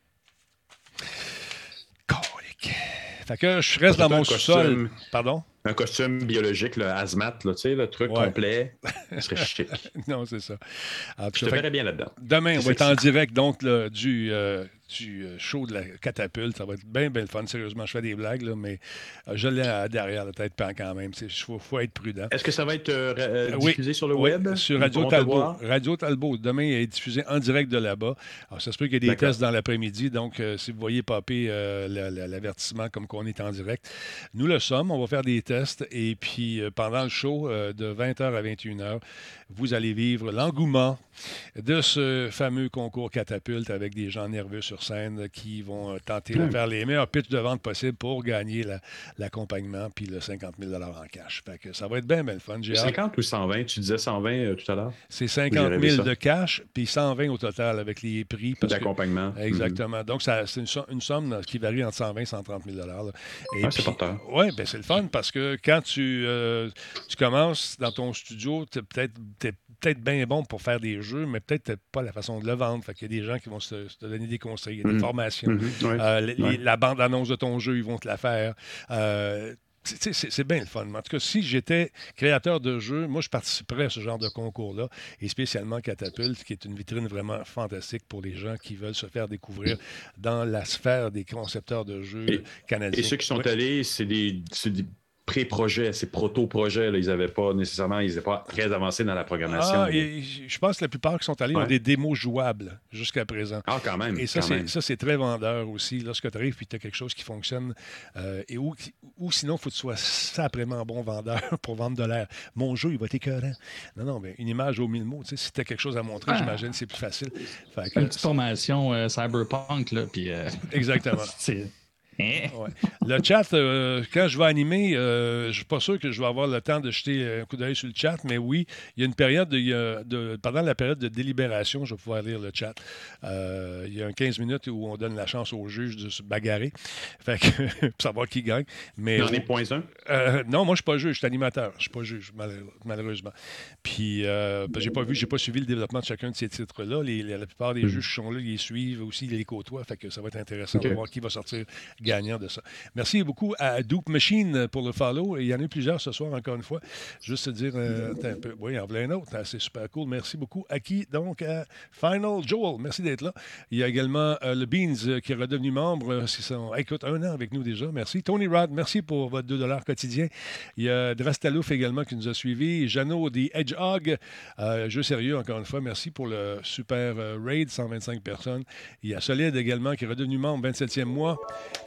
Colique. Fait que je reste dans Surtout mon un sous-sol. costume. Pardon? Un costume biologique, le hazmat, là, tu sais, le truc Ouais. complet. Ça serait chic. Non, c'est ça. Alors, Je te fait- verrais bien là-dedans. Demain, on C'est va être en sexy. direct donc là, du, euh, du euh, show de la catapulte. Ça va être bien, bien le fun. Sérieusement, je fais des blagues, là, mais euh, je l'ai à- derrière la tête pas quand même. Il faut, faut être prudent. Est-ce que ça va être euh, euh, Oui. diffusé sur le Oui, web? sur Ils Radio pourront te Talbot. voir? Radio Talbot. Demain, il est diffusé en direct de là-bas. Alors, ça se peut qu'il y ait des D'accord. tests dans l'après-midi. Donc, euh, si vous voyez popper euh, la- la- l'avertissement comme qu'on est en direct, nous le sommes. On va faire des tests. Et puis, euh, pendant le show, euh, de vingt heures à vingt et une heures, vous allez vivre l'engouement de ce fameux concours catapulte avec des gens nerveux sur scène qui vont euh, tenter de faire les meilleurs pitchs de vente possibles pour gagner la- l'accompagnement puis le cinquante mille dollars en cash. Fait que ça va être bien, bien le fun. J'ai hâte. cinquante ou cent vingt? Tu disais cent vingt euh, tout à l'heure? C'est J'ai cinquante rêvé mille ça. de cash, puis cent vingt au total avec les prix. parce que- D'accompagnement. Exactement. Donc, ça, c'est une, so- une somme qui varie entre cent vingt et cent trente mille dollars. Ah, c'est porteur. Oui, ben c'est le fun parce que quand tu, euh, tu commences dans ton studio, tu es peut-être t'es peut-être bien bon pour faire des jeux, mais peut-être t'as pas la façon de le vendre. Fait qu'il y a des gens qui vont se, se te donner des conseils, il y a des Mhm. formations. Mhm, ouais. Euh, les- Ouais. La bande-annonce de ton jeu, ils vont te la faire. Euh, c'est- c'est c'est- c'est bien le fun. En tout cas, si j'étais créateur de jeux, moi, je participerais à ce genre de concours-là, et spécialement Catapulte, qui est une vitrine vraiment fantastique pour les gens qui veulent se faire découvrir dans la sphère des concepteurs de jeux Et- canadiens. Et ceux qui sont Oui. allés, c'est des, c'est des pré-projets, c'est proto-projets. là. Ils n'avaient pas nécessairement, ils n'étaient pas très avancés dans la programmation. Ah, là. et je pense que la plupart qui sont allés ont Ouais. des démos jouables jusqu'à présent. Ah, quand même. Et ça, quand c'est, même. ça, c'est très vendeur aussi. Lorsque tu arrives et tu as quelque chose qui fonctionne, euh, et ou, ou sinon, il faut que tu sois saprement bon vendeur pour vendre de l'air. Mon jeu, il va être écœurant. Non, non, mais une image aux mille mots, tu sais, si tu as quelque chose à montrer, Ah. j'imagine c'est plus facile. Fait que- Une petite formation euh, cyberpunk, là, puis... euh, exactement. c'est... Hein? Ouais. Le chat, euh, quand je vais animer, euh, je ne suis pas sûr que je vais avoir le temps de jeter un coup d'œil sur le chat, mais oui, il y a une période, de, il y a de- pendant la période de délibération, je vais pouvoir lire le chat. Euh, il y a un quinze minutes où on donne la chance aux juges de se bagarrer, fait que, pour savoir qui gagne. Mais, Il en est point un. euh, non, moi, je ne suis pas juge, je suis animateur. Je ne suis pas juge, malheure- malheureusement. Puis, euh, ben, j'ai pas vu, j'ai pas suivi le développement de chacun de ces titres-là. Les- la plupart des Mm. juges qui sont là, ils les suivent aussi, ils les côtoient. Fait que ça va être intéressant Ok. de voir qui va sortir gagnant de ça. Merci beaucoup à Duke Machine pour le follow. Il y en a eu plusieurs ce soir, encore une fois. Juste te dire, euh, attends un peu. Oui, en voilà un autre. Ah, c'est super cool. Merci beaucoup. À qui, donc, à Final Joel. Merci d'être là. Il y a également euh, le Beans euh, qui est redevenu membre. Euh, c'est son, écoute, un an avec nous déjà. Merci. Tony Rod, merci pour votre deux dollars quotidien. Il y a Drastalouf également qui nous a suivis. Jeannot des Hedgehog. Euh, jeu sérieux, encore une fois. Merci pour le super euh, raid, cent vingt-cinq personnes. Il y a Solide également qui est redevenu membre, vingt-septième mois.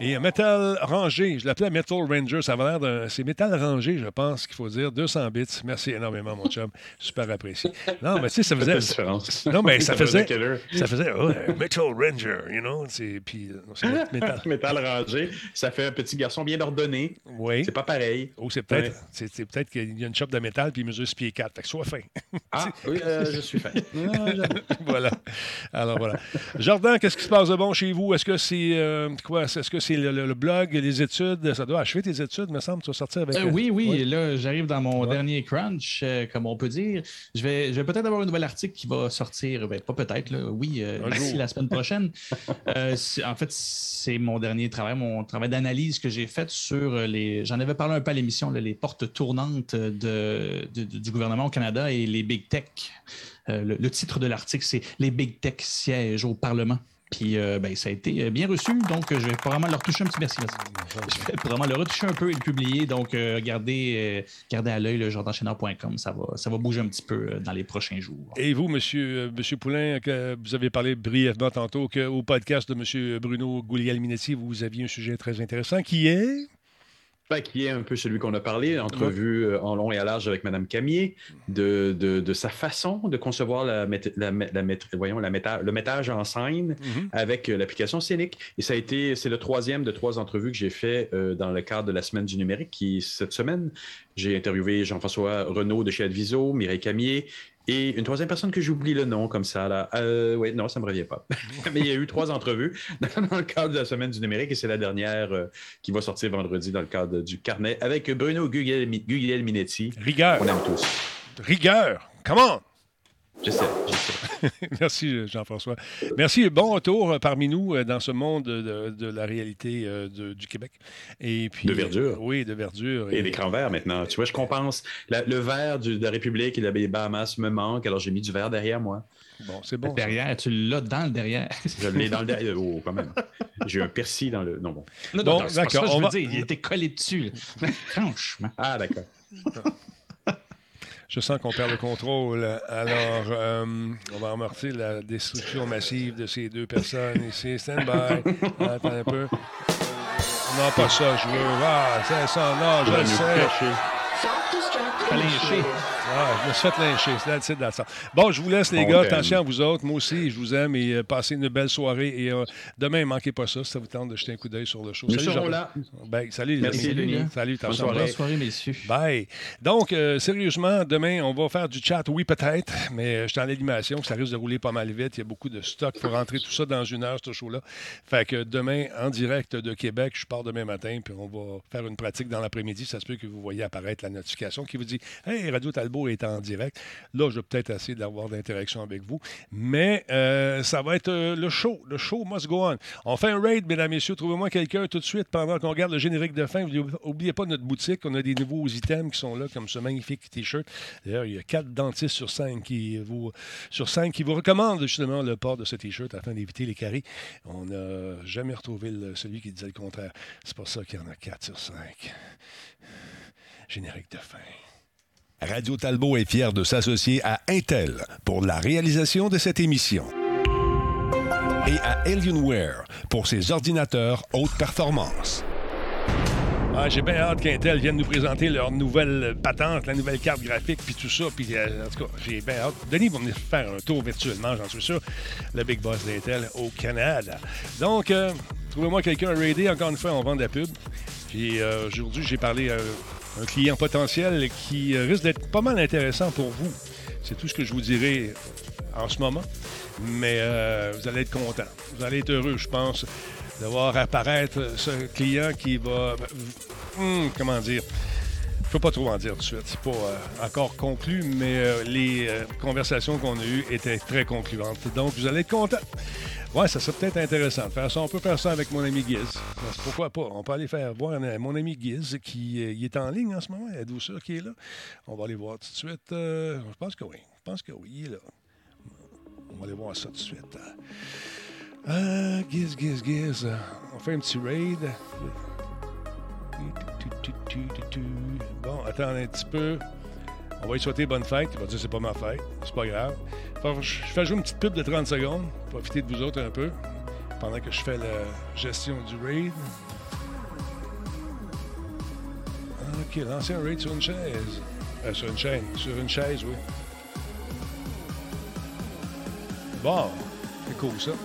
Et Metal Rangé, je l'appelais Metal Ranger, ça va l'air d'un... C'est Metal Rangé, je pense qu'il faut dire. deux cents bits. Merci énormément, mon chum. Super apprécié. Non, mais tu sais, ça faisait... différence. Non, mais ça faisait... Ça faisait... Ouais, Metal Ranger, you know? C'est... Puis, c'est Metal... Metal Rangé, ça fait un petit garçon bien ordonné. Oui. C'est pas pareil. Oh, c'est peut-être... Ouais. C'est, c'est peut-être qu'il y a une chope de métal puis il mesure six pieds quatre. Fait que sois fin. Ah, oui, euh, je suis fin. Voilà. Alors, voilà. Jordan, qu'est-ce qui se passe de bon chez vous? Est-ce que c'est... Euh, quoi? Est-ce que c'est le, le, le blog, les études? Ça doit achever tes études, me semble. Tu vas sortir avec... Euh, oui, oui. Ouais. Là, j'arrive dans mon ouais. dernier crunch, euh, comme on peut dire. Je vais, je vais peut-être avoir un nouvel article qui va sortir. Ben, pas peut-être, là. Oui, euh, d'ici la semaine prochaine. euh, en fait, c'est mon dernier travail, mon travail d'analyse que j'ai fait sur les... J'en avais parlé un peu à l'émission, là, les portes tournantes de, de, de, du gouvernement au Canada et les big tech. Euh, le, le titre de l'article, c'est « Les big tech siègent au Parlement ». Puis euh, ben, ça a été bien reçu, donc je vais probablement leur toucher un petit merci. merci. Je vais probablement le retoucher un peu et le publier. Donc, euh, regardez, euh, gardez à l'œil le jordan chénard point com. Ça va, ça va bouger un petit peu euh, dans les prochains jours. Et vous, monsieur, monsieur Poulain, que vous avez parlé brièvement tantôt qu'au podcast de monsieur Bruno Guglielminetti, vous aviez un sujet très intéressant qui est... Ben, qui est un peu celui qu'on a parlé, entrevue euh, en long et à large avec Mme Camier, de, de, de sa façon de concevoir la, la, la, la, voyons, la méta, le métage en scène mm-hmm. avec euh, l'application Scénic. Et ça a été, c'est le troisième de trois entrevues que j'ai fait euh, dans le cadre de la Semaine du numérique, qui, cette semaine, j'ai interviewé Jean-François Renaud de chez Adviso, Mireille Camier, et une troisième personne que j'oublie le nom comme ça. Là. Euh, oui, non, ça ne me revient pas. Mais il y a eu trois entrevues dans le cadre de la Semaine du numérique et c'est la dernière euh, qui va sortir vendredi dans le cadre du carnet avec Bruno Guglielminetti. Rigueur. On aime tous. Rigueur. Come on! Je sais, je sais. Merci, Jean-François. Merci. Bon retour parmi nous dans ce monde de, de la réalité de, du Québec. Et puis, de verdure. Oui, de verdure. Et, et l'écran vert maintenant. Tu vois, je compense. La, le vert du, de la République et de la Bahamas me manque, alors j'ai mis du vert derrière moi. Bon, c'est bon. Derrière, ça. Tu l'as dans le derrière. Je l'ai dans le derrière. Oh, quand même. J'ai un persil dans le... Non, bon. Non, bon, non, d'accord. Pas ça, on je va... veux dire, il était collé dessus. Franchement. Ah, d'accord. Je sens qu'on perd le contrôle. Alors, euh, on va amortir la destruction massive de ces deux personnes ici. Stand by. Attends un peu. Non, pas ça, je veux. Ah, c'est ça. Non, je le sais. Pas lyncher. Ah, je me suis fait lyncher. C'est là, c'est dans ça. Bon, je vous laisse, les on gars. t'aime. Attention à vous autres. Moi aussi, je vous aime et euh, passez une belle soirée. Et euh, demain, ne manquez pas ça si ça vous tente de jeter un coup d'œil sur le show. Nous salut, serons là. Ben, salut, merci, les Denis. Salut, bonne soirée. Bonne soirée, messieurs. Bye. Donc, euh, sérieusement, demain, on va faire du chat. Oui, peut-être, mais je suis en animation. Ça risque de rouler pas mal vite. Il y a beaucoup de stock. Il faut rentrer tout ça dans une heure, ce show-là. Fait que demain, en direct de Québec, je pars demain matin, puis on va faire une pratique dans l'après-midi. Ça se peut que vous voyez apparaître la notification qui vous dit « Hey, Radio Talbot est en direct ». Là, je vais peut-être essayer d'avoir d'interaction avec vous. Mais euh, ça va être euh, le show. Le show must go on. On fait un raid, mesdames et messieurs. Trouvez-moi quelqu'un tout de suite pendant qu'on regarde le générique de fin. N'oubliez pas notre boutique. On a des nouveaux items qui sont là, comme ce magnifique T-shirt. D'ailleurs, il y a quatre dentistes sur cinq qui vous, sur cinq qui vous recommandent justement le port de ce T-shirt afin d'éviter les caries. On n'a jamais retrouvé le, celui qui disait le contraire. C'est pour ça qu'il y en a quatre sur cinq. Générique de fin. Radio Talbot est fier de s'associer à Intel pour la réalisation de cette émission et à Alienware pour ses ordinateurs haute performance. Ah, j'ai bien hâte qu'Intel vienne nous présenter leur nouvelle patente, la nouvelle carte graphique, puis tout ça. Puis, euh, en tout cas, j'ai bien hâte. Denis va venir faire un tour virtuellement, j'en suis sûr, le big boss d'Intel au Canada. Donc, euh, trouvez-moi quelqu'un à raider. Encore une fois, on vend de la pub. Puis euh, aujourd'hui, j'ai parlé à un client potentiel qui risque d'être pas mal intéressant pour vous. C'est tout ce que je vous dirai en ce moment. Mais euh, vous allez être content. Vous allez être heureux, je pense, de voir apparaître ce client qui va... Hum, comment dire? Je ne peux pas trop en dire tout de suite. C'est pas euh, encore conclu, mais euh, les euh, conversations qu'on a eues étaient très concluantes. Donc, vous allez être content. Ouais, ça serait peut-être intéressant de faire ça. On peut faire ça avec mon ami Giz. Pourquoi pas? On peut aller faire voir mon ami Giz qui euh, il est en ligne en ce moment. Êtes-vous sûr qu'il est là? On va aller voir tout de suite. Euh, je pense que oui. Je pense que oui, il est là. On va aller voir ça tout de suite. Euh, Giz, Giz, Giz. On fait un petit raid. Bon, attendez un petit peu. On va lui souhaiter bonne fête. Il va dire c'est pas ma fête. C'est pas grave. Enfin, je fais jouer une petite pub de trente secondes. Profitez de vous autres un peu pendant que je fais la gestion du raid. OK, lancer un raid sur une chaise. Euh, sur une chaîne. Sur une chaise, oui. Bon, c'est cool, ça.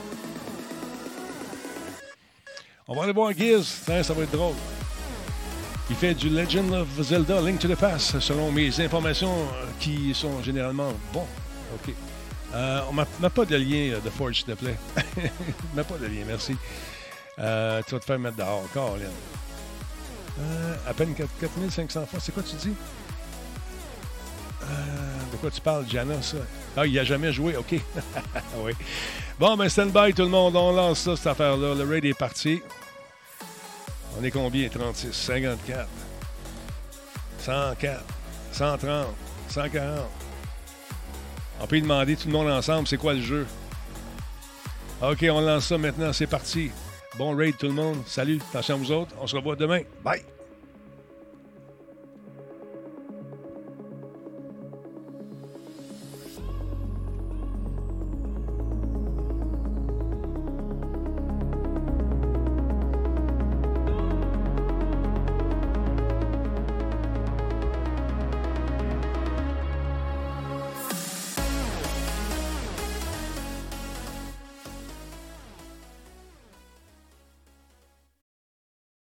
On va aller voir Giz. Tiens, ça va être drôle. Il fait du Legend of Zelda Link to the Past, selon mes informations qui sont généralement bons. OK. Euh, on m'a pas de lien de Forge, s'il te plaît. Mets pas de lien, merci. Euh, tu vas te faire mettre dehors encore, là. Euh, à peine quatre mille cinq cents fois. C'est quoi tu dis? Euh, de quoi tu parles, Jana, ça? Ah, il a jamais joué, OK. Oui. Bon, ben stand-by, tout le monde. On lance ça, cette affaire-là. Le raid est parti. On est combien? trente-six, cinquante-quatre, cent quatre, cent trente, cent quarante. On peut demander tout le monde ensemble, c'est quoi le jeu? OK, on lance ça maintenant, c'est parti. Bon raid tout le monde. Salut, attention à vous autres. On se revoit demain. Bye!